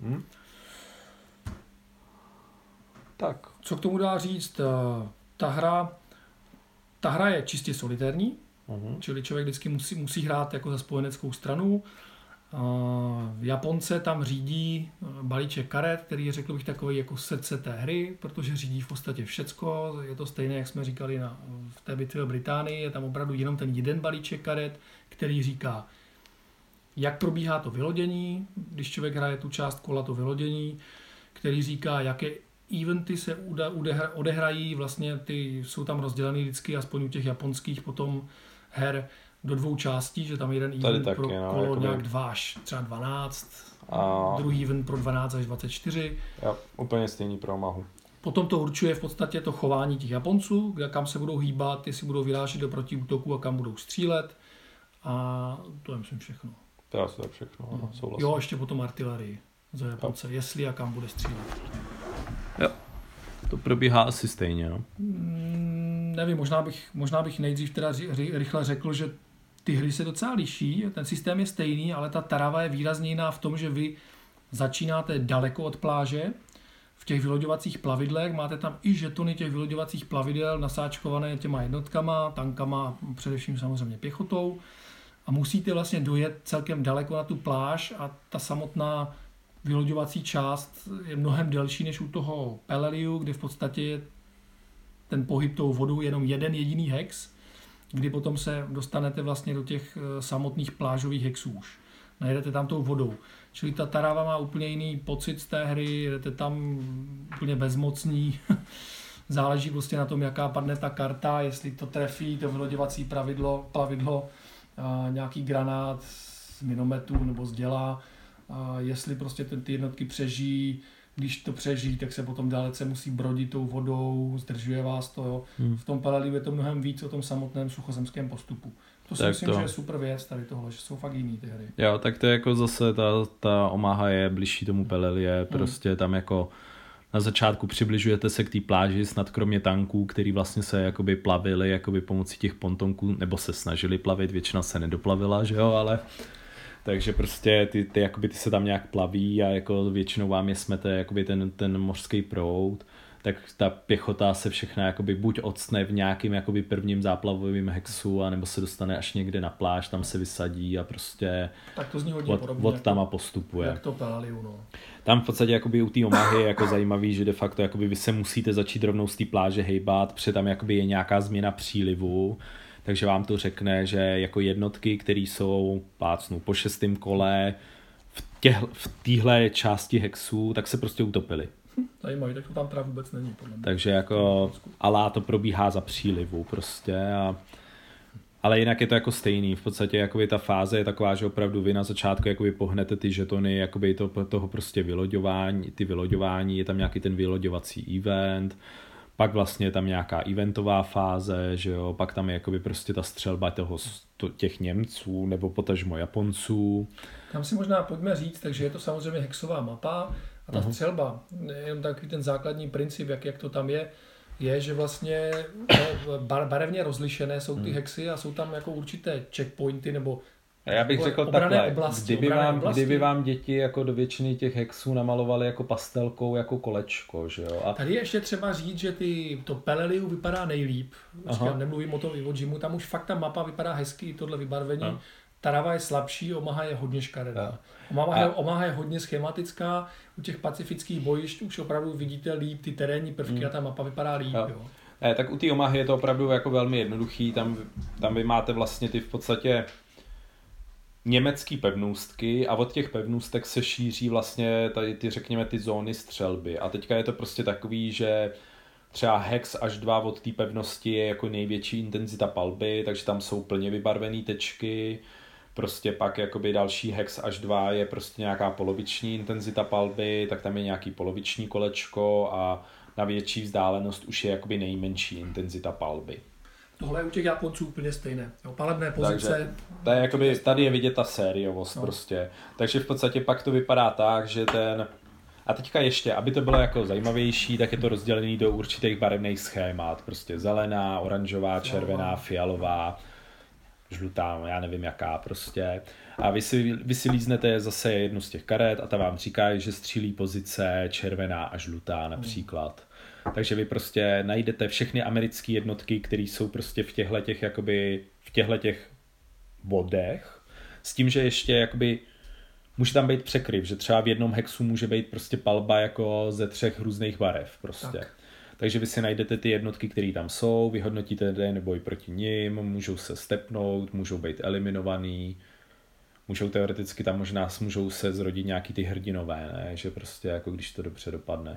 Tak. Co k tomu dá říct? Ta hra je čistě solitérní, čili člověk vždycky musí hrát jako za spojeneckou stranu. Japonce tam řídí balíček karet, který je, řekl bych, takový jako srdce té hry, protože řídí v podstatě všecko. Je to stejné, jak jsme říkali v té bitvě v Británii, je tam opravdu jenom ten jeden balíček karet, který říká, jak probíhá to vylodění, když člověk hraje tu část kola, to vylodění, který říká, jaké eventy se odehrají, vlastně ty jsou tam rozdělený vždycky, aspoň u těch japonských potom her, do dvou částí, že tam jeden event taky, pro kolo nějak 2 až třeba 12, a druhý event pro 12 až 24. Jo, úplně stejný pro Omahu. Potom to určuje v podstatě to chování těch Japonců, kam se budou hýbat, jestli budou vyrážet do protiútoku a kam budou střílet. A to je myslím všechno. To je všechno, souhlasím. Jo, ještě potom artilerii za Japonce, jestli a kam bude střílet. Jo, to probíhá asi stejně, no. Nevím, možná bych nejdřív teda rychle řekl, že ty hry se docela liší, ten systém je stejný, ale ta Tarava je výrazně jiná v tom, že vy začínáte daleko od pláže, v těch vyloďovacích plavidlech, máte tam i žetony těch vyloďovacích plavidel nasáčkované těma jednotkama, tankama, především samozřejmě pěchotou a musíte vlastně dojet celkem daleko na tu pláž a ta samotná vyloďovací část je mnohem delší než u toho Peleliu, kde v podstatě je ten pohyb tou vodou jenom jeden jediný hex, kdy potom se dostanete vlastně do těch samotných plážových hexů už. Najedete tam tou vodou. Čili ta Tarawa má úplně jiný pocit z té hry, jedete tam úplně bezmocní. Záleží prostě na tom, jaká padne ta karta, jestli to trefí, to vyloďovací plavidlo, nějaký granát z minometu nebo z děla, jestli prostě ty jednotky přežijí. Když to přežijí, tak se potom dalece musí brodit tou vodou, zdržuje vás to. Jo. V tom Peleliu je to mnohem víc o tom samotném suchozemském postupu. To si myslím, že je super věc tady tohle, že jsou fakt jiný ty hry. Jo, tak to je jako zase ta Omaha je bližší tomu Pelelie, prostě tam jako na začátku přibližujete se k té pláži, snad kromě tanků, který vlastně se jakoby plavili jakoby pomocí těch pontonků, nebo se snažili plavit, většina se nedoplavila, že jo, ale takže prostě ty se tam nějak plaví a jako většinou vám je smete jakoby ten mořský proud, tak ta pěchota se všechna jakoby buď odstne v nějakým jakoby prvním záplavovým hexu, anebo se dostane až někde na pláž, tam se vysadí a prostě tak to zní hodně podobně, od tam a postupuje. Jak to Peleliu, no. Tam v podstatě jakoby u té Omahy je jako zajímavý, že de facto jakoby vy se musíte začít rovnou z té pláže hejbat, protože tam jakoby je nějaká změna přílivu, takže vám to řekne, že jako jednotky, které jsou plácnou po 6. kole v téhle části hexu, tak se prostě utopily. Zajímavý, tak to tam teda vůbec není. Podle mě. Takže jako alá to probíhá za přílivu prostě ale jinak je to jako stejný, v podstatě jakoby ta fáze je taková, že opravdu vy na začátku jakoby pohnete ty žetony jakoby toho prostě vyloďování, je tam nějaký ten vyloďovací event, pak vlastně je tam nějaká eventová fáze, že jo, pak tam je jakoby prostě ta střelba těch Němců nebo potažmo Japonců. Tam si možná pojďme říct, takže je to samozřejmě hexová mapa a ta střelba, jenom takový ten základní princip, jak to tam je, že vlastně barevně rozlišené jsou ty hexy a jsou tam jako určité checkpointy nebo já bych řekl takhle, kdyby vám děti jako do většiny těch hexů namalovali jako pastelkou jako kolečko, že jo. A tady je ještě třeba říct, že to Peleliu vypadá nejlíp. Říkám, nemluvím o tom Iwo Jimu, tam už fakt ta mapa vypadá hezky, i tohle vybarvení. Tarawa je slabší, Omaha je hodně škaredá. Omaha je hodně schematická, u těch pacifických bojišť už opravdu vidíte líp ty terénní prvky a ta mapa vypadá líp. Jo. Tak u té Omahy je to opravdu jako velmi jednoduchý, tam vy máte vlastně ty v podstatě německý pevnůstky a od těch pevnůstek se šíří vlastně tady řekněme ty zóny střelby a teďka je to prostě takový, že třeba hex až 2 od té pevnosti je jako největší intenzita palby, takže tam jsou plně vybarvené tečky, prostě pak jakoby další hex až 2 je prostě nějaká poloviční intenzita palby, tak tam je nějaký poloviční kolečko a na větší vzdálenost už je jakoby nejmenší intenzita palby. Tohle je u těch Japonců úplně stejné. Palebné pozice. To je jakoby, tady je vidět ta sériovost prostě. Takže v podstatě pak to vypadá tak, že a teďka ještě, aby to bylo jako zajímavější, tak je to rozdělený do určitých barevných schémat. Prostě zelená, oranžová, červená, fialová, žlutá, já nevím jaká prostě. A vy si líznete zase jednu z těch karet a ta vám říká, že střílí pozice červená a žlutá například. Takže vy prostě najdete všechny americké jednotky, které jsou prostě v těchto bodech, s tím, že ještě jakoby může tam být překryv, že třeba v jednom hexu může být prostě palba jako ze 3 různých barev prostě. Takže vy si najdete ty jednotky, které tam jsou, vyhodnotíte den boj proti nim, můžou se stepnout, můžou být eliminovaný, můžou teoreticky tam můžou se zrodit nějaký ty hrdinové, ne? Že prostě jako když to dobře dopadne.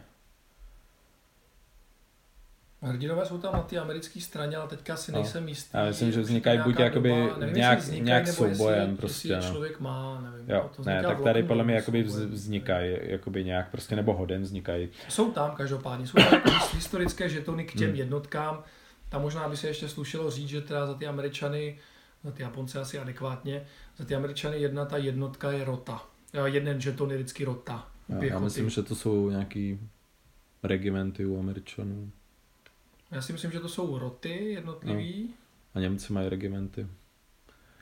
Hrdinové jsou tam na té americké straně, ale teďka si nejsem jistý. Já myslím, že vznikají buď jakoby nějak soubojem prostě. Jestli člověk má, nevím. Jo, ne, tak tady podle mě jakoby vznikají, jakoby nějak prostě, nebo hodem vznikají. Jsou tam každopádně, jsou tam jako historické žetony k těm jednotkám. Tam možná by se ještě slušelo říct, že teda za ty Američany, za ty Japonce asi adekvátně, za ty Američany ta jednotka je rota. Jeden žeton je vždycky rota. Já myslím, že to jsou nějaký regimenty u Američanů. Já si myslím, že to jsou roty jednotlivý. A Němci mají regimenty.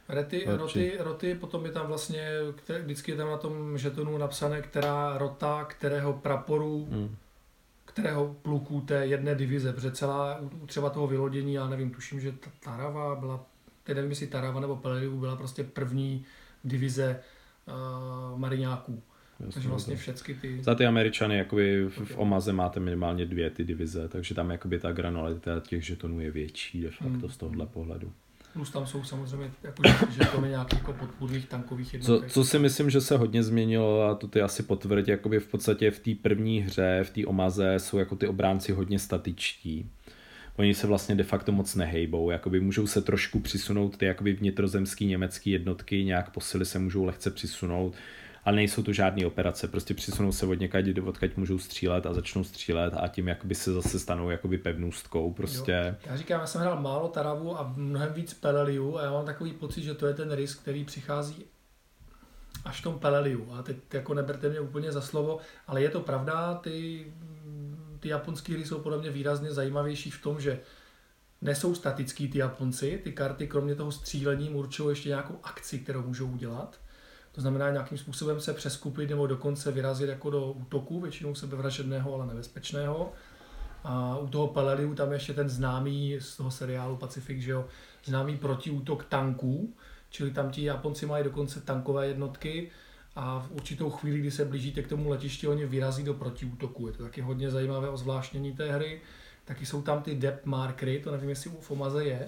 Roty, potom je tam vlastně, vždycky je tam na tom žetonu napsané, která rota, kterého praporu, kterého pluku té jedné divize, protože celá, třeba toho vylodění, já nevím, tuším, že Tarava byla, teď nevím, jestli Tarava nebo Peleliu byla prostě první divize mariňáků. Takže vlastně všechny ty... Za ty Američany jakoby v Omaze máte minimálně 2 ty divize, takže tam jakoby ta granularita těch žetonů je větší de facto z tohohle pohledu. Plus tam jsou samozřejmě jako žetony nějakých jako podpůrných tankových jednotek. Co si myslím, že se hodně změnilo a to ty asi potvrdí, jakoby v podstatě v té první hře, v té Omaze jsou jako ty obránci hodně statičtí. Oni se vlastně de facto moc nehejbou, jakoby můžou se trošku přisunout ty jakoby vnitrozemský německý jednotky, nějak posily se můžou lehce přisunout, ale nejsou to žádné operace, prostě přisunou se od někať, odkud můžou střílet a začnou střílet a tím jakoby se zase stanou jakoby pevnůstkou prostě. Jo. Já říkám, já jsem hrál málo Taravu a mnohem víc Peleliu a já mám takový pocit, že to je ten risk, který přichází až v tom Peleliu a teď jako neberte mě úplně za slovo, ale je to pravda, ty japonské hry jsou podle mě výrazně zajímavější v tom, že nesou statický ty Japonci, ty karty kromě toho střílení určují ještě nějakou akci, kterou můžou udělat. To znamená nějakým způsobem se přeskupit nebo dokonce vyrazit jako do útoku, většinou sebevražedného, ale nebezpečného. A u toho Peleliu tam ještě ten známý z toho seriálu Pacific, že jo, známý protiútok tanků, čili tam ti Japonci mají dokonce tankové jednotky a v určitou chvíli, kdy se blížíte k tomu letišti, oni vyrazí do protiútoku. Je to taky hodně zajímavé ozvláštnění té hry. Taky jsou tam ty depth markery, to nevím, jestli u Omaze je.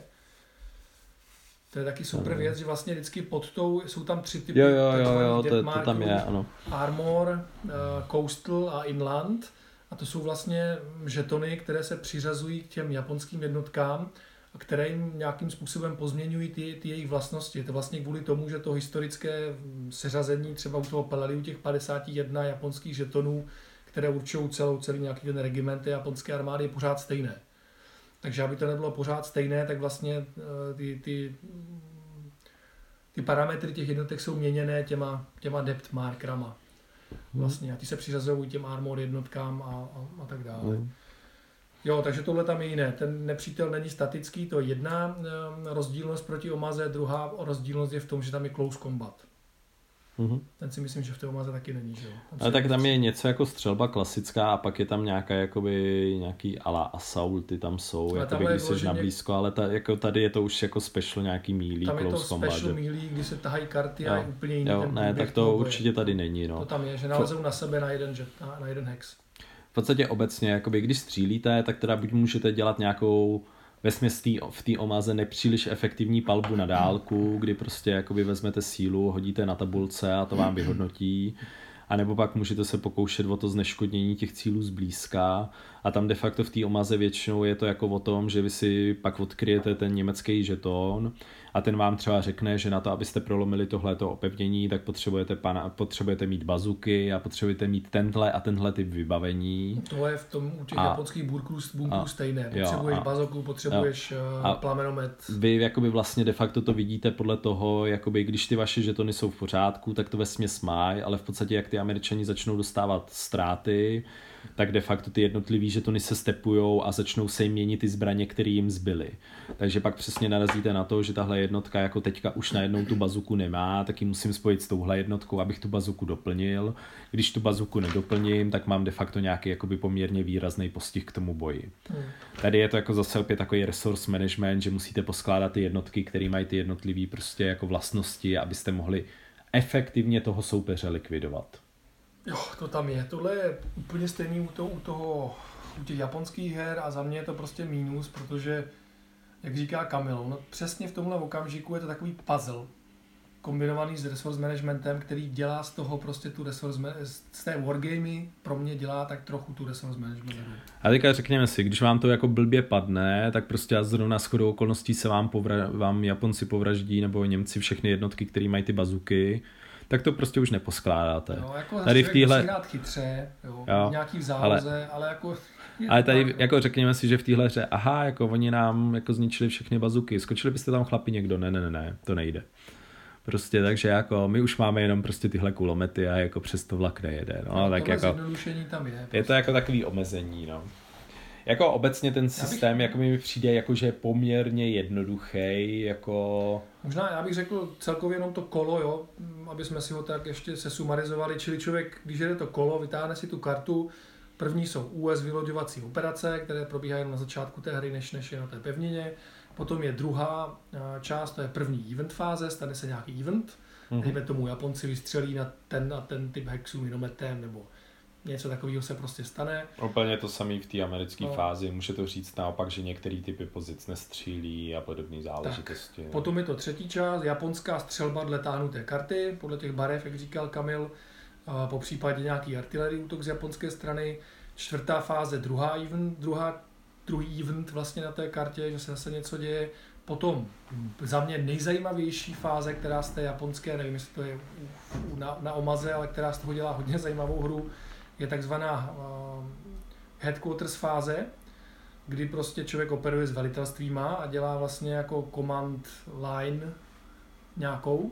To je taky super věc, že vlastně vždycky pod tou jsou tam 3 typy to tam je, ano. Armor, Coastal a Inland. A to jsou vlastně žetony, které se přiřazují k těm japonským jednotkám a které jim nějakým způsobem pozměňují ty jejich vlastnosti. Je to vlastně kvůli tomu, že to historické seřazení třeba u toho Peleliu těch 51 japonských žetonů, které určují celý nějaký ten regiment japonské armády, je pořád stejné. Takže aby to nebylo pořád stejné, tak vlastně ty parametry těch jednotek jsou měněné těma depth markerama. Vlastně a ty se přiřazují těm armor jednotkám a tak dále. Jo, takže tohle tam je jiné. Ten nepřítel není statický, to je jedna rozdílnost proti Omaze, druhá rozdílnost je v tom, že tam je close combat. Ten si myslím, že v té Omaze taky není, že jo. Ale tak tam je něco jako střelba klasická a pak je tam nějaký ala assaulty tam jsou, jakoby, když jsi na blízko, ale jako tady je to už jako special nějaký melee close combat. Tam je to special melee, kdy se tahají karty a je úplně jiný ten ne, tak to určitě tady není. No. To tam je, že nalezou na sebe na jeden hex. V podstatě obecně, jakoby, když střílíte, tak teda buď můžete dělat nějakou vesměs v té Omaze nepříliš efektivní palbu na dálku, kdy prostě jakoby vezmete sílu, hodíte na tabulce a to vám vyhodnotí. A nebo pak můžete se pokoušet o to zneškodnění těch cílů zblízka. A tam de facto v té Omaze většinou je to jako o tom, že vy si pak odkryjete ten německý žeton a ten vám třeba řekne, že na to, abyste prolomili tohleto opevnění, tak potřebujete mít bazuky a potřebujete mít tenhle a tenhle typ vybavení. To je v tom u těch japonských bunkrů stejné. Potřebuješ bazuku, potřebuješ plamenomet. Vy jakoby vlastně de facto to vidíte podle toho, jakoby když ty vaše žetony jsou v pořádku, tak to vesměs mají, ale v podstatě jak ty Američani začnou dostávat ztráty, tak de facto ty jednotlivý žetony se stepujou a začnou se jim měnit ty zbraně, které jim zbyly. Takže pak přesně narazíte na to, že tahle jednotka jako teďka už najednou tu bazuku nemá, tak ji musím spojit s touhle jednotkou, abych tu bazuku doplnil. Když tu bazuku nedoplním, tak mám de facto nějaký jakoby poměrně výrazný postih k tomu boji. Tady je to jako zase opět takový resource management, že musíte poskládat ty jednotky, které mají ty jednotlivý prostě jako vlastnosti, abyste mohli efektivně toho soupeře likvidovat. Jo, to tam je. Tohle je úplně stejný u těch japonských her a za mě je to prostě mínus, protože, jak říká Kamil, no přesně v tomhle okamžiku je to takový puzzle kombinovaný s resource managementem, který dělá z toho prostě tu z té wargamey pro mě dělá tak trochu tu resource management. A teďka řekněme si, když vám to jako blbě padne, tak prostě zrovna shodou okolností se vám Japonci povraždí nebo Němci všechny jednotky, které mají ty bazuky, tak to prostě už neposkládáte. No, jako tady v téhle musí hrát chytře, jo, nějaký v záloze, ale jako... Ale tady jako řekněme si, že v téhle hře, jako oni nám jako zničili všechny bazuky, skočili byste tam chlapi někdo, ne, to nejde. Prostě takže jako my už máme jenom prostě tyhle kulomety a jako přes to vlak nejede. No, tak jako zjednodušení tam je. Prostě. Je to jako takový omezení, no. Jako obecně ten systém jako mi přijde jako, že je poměrně jednoduchý, jako... Možná já bych řekl celkově jenom to kolo, jo, aby jsme si ho tak ještě sesumarizovali, čili člověk, když jede to kolo, vytáhne si tu kartu, první jsou US vyloďovací operace, které probíhají na začátku té hry, než je na té pevnině, potom je druhá část, to je první event fáze, stane se nějaký event, dejme tomu Japonci vystřelí na ten typ hexů minometem, nebo něco takového se prostě stane. Úplně to samé v té americké fázi. Může to říct naopak, že některé typy pozic nestřílí a podobné záležitosti. Potom je to třetí část, japonská střelba dle táhnuté karty, podle těch barev, jak říkal Kamil, po případě nějaký artillery útok z japonské strany. Čtvrtá fáze, druhý event vlastně na té kartě, že se zase něco děje. Potom za mě nejzajímavější fáze, která z té japonské, nevím, jestli to je na Omaze, ale která z toho dělá hodně zajímavou hru, je takzvaná headquarters fáze, kdy prostě člověk operuje s velitelstvíma a dělá vlastně jako command line nějakou.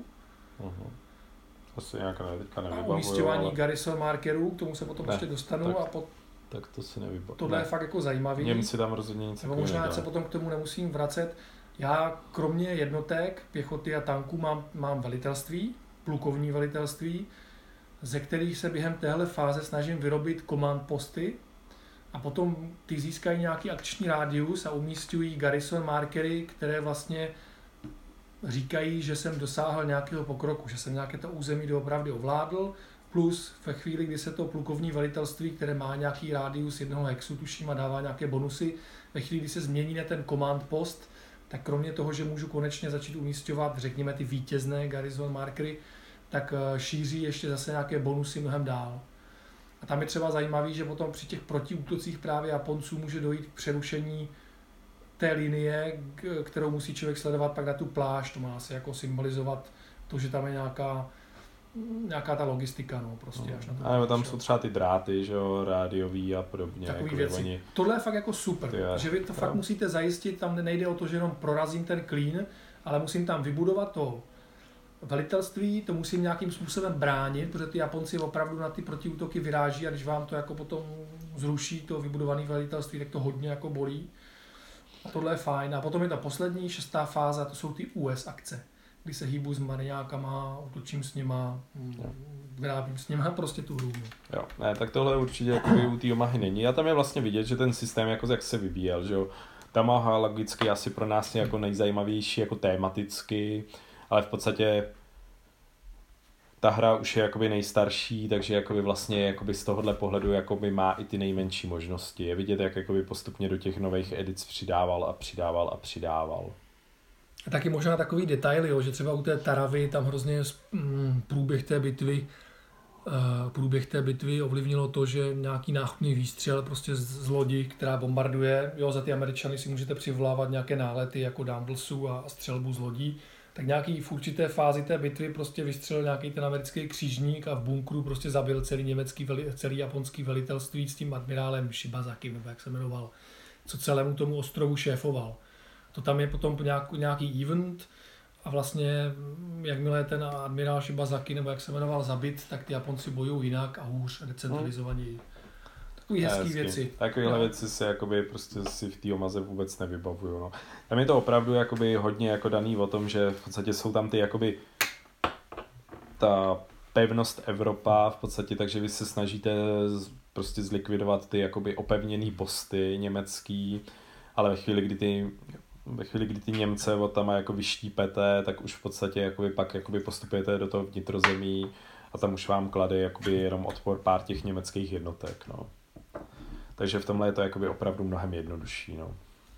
Asi nějaká teďka nevybavuju, umísťování ale... garrison markerů, k tomu se potom ještě dostanu. Tak to si nevybavuju. Tohle je fakt jako zajímavý. Němci tam rozhodně nic nebo možná se potom k tomu nemusím vracet. Já kromě jednotek, pěchoty a tanků mám velitelství, plukovní velitelství, ze kterých se během téhle fáze snažím vyrobit command posty a potom ty získají nějaký akční rádius a umísťují garrison markery, které vlastně říkají, že jsem dosáhl nějakého pokroku, že jsem nějaké to území doopravdy ovládl, plus ve chvíli, kdy se to plukovní velitelství, které má nějaký rádius jednoho hexu, tuším, a dává nějaké bonusy, ve chvíli, kdy se změní na ten command post, tak kromě toho, že můžu konečně začít umísťovat, řekněme, ty vítězné garrison markery, tak šíří ještě zase nějaké bonusy mnohem dál. A tam je třeba zajímavý, že potom při těch protiútocích právě Japonců může dojít k přerušení té linie, kterou musí člověk sledovat pak na tu pláž. To má asi jako symbolizovat to, že tam je nějaká ta logistika, no, prostě až na to. A tam jsou třeba ty dráty, že jo, rádiový a podobně. Takový jako věci. Oni... Tohle je fakt jako super, že vy to fakt musíte zajistit, tam nejde o to, že jenom prorazím ten klín, ale musím tam vybudovat to velitelství, to musím nějakým způsobem bránit, protože ty Japonci opravdu na ty protiútoky vyráží a když vám to jako potom zruší to vybudované velitelství, tak to hodně jako bolí. A tohle je fajn. A potom je ta poslední, šestá fáze, to jsou ty US akce, kdy se hýbu s mariňákama, útočím s nima, vyrábím s nima prostě tu hru. Jo, ne, tak tohle určitě jako u té Omahy není. A tam je vlastně vidět, že ten systém jako jak se vyvíjel, že jo. Ta Omaha logicky asi pro nás je jako nejzajímavější jako tematicky, ale v podstatě ta hra už je jakoby nejstarší, takže jakoby vlastně jakoby z tohohle pohledu jakoby má i ty nejmenší možnosti. Je vidět, jak jakoby postupně do těch nových edic přidával. A taky možná takový detaily, jo, že třeba u té Taravy tam hrozně průběh té bitvy ovlivnilo to, že nějaký náchutný výstřel prostě z lodi, která bombarduje, jo, za ty Američany si můžete přivolávat nějaké nálety jako Dandlesů a střelbu z lodí, tak nějaký v určité fázi té bitvy prostě vystřelil nějaký ten americký křižník a v bunkru prostě zabil celý japonský velitelství s tím admirálem Shibazaki, nebo jak se jmenoval, co celému tomu ostrovu šéfoval. To tam je potom nějaký event a vlastně jakmile ten admirál Shibazaki, nebo jak se jmenoval, zabit, tak ty Japonci bojují jinak a hůř, decentralizovaněji. Takový hezký věci. Takovéhle věci se jakoby prostě si v té Omaze vůbec nevybavuju. No. Tam je to opravdu jakoby hodně jako daný o tom, že v podstatě jsou tam ty jakoby ta pevnost Evropa v podstatě, takže vy se snažíte prostě zlikvidovat ty jakoby opevněný posty německý, ale ve chvíli, kdy ty Němce od tam jako vyštípete, tak už v podstatě jakoby pak jakoby postupujete do toho vnitrozemí a tam už vám klade jakoby jenom odpor pár těch německých jednotek, no. Takže v tomhle je to jakoby opravdu mnohem jednodušší, no.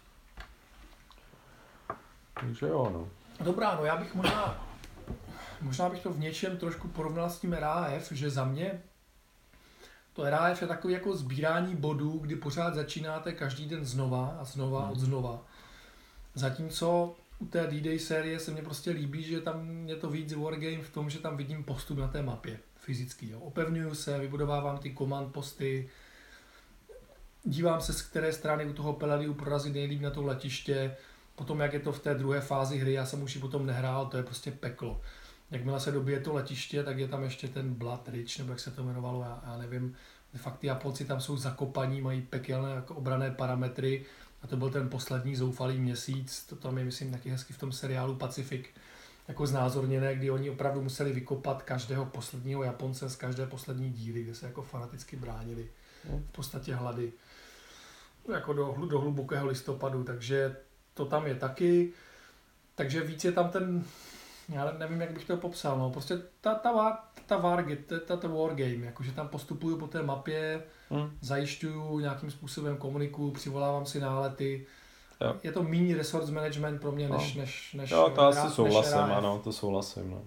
Takže jo, no. Dobrá, no já bych možná bych to v něčem trošku porovnal s tím RAF, že za mě to RAF je takový jako sbírání bodů, kdy pořád začínáte každý den znova a znova od znova. Zatímco u té D-Day série se mně prostě líbí, že tam je to víc wargame v tom, že tam vidím postup na té mapě fyzický. Jo. Opevňuju se, vybudovávám ty command posty, dívám se, z které strany u toho Peleliu prorazit nejlíp na to letiště, potom jak je to v té druhé fázi hry, já jsem už ji potom nehrál, to je prostě peklo. Jakmile se dobije to letiště, tak je tam ještě ten Blood Ridge, nebo jak se to jmenovalo, já nevím, Fakt ty Japonci tam jsou zakopaní, mají pekelné jako obranné parametry a to byl ten poslední zoufalý měsíc, to tam je myslím taky hezky v tom seriálu Pacific jako znázorněné, kdy oni opravdu museli vykopat každého posledního Japonce z každé poslední díly, kde se jako fanaticky bránili v podstatě hlady jako do hlubokého listopadu, takže to tam je taky, takže víc je tam ten, já nevím, jak bych to popsal, no, prostě ta wargame, jakože tam postupuju po té mapě, zajišťuju, nějakým způsobem komunikuju, přivolávám si nálety, jo. Je to méně resource management pro mě, než jo, to asi souhlasím, ano, to souhlasím, no.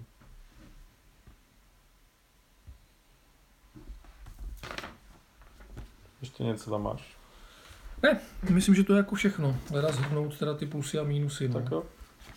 Ještě něco tam máš? Ne, myslím, že to je jako všechno. Hledat shrnout teda ty plusy a mínusy. No. Tak jo.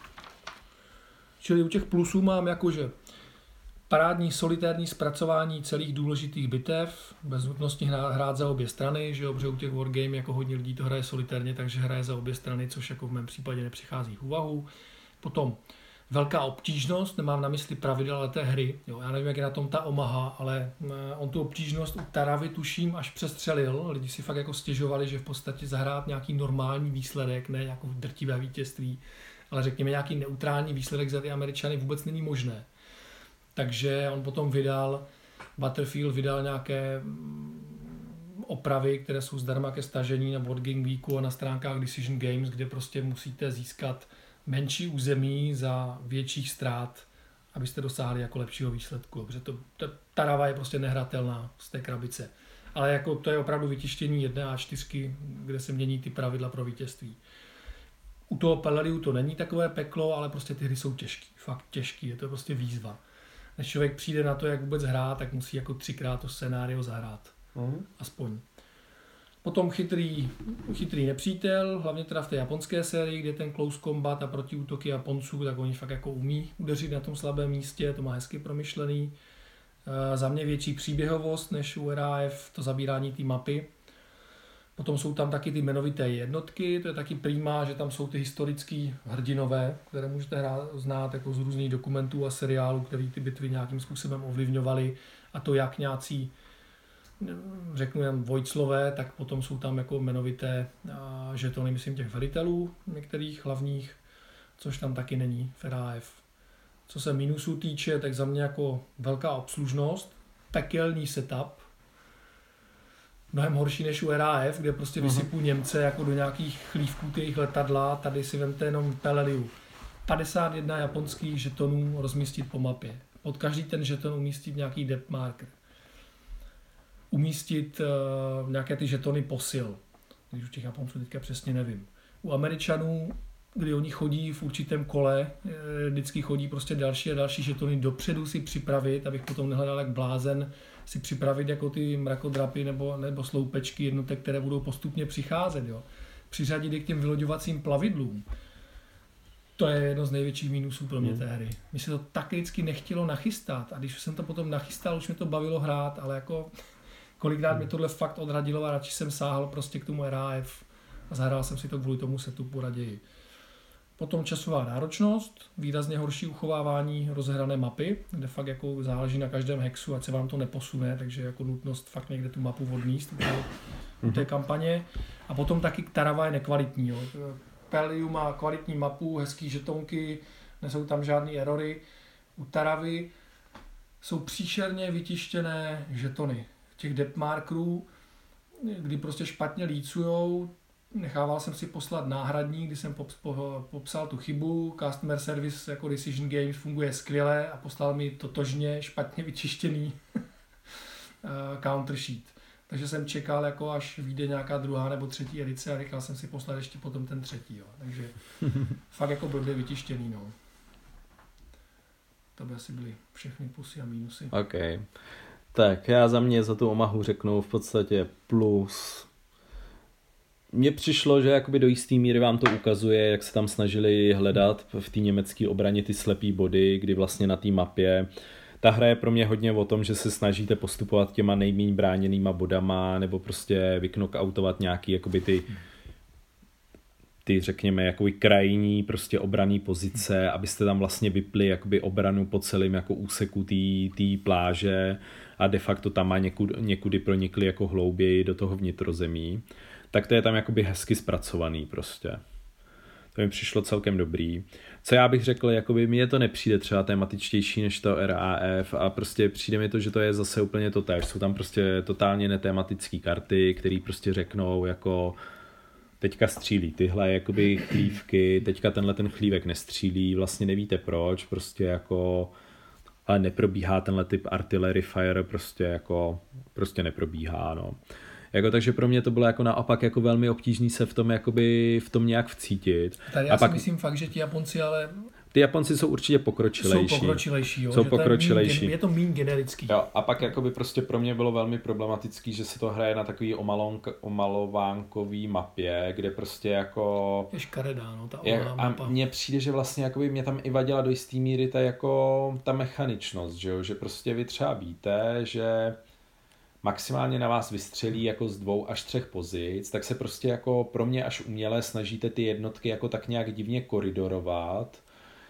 Čili u těch plusů mám jakože parádní solitérní zpracování celých důležitých bitev, bez nutnosti hrát za obě strany, že jo, protože u těch wargame jako hodně lidí to hraje solitérně, takže hraje za obě strany, což jako v mém případě nepřichází v úvahu. Potom velká obtížnost, nemám na mysli pravidel, ale té hry. Jo, já nevím, jak je na tom ta Omaha, ale on tu obtížnost u Taravy tuším až přestřelil. Lidi si fakt jako stěžovali, že v podstatě zahrát nějaký normální výsledek, ne jako drtivé vítězství, ale řekněme nějaký neutrální výsledek za ty Američany vůbec není možné. Takže on potom Battlefield vydal nějaké opravy, které jsou zdarma ke stažení na Board Game Weeku a na stránkách Decision Games, kde prostě musíte získat menší území za větších ztrát, abyste dosáhli jako lepšího výsledku. Protože Tarava je prostě nehratelná z té krabice. Ale jako to je opravdu vytištění 1 A4, kde se mění ty pravidla pro vítězství. U toho Peleliu to není takové peklo, ale prostě ty hry jsou těžký. Fakt těžký, je to prostě výzva. Než člověk přijde na to, jak vůbec hrát, tak musí jako 3krát to scénário zahrát. Aspoň. Potom chytrý nepřítel, hlavně teda v té japonské sérii, kde ten close combat a protiútoky Japonců, tak oni fakt jako umí udeřit na tom slabém místě, to má hezky promyšlený. Za mě větší příběhovost než u RAF, to zabírání té mapy. Potom jsou tam taky ty jmenovité jednotky, to je taky prima, že tam jsou ty historický hrdinové, které můžete znát jako z různých dokumentů a seriálů, které ty bitvy nějakým způsobem ovlivňovaly, a to jak nějací, řeknu jen Vojtslové, tak potom jsou tam jako jmenovité žetony, myslím, těch velitelů, některých hlavních, což tam taky není v RAF. Co se minusů týče, tak za mě jako velká obslužnost, pekelný setup, mnohem horší než u RAF, kde prostě vysypu Němce jako do nějakých chlívků těch letadla, tady si vemte jenom Peleliu. 51 japonských žetonů rozmístit po mapě. Pod každý ten žeton umístit nějaký depth marker. Umístit nějaké ty žetony posil, když u těch Japonců teďka přesně nevím. U Američanů, kdy oni chodí v určitém kole, vždycky chodí prostě další a další žetony dopředu si připravit, abych potom nehledal jak blázen, si připravit jako ty mrakodrapy nebo sloupečky jednotek, které budou postupně přicházet. Jo. Přiřadit je k těm vyloďovacím plavidlům. To je jedno z největších mínusů pro mě té hry. Mně se to tak vždycky nechtělo nachystat a když jsem to potom nachystal, už mě to bavilo hrát, ale jako kolikrát mě tohle fakt odradilo a radši jsem sáhl prostě k tomu RAF a zahrál jsem si to kvůli tomu setupu raději. Potom časová náročnost, výrazně horší uchovávání rozehrané mapy, kde fakt jako záleží na každém hexu, ať se vám to neposune, takže jako nutnost fakt někde tu mapu odníst u té kampaně. A potom taky Tarava je nekvalitní. Jo. Peleliu má kvalitní mapu, hezký žetonky, nejsou tam žádný erory. U Taravy jsou příšerně vytištěné žetony. Těch depth markerů, kdy prostě špatně lícujou. Nechával jsem si poslat náhradní, kdy jsem popsal tu chybu. Customer service jako Decision Games funguje skvěle a poslal mi totožně špatně vyčištěný counter sheet. Takže jsem čekal, jako až vyjde nějaká druhá nebo třetí edice a nechal jsem si poslat ještě potom ten třetí. Jo. Takže fakt jako blbě vytištěný. No. To by asi byly všechny plusy a mínusy. OK. Tak já za mě za tu Omahu řeknu v podstatě plus. Mně přišlo, že jakoby do jisté míry vám to ukazuje, jak se tam snažili hledat v té německé obraně ty slepý body, kdy vlastně na té mapě. Ta hra je pro mě hodně o tom, že se snažíte postupovat těma nejméně bráněnýma bodama nebo prostě vyknockoutovat nějaký jakoby ty ty řekněme jakoby krajní prostě obranný pozice, abyste tam vlastně vypli jakoby obranu po celém jako úseku té pláže a de facto tam má někudy pronikli jako hlouběji do toho vnitrozemí, tak to je tam jakoby hezky zpracovaný prostě. To mi přišlo celkem dobrý. Co já bych řekl, jakoby mně to nepřijde třeba tematičtější než to RAF a prostě přijde mi to, že to je zase úplně to též. Jsou tam prostě totálně netematické karty, které prostě řeknou jako teďka střílí tyhle jakoby chlívky, teďka ten chlívek nestřílí, vlastně nevíte proč, prostě jako ale neprobíhá tenhle typ artillery fire, prostě neprobíhá, no. Jako, takže pro mě to bylo jako naopak jako velmi obtížný se v tom nějak vcítit. Tady já si myslím fakt, že ti Japonci ale... Ty Japonci jsou určitě pokročilejší. Jsou pokročilejší. Je to míň generický. Jo, a pak jakoby prostě pro mě bylo velmi problematický, že se to hraje na takový omalovánkový mapě, kde prostě jako... Je škaredá, no, ta mapa. A mně přijde, že vlastně jakoby mě tam i vadila do jistý míry ta mechaničnost, že prostě vy třeba víte, že maximálně na vás vystřelí jako z 2 až 3 pozic, tak se prostě jako pro mě až uměle snažíte ty jednotky jako tak nějak divně koridorovat,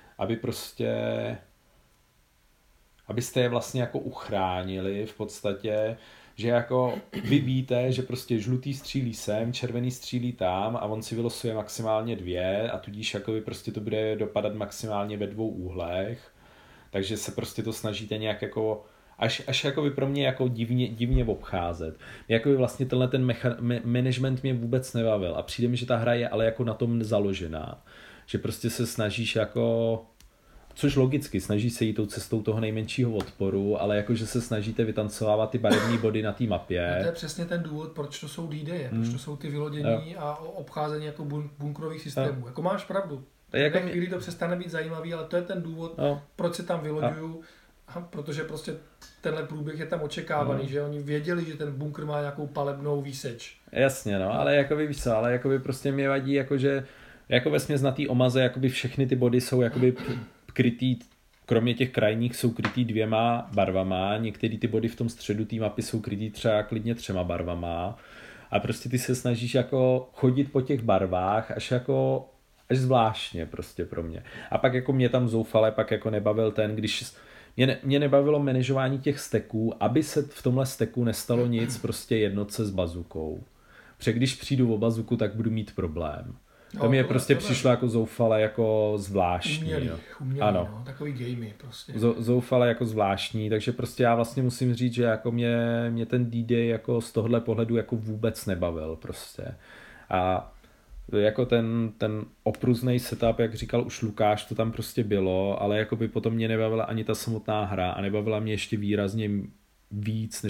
abyste je vlastně jako uchránili v podstatě, že jako vy víte, že prostě žlutý střílí sem, červený střílí tam a on si vylosuje maximálně 2 a tudíž jako by prostě to bude dopadat maximálně ve 2 úhlech, takže se prostě to snažíte nějak jako až jakoby pro mě jako divně obcházet. Jakoby vlastně tenhle ten management mě vůbec nebavil a přijde mi, že ta hra je ale jako na tom založená. Že prostě se snažíš jako, což logicky, snaží se jít tou cestou toho nejmenšího odporu, ale jakože se snažíte vytancovávat ty barevné body na té mapě. No to je přesně ten důvod, proč to jsou D-Daye, proč to jsou ty vylodění a obcházení jako bunkrových systémů. Jako máš pravdu. Jako chvíli to přestane být zajímavý, ale to je ten důvod, proč se tam vyloďuju. Protože prostě tenhle průběh je tam očekávaný, že oni věděli, že ten bunkr má nějakou palebnou výseč. Jasně, no, ale jakoby víš co, ale jakoby prostě mě vadí, jakože jako vesměs na té omaze jakoby všechny ty body jsou jakoby krytý, kromě těch krajních jsou krytý 2 barvama, některé ty body v tom středu té mapy jsou krytý třeba klidně 3 barvama a prostě ty se snažíš jako chodit po těch barvách až zvláštně prostě pro mě. A pak jako mě tam zoufale pak jako nebavil mě nebavilo manažování těch steků, aby se v tomhle steku nestalo nic prostě jednotce s bazukou. Protože když přijdu o bazuku, tak budu mít problém. To mi prostě přišlo jako zoufale jako zvláštní. Umělý, ano. No, takový gamey prostě. Zoufale jako zvláštní, takže prostě já vlastně musím říct, že jako mě ten D-Day jako z tohohle pohledu jako vůbec nebavil prostě. A jako ten opruznej setup, jak říkal už Lukáš, to tam prostě bylo, ale jako by potom mě nebavila ani ta samotná hra a nebavila mě ještě výrazně víc,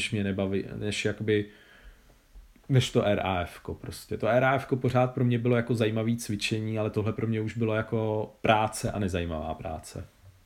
než to RAF-ko prostě. To RAF-ko pořád pro mě bylo jako zajímavý cvičení, ale tohle pro mě už bylo jako práce a nezajímavá práce.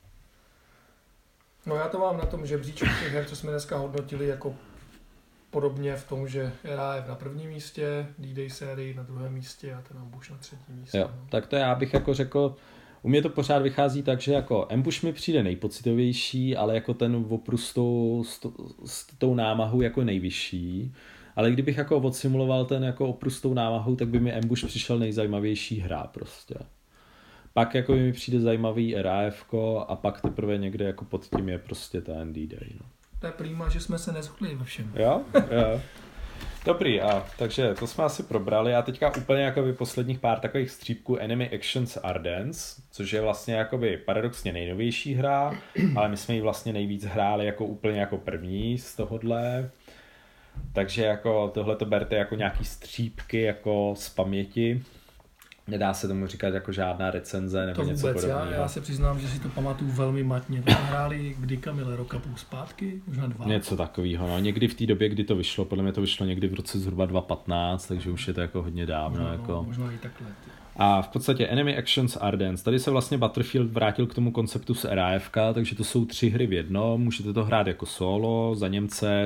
No já to mám na tom žebříčku těch her, co jsme dneska hodnotili jako podobně v tom, že RAF na prvním místě, D-Day sérii na druhém místě a ten Ambush na třetím místě. Jo, no. Tak to já bych jako řekl, u mě to pořád vychází tak, že jako Ambush mi přijde nejpocitovější, ale jako ten oprus s tou námahou jako nejvyšší. Ale kdybych jako odsimuloval ten jako oprus s tou námahou, tak by mi Ambush přišel nejzajímavější hra prostě. Pak jako mi přijde zajímavý RAF-ko a pak teprve někde jako pod tím je prostě ten D-Day. No. To je prýma, že jsme se neshodli ve všem. Jo. Dobrý, takže to jsme asi probrali a teďka úplně jakoby posledních pár takových střípků Enemy Actions Ardennes, což je vlastně jakoby paradoxně nejnovější hra, ale my jsme ji vlastně nejvíc hráli jako úplně jako první z tohodle. Takže jako tohle to berte jako nějaký střípky jako z paměti. Nedá se tomu říkat jako žádná recenze nebo to něco vůbec, podobného. Já se přiznám, že si to pamatuju velmi matně. To jsme hráli kdy, Kamile, roka půl zpátky, možná 2. Něco takového, no. Někdy v té době, kdy to vyšlo, podle mě to vyšlo někdy v roce zhruba 2015, takže už je to jako hodně dávno. Jako. Možná i takhle. A v podstatě Enemy Actions Ardennes. Tady se vlastně Battlefield vrátil k tomu konceptu z RAFK, takže to jsou 3 hry v jednom. Můžete to hrát jako solo, za Němce,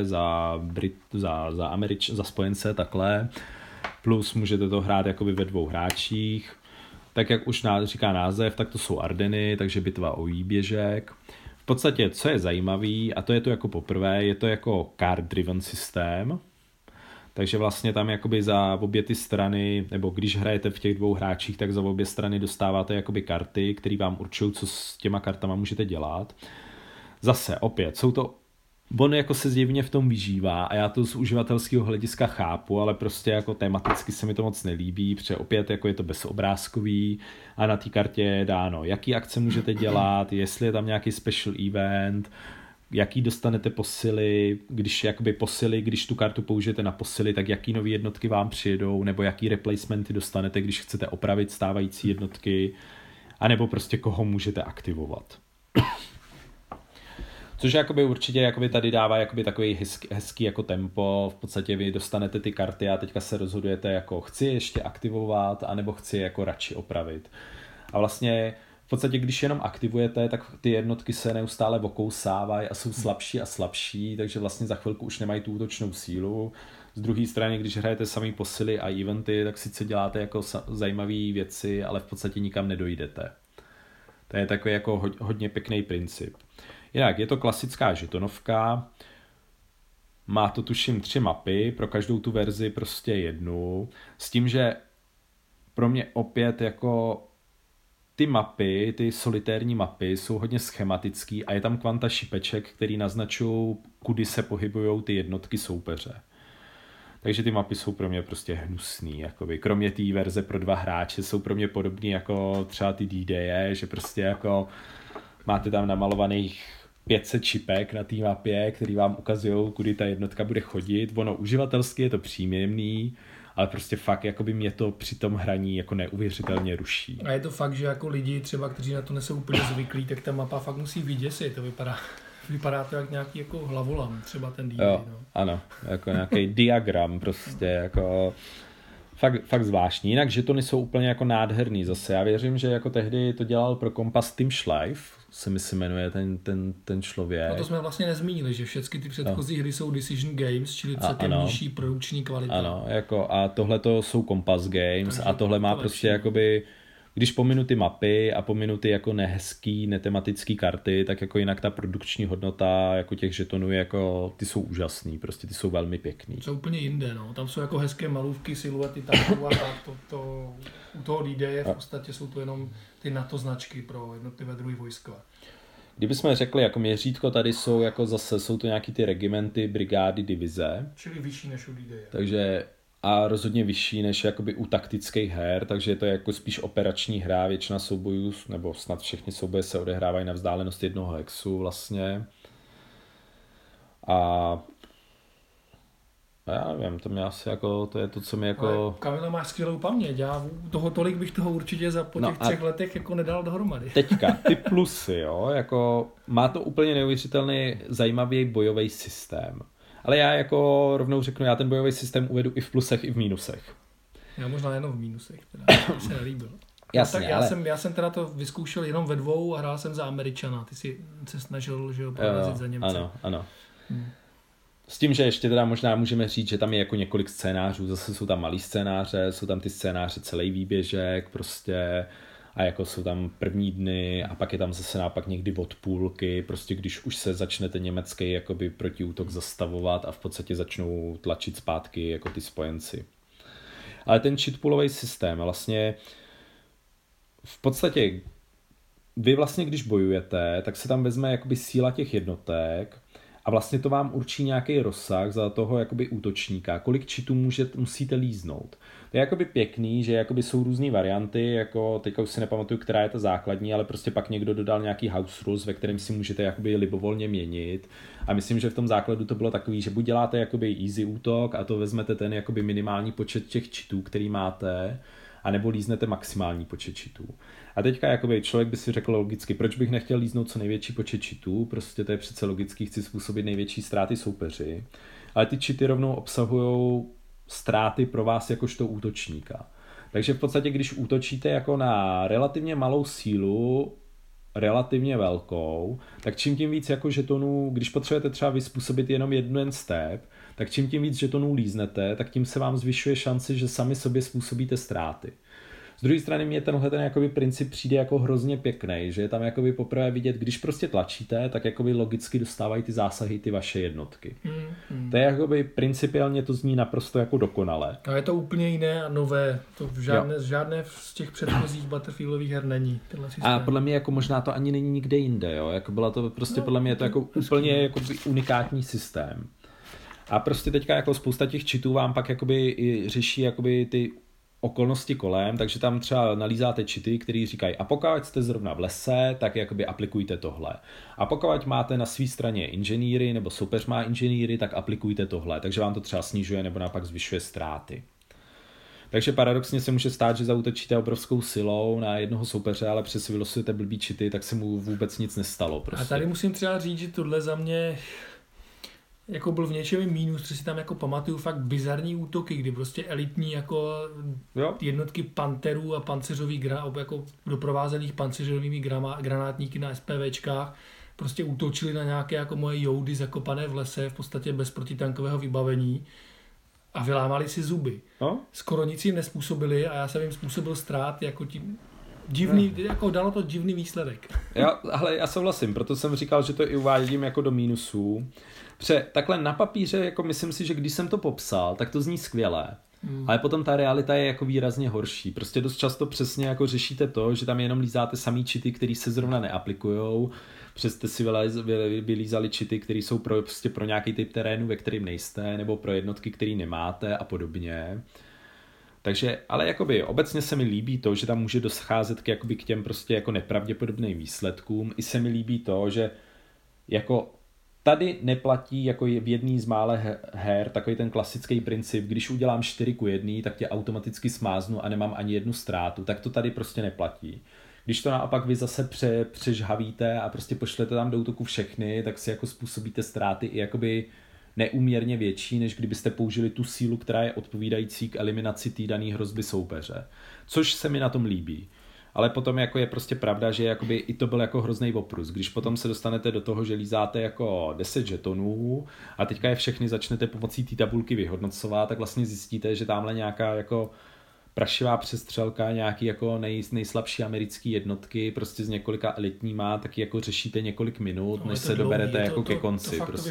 za spojence, takhle. Plus můžete to hrát jakoby ve 2 hráčích. Tak jak už říká název, tak to jsou Ardeny, takže bitva o výběžek. V podstatě, co je zajímavý, a to je to jako poprvé, je to jako card-driven systém. Takže vlastně tam jakoby za obě ty strany, nebo když hrajete v těch dvou hráčích, tak za obě strany dostáváte jakoby karty, které vám určují, co s těma kartama můžete dělat. Zase, opět, jsou to on jako se zjevně v tom vyžívá a já to z uživatelského hlediska chápu, ale prostě jako tematicky se mi to moc nelíbí, protože opět jako je to bezobrázkový a na té kartě je dáno, jaký akce můžete dělat, jestli je tam nějaký special event, jaký dostanete posily, když tu kartu použijete na posily, tak jaký nový jednotky vám přijedou, nebo jaký replacementy dostanete, když chcete opravit stávající jednotky, anebo prostě koho můžete aktivovat. Což jakoby určitě jakoby tady dává jakoby takový hezký jako tempo, v podstatě vy dostanete ty karty a teďka se rozhodujete jako chci ještě aktivovat, anebo chci jako radši opravit. A vlastně v podstatě když jenom aktivujete, tak ty jednotky se neustále okousávají a jsou slabší a slabší, takže vlastně za chvilku už nemají tu útočnou sílu. Z druhé strany, když hrajete samý posily a eventy, tak sice děláte jako zajímavé věci, ale v podstatě nikam nedojdete. To je takový jako hodně pěkný princip. Jinak, je to klasická žetonovka, má to tuším 3 mapy, pro každou tu verzi prostě jednu, s tím, že pro mě opět jako ty mapy, ty solitérní mapy jsou hodně schematický a je tam kvanta šipeček, který naznačují, kudy se pohybují ty jednotky soupeře. Takže ty mapy jsou pro mě prostě hnusný, jakoby. Kromě té verze pro 2 hráče jsou pro mě podobný jako třeba ty D-Daye, že prostě jako máte tam namalovaných 500 čipek na té mapě, který vám ukazují, kudy ta jednotka bude chodit. Ono uživatelsky je to příjemný, ale prostě fakt jakoby mě to při tom hraní jako neuvěřitelně ruší. A je to fakt, že jako lidi třeba, kteří na to nesou úplně zvyklí, tak ta mapa fakt musí vyděsit. To vypadá to jak nějaký jako hlavolam, třeba ten D-Day. Jo, no. Ano, jako nějaký diagram prostě, jako fakt zvláštní. Jinak žetony jsou úplně jako nádherný zase. Já věřím, že jako tehdy to dělal pro kompas Tim Schleif, se mi jmenuje ten člověk. No to jsme vlastně nezmínili, že všechny ty předchozí hry jsou Decision Games, čili nižší produkční kvalita. Ano, jako a tohle to jsou Compass Games. Takže a tohle má prostě jakoby, když pominu ty mapy a pominu ty jako nehezký, netematický karty, tak jako jinak ta produkční hodnota jako těch žetonů jako ty jsou úžasný, prostě ty jsou velmi pěkný. Jsou úplně jinde, no. Tam jsou jako hezké malůvky, siluety tanků a tak. U toho D-Daye v podstatě jsou to jenom ty NATO značky pro jednotlivé druhy vojska. Kdybychom řekli, jako měřítko tady jsou jako zase, jsou to nějaký ty regimenty, brigády, divize. Čili vyšší než u D-Daye. Takže a rozhodně vyšší než jakoby u taktických her, takže je to jako spíš operační hra, většina soubojů, nebo snad všechny souboje se odehrávají na vzdálenost 1 hexu vlastně. A já nevím, to mě asi jako, to je to, co mi jako... Ale Kamila, máš skvělou paměť, já toho tolik bych toho určitě po těch 3 letech jako nedal dohromady. Teďka, ty plusy, jo, jako má to úplně neuvěřitelný zajímavý bojový systém. Ale já jako rovnou řeknu, já ten bojový systém uvedu i v plusech, i v mínusech. Já možná jenom v mínusech, teda, to se nelíbil. Jasně, no, tak já jsem teda to vyzkoušel jenom ve 2 a hrál jsem za Američana. Ty si se snažil, že ho prorazit za Němce. Ano. S tím, že ještě teda možná můžeme říct, že tam je jako několik scénářů, zase jsou tam malý scénáře, jsou tam ty scénáře celý výběžek prostě a jako jsou tam první dny a pak je tam zase naopak někdy od půlky, prostě když už se začnete německý jakoby protiútok zastavovat a v podstatě začnou tlačit zpátky jako ty spojenci. Ale ten cheatpoolový systém vlastně v podstatě vy vlastně když bojujete, tak se tam vezme jakoby síla těch jednotek a vlastně to vám určí nějaký rozsah za toho jakoby útočníka, kolik cheatů musíte líznout. To je jakoby pěkný, že jakoby jsou různé varianty, jako teďka už si nepamatuju, která je ta základní, ale prostě pak někdo dodal nějaký house rules, ve kterém si můžete jakoby libovolně měnit. A myslím, že v tom základu to bylo takový, že buď děláte jakoby easy útok a to vezmete ten jakoby minimální počet těch cheatů, který máte, anebo líznete maximální počet cheatů. A teďka jakoby člověk by si řekl logicky, proč bych nechtěl líznout co největší počet cheatů, prostě to je přece logicky, chci způsobit největší ztráty soupeři, ale ty cheaty rovnou obsahují ztráty pro vás jakožto útočníka. Takže v podstatě, když útočíte jako na relativně malou sílu, relativně velkou, tak čím tím víc jako žetonů, když potřebujete třeba vyspůsobit jenom jeden step, tak čím tím víc žetonů líznete, tak tím se vám zvyšuje šance, že sami sobě způsobíte ztráty. Z druhé strany mě tenhle ten jakoby princip přijde jako hrozně pěkný, že je tam jakoby poprvé vidět, když prostě tlačíte, tak jakoby logicky dostávají ty zásahy ty vaše jednotky. To je jakoby principiálně to zní naprosto jako dokonale. A je to úplně jiné a nové, to žádné z těch předchozích Battlefieldových her není. A podle mě jako možná to ani není nikde jinde, jo, jako byla to prostě podle mě je to jako úplně jakoby unikátní systém. A prostě teďka jako spousta těch cheatů vám pak jakoby i řeší jakoby ty okolnosti kolem, takže tam třeba nalízáte cheaty, který říkají, a pokud jste zrovna v lese, tak jakoby aplikujte tohle. A pokud máte na své straně inženýry, nebo soupeř má inženýry, tak aplikujte tohle. Takže vám to třeba snižuje nebo naopak zvyšuje ztráty. Takže paradoxně se může stát, že zaútočíte obrovskou silou na jednoho soupeře, ale přes vylosujete blbý cheaty, tak se mu vůbec nic nestalo. Prostě. A tady musím třeba říct, že tohle za mě jako byl v něčem mínus, že si tam jako pamatuju fakt bizarní útoky, kdy prostě elitní jako jednotky panterů a jako doprovázených pancéřovými granátníky na SPVčkách prostě útočili na nějaké jako moje joudy zakopané v lese v podstatě bez protitankového vybavení a vylámali si zuby. No? Skoro nic jim nespůsobili a já jsem jim způsobil ztrát jako tím divný, jako dalo to divný výsledek. Já souhlasím, proto jsem říkal, že to i uvádím jako do mínusů. Takhle na papíře, jako myslím si, že když jsem to popsal, tak to zní skvěle. Ale potom ta realita je jako výrazně horší. Prostě dost často přesně jako řešíte to, že tam jenom lízáte samý cheaty, který se zrovna neaplikujou. Jste si vylízali cheaty, které jsou prostě pro nějaký typ terénu, ve kterým nejste, nebo pro jednotky, který nemáte a podobně. Takže, ale jakoby obecně se mi líbí to, že tam může doscházet k těm prostě jako nepravděpodobným výsledkům. I se mi líbí to, že jako tady neplatí jako v jedný z mála her takový ten klasický princip, když udělám 4:1, tak tě automaticky smáznu a nemám ani jednu ztrátu, tak to tady prostě neplatí. Když to naopak vy zase přežhavíte a prostě pošlete tam do útoku všechny, tak si jako způsobíte ztráty i jakoby neúměrně větší, než kdybyste použili tu sílu, která je odpovídající k eliminaci té dané hrozby soupeře. Což se mi na tom líbí. Ale potom jako je prostě pravda, že jakoby i to byl jako hrozný oprus. Když potom se dostanete do toho, že lízáte jako 10 žetonů a teďka je všechny začnete pomocí té tabulky vyhodnocovat, tak vlastně zjistíte, že tamhle nějaká jako prašivá přestřelka, nějaký jako nejslabší americký jednotky, prostě z několika elitníma, taky jako řešíte několik minut, než se doberete jako ke konci. To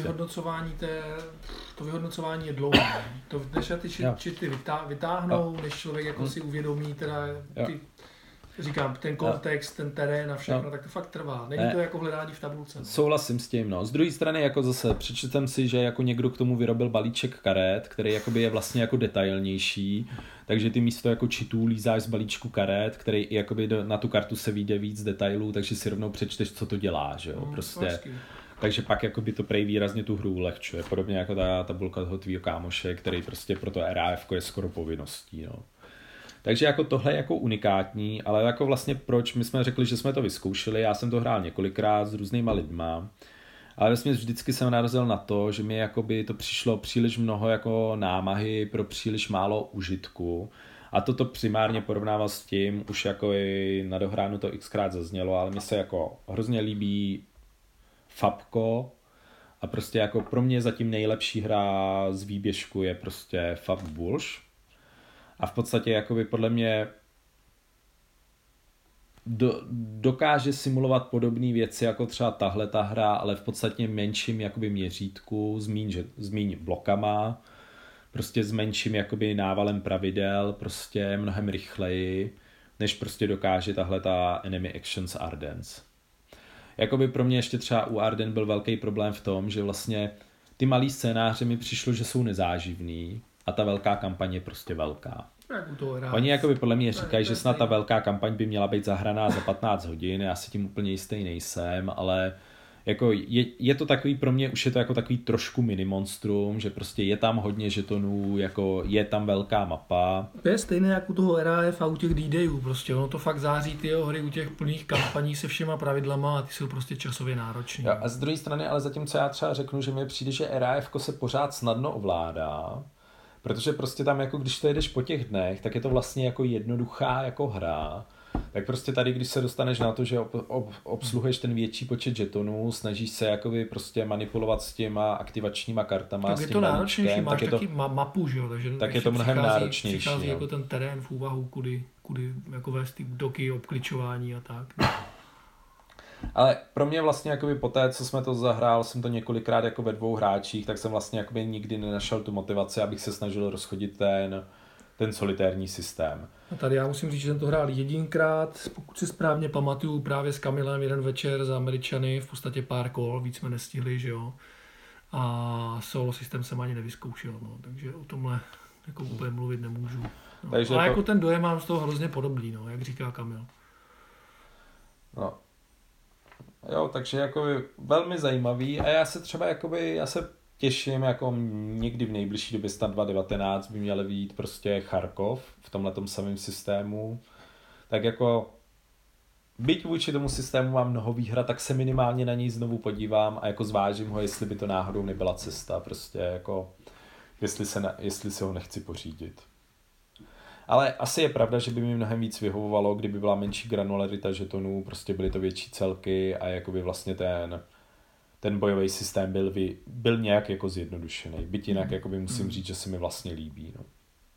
vyhodnocování je dlouhé. Než ty cheaty vytáhnou, než člověk jako si uvědomí teda ty, říkám, ten kontext, ten terén a všechno, tak to fakt trvá. Není to jako hledání v tabulce. Souhlasím s tím, no. Z druhé strany jako zase přečtem si, že jako někdo k tomu vyrobil balíček karet, který jakoby je vlastně jako detailnější, takže ty místo jako cheatů lízáš z balíčku karet, který i jakoby na tu kartu se vyjde víc detailů, takže si rovnou přečteš, co to dělá, že jo, prostě. Takže pak jakoby to prej výrazně tu hru ulehčuje, podobně jako ta tabulka toho tvýho kámoše, který prostě pro to RAF je skoro povinností, no. Takže jako tohle je jako unikátní, ale jako vlastně proč my jsme řekli, že jsme to vyzkoušeli, já jsem to hrál několikrát s různýma lidma, ale vlastně vždycky jsem narazil na to, že mi jakoby to přišlo příliš mnoho jako námahy pro příliš málo užitku a toto primárně porovnával s tím, už jako i na dohránu to xkrát zaznělo, ale mi se jako hrozně líbí Fabko a prostě jako pro mě zatím nejlepší hra z výběžku je prostě Fab Bulš. A v podstatě jakoby podle mě dokáže simulovat podobné věci jako třeba tahle ta hra, ale v podstatě menším jakoby měřítku, zmíň blokama, prostě s menším jakoby návalem pravidel, prostě mnohem rychleji, než prostě dokáže tahle ta Enemy Actions Ardens. Jakoby pro mě ještě třeba u Arden byl velký problém v tom, že vlastně ty malý scénáře mi přišlo, že jsou nezáživný, a ta velká kampaň je prostě velká. Oni jakoby podle mě říkají, že snad ta velká kampaň by měla být zahraná za 15 hodin, já si tím úplně jistý nejsem, ale jako je to takový, pro mě už je to jako takový trošku minimonstrum, že prostě je tam hodně žetonů, jako je tam velká mapa. To je stejné jako u toho RAF a u těch D-Dayů, prostě ono to fakt září ty hry u těch plných kampaní se všema pravidlama a ty jsou prostě časově náročný. Jo, a z druhé strany, ale zatímco já třeba řeknu, že mi přijde, že RAF se pořád snadno ovládá, protože prostě tam jako když to jedeš po těch dnech, tak je to vlastně jako jednoduchá jako hra. Tak prostě tady, když se dostaneš na to, že obsluhuješ ten větší počet žetonů, snažíš se jakoby prostě manipulovat s těma aktivačníma kartama, tak s tím je to náročnější, máš taky taky mapu, že jo, takže je to mnohem náročnější. Přichází jako ten terén v úvahu, kudy kudy jako vést ty útoky, obkličování a tak. Ale pro mě vlastně jakoby po té, co jsme to zahrál, jsem to několikrát jako ve 2 hráčích, tak jsem vlastně jakoby nikdy nenašel tu motivaci, abych se snažil rozchodit ten solitérní systém. A tady já musím říct, že jsem to hrál jedinkrát, pokud si správně pamatuju, právě s Kamilem jeden večer za Američany, v podstatě pár kol, víc jsme nestihli, že jo. A solo systém jsem ani nevyzkoušel, no, takže o tomhle jako úplně mluvit nemůžu. No. Takže ale to... jako ten dojem mám z toho hrozně podobný, no, jak říká Kamil. No. Jo, takže jako velmi zajímavý a já se těším, jako někdy v nejbližší době snad 2019 by měly vyjít prostě Charkov v tomhletom samém systému. Tak jako byť vůči tomu systému mám mnoho výhrad, tak se minimálně na něj znovu podívám a jako zvážím ho, jestli by to náhodou nebyla cesta, prostě jako jestli se ho nechci pořídit. Ale asi je pravda, že by mi mnohem víc vyhovovalo, kdyby byla menší granularita žetonů, prostě byly to větší celky a jakoby vlastně ten bojový systém byl nějak jako zjednodušený. Byť jinak jakoby musím říct, že se mi vlastně líbí. No.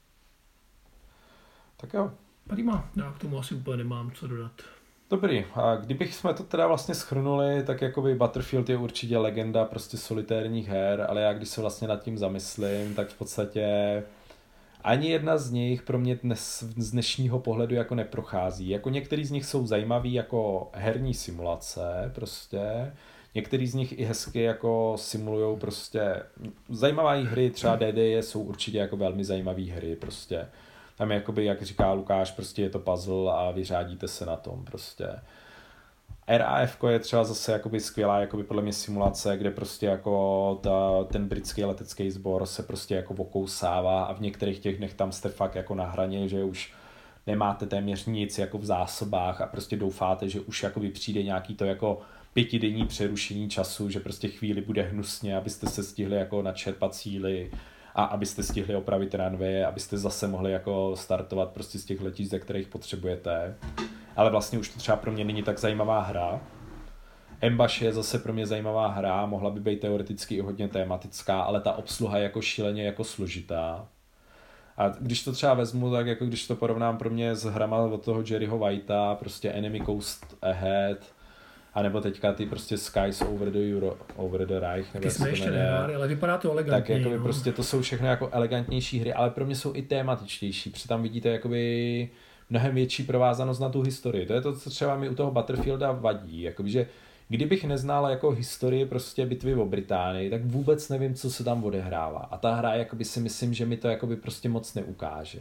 Tak jo. Prima, já k tomu asi úplně nemám co dodat. Dobrý, a kdybych jsme to teda vlastně shrnuli, tak jakoby Battlefield je určitě legenda prostě solitérních her, ale já když se vlastně nad tím zamyslím, tak v podstatě ani jedna z nich pro mě z dnešního pohledu jako neprochází. Jako některý z nich jsou zajímavý jako herní simulace prostě, některý z nich i hezky jako simulujou prostě zajímavé hry, třeba DDE jsou určitě jako velmi zajímavé hry prostě. Tam je jakoby, jak říká Lukáš, prostě je to puzzle a vyřádíte se na tom prostě. RAF je třeba zase jakoby skvělá jakoby podle mě simulace, kde prostě jako ten britský letecký sbor se prostě jako okousává a v některých těch dnech tam jste fakt jako na hraně, že už nemáte téměř nic jako v zásobách a prostě doufáte, že už jakoby přijde nějaký to jako 5denní přerušení času, že prostě chvíli bude hnusně, abyste se stihli jako načerpat síly a abyste stihli opravit runway, abyste zase mohli jako startovat prostě z těch letišť, ze kterých potřebujete. Ale vlastně už to třeba pro mě není tak zajímavá hra. Embash je zase pro mě zajímavá hra, mohla by být teoreticky i hodně tématická, ale ta obsluha je jako šíleně jako složitá. A když to třeba vezmu, tak jako když to porovnám pro mě s hrama od toho Jerryho Whitea, prostě Enemy Coast Ahead, a nebo teďka ty prostě Skies over the Reich. Ty jsme ještě nehráli, ale vypadá to elegantně. Tak jakoby prostě to jsou všechno jako elegantnější hry, ale pro mě jsou i tématičtější, protože tam vidíte jakoby mnohem větší provázanost na tu historii. To je to, co třeba mi u toho Battlefielda vadí, jakoby, že kdybych neznal jako historii prostě bitvy o Británii, tak vůbec nevím, co se tam odehrává. A ta hra jakoby si myslím, že mi to jakoby prostě moc neukáže.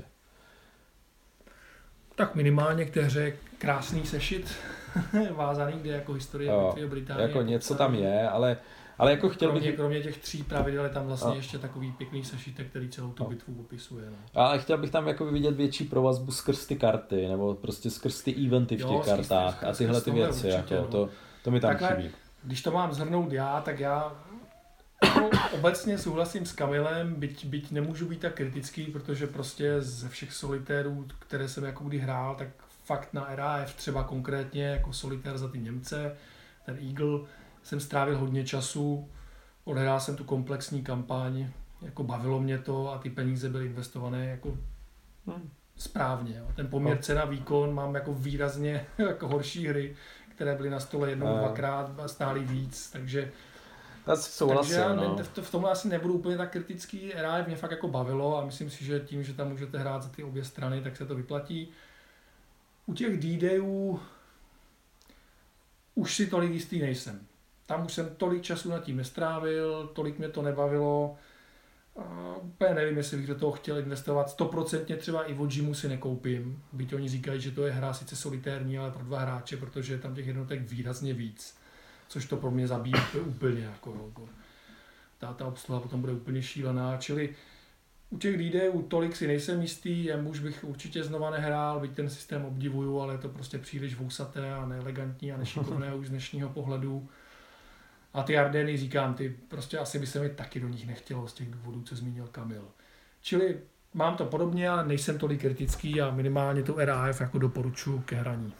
Tak minimálně k té hře krásný sešit vázaný, kde jako historie bitvy o Británii. Jako něco tam je, ale jako chtěl bych... Kromě těch 3 pravidel je tam vlastně ještě takový pěkný sešítek, který celou tu bitvu popisuje. No. Ale chtěl bych tam jako vidět větší provazbu skrz ty karty, nebo prostě skrz ty eventy v těch kartách a tyhle ty věci. Určitě, jako, to mi tam chybí. Když to mám shrnout já, tak já jako obecně souhlasím s Kamilem, byť nemůžu být tak kritický, protože prostě ze všech solitérů, které jsem jako kdy hrál, tak fakt na RAF třeba konkrétně jako solitér za ty Němce, ten Eagle, jsem strávil hodně času, odehrál jsem tu komplexní kampaň, jako bavilo mě to a ty peníze byly investované jako správně. Jo. Ten poměr cena výkon mám jako výrazně jako horší hry, které byly na stole jednou, dvakrát a stály víc, takže já v tomhle asi nebudu úplně tak kritický. RAF mě fakt jako bavilo a myslím si, že tím, že tam můžete hrát za ty obě strany, tak se to vyplatí. U těch D-Dayů už si tolik jistý nejsem. Tam už jsem tolik času nad tím nestrávil, tolik mě to nebavilo. Úplně nevím, jestli bych do toho chtěl investovat. 100% třeba i od Gymu si nekoupím. Byť oni říkají, že to je hra sice solitérní, ale pro 2 hráče, protože je tam těch jednotek výrazně víc. Což to pro mě zabíjí úplně. Jako. Ta obsluha potom bude úplně šílená. Čili u těch D-Dayů tolik si nejsem jistý, už bych určitě znova nehrál, byť ten systém obdivuju, ale je to prostě příliš vousaté a neelegantní a nešikovné už z dnešního pohledu. A ty Ardeny, říkám, ty prostě asi by se mi taky do nich nechtělo z těch důvodů, co zmínil Kamil. Čili mám to podobně, ale nejsem tolik kritický a minimálně tu RAF jako doporučuji ke hraní.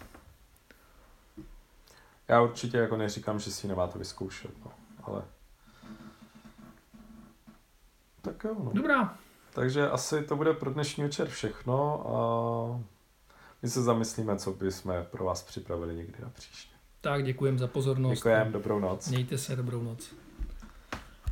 Já určitě jako neříkám, že si ji nemáte vyzkoušet, no, ale... Tak jo, no. Dobrá. Takže asi to bude pro dnešní večer všechno a My se zamyslíme, co bychom pro vás připravili někdy na příště. Tak děkujem za pozornost. Děkujem, dobrou noc. Mějte se, dobrou noc.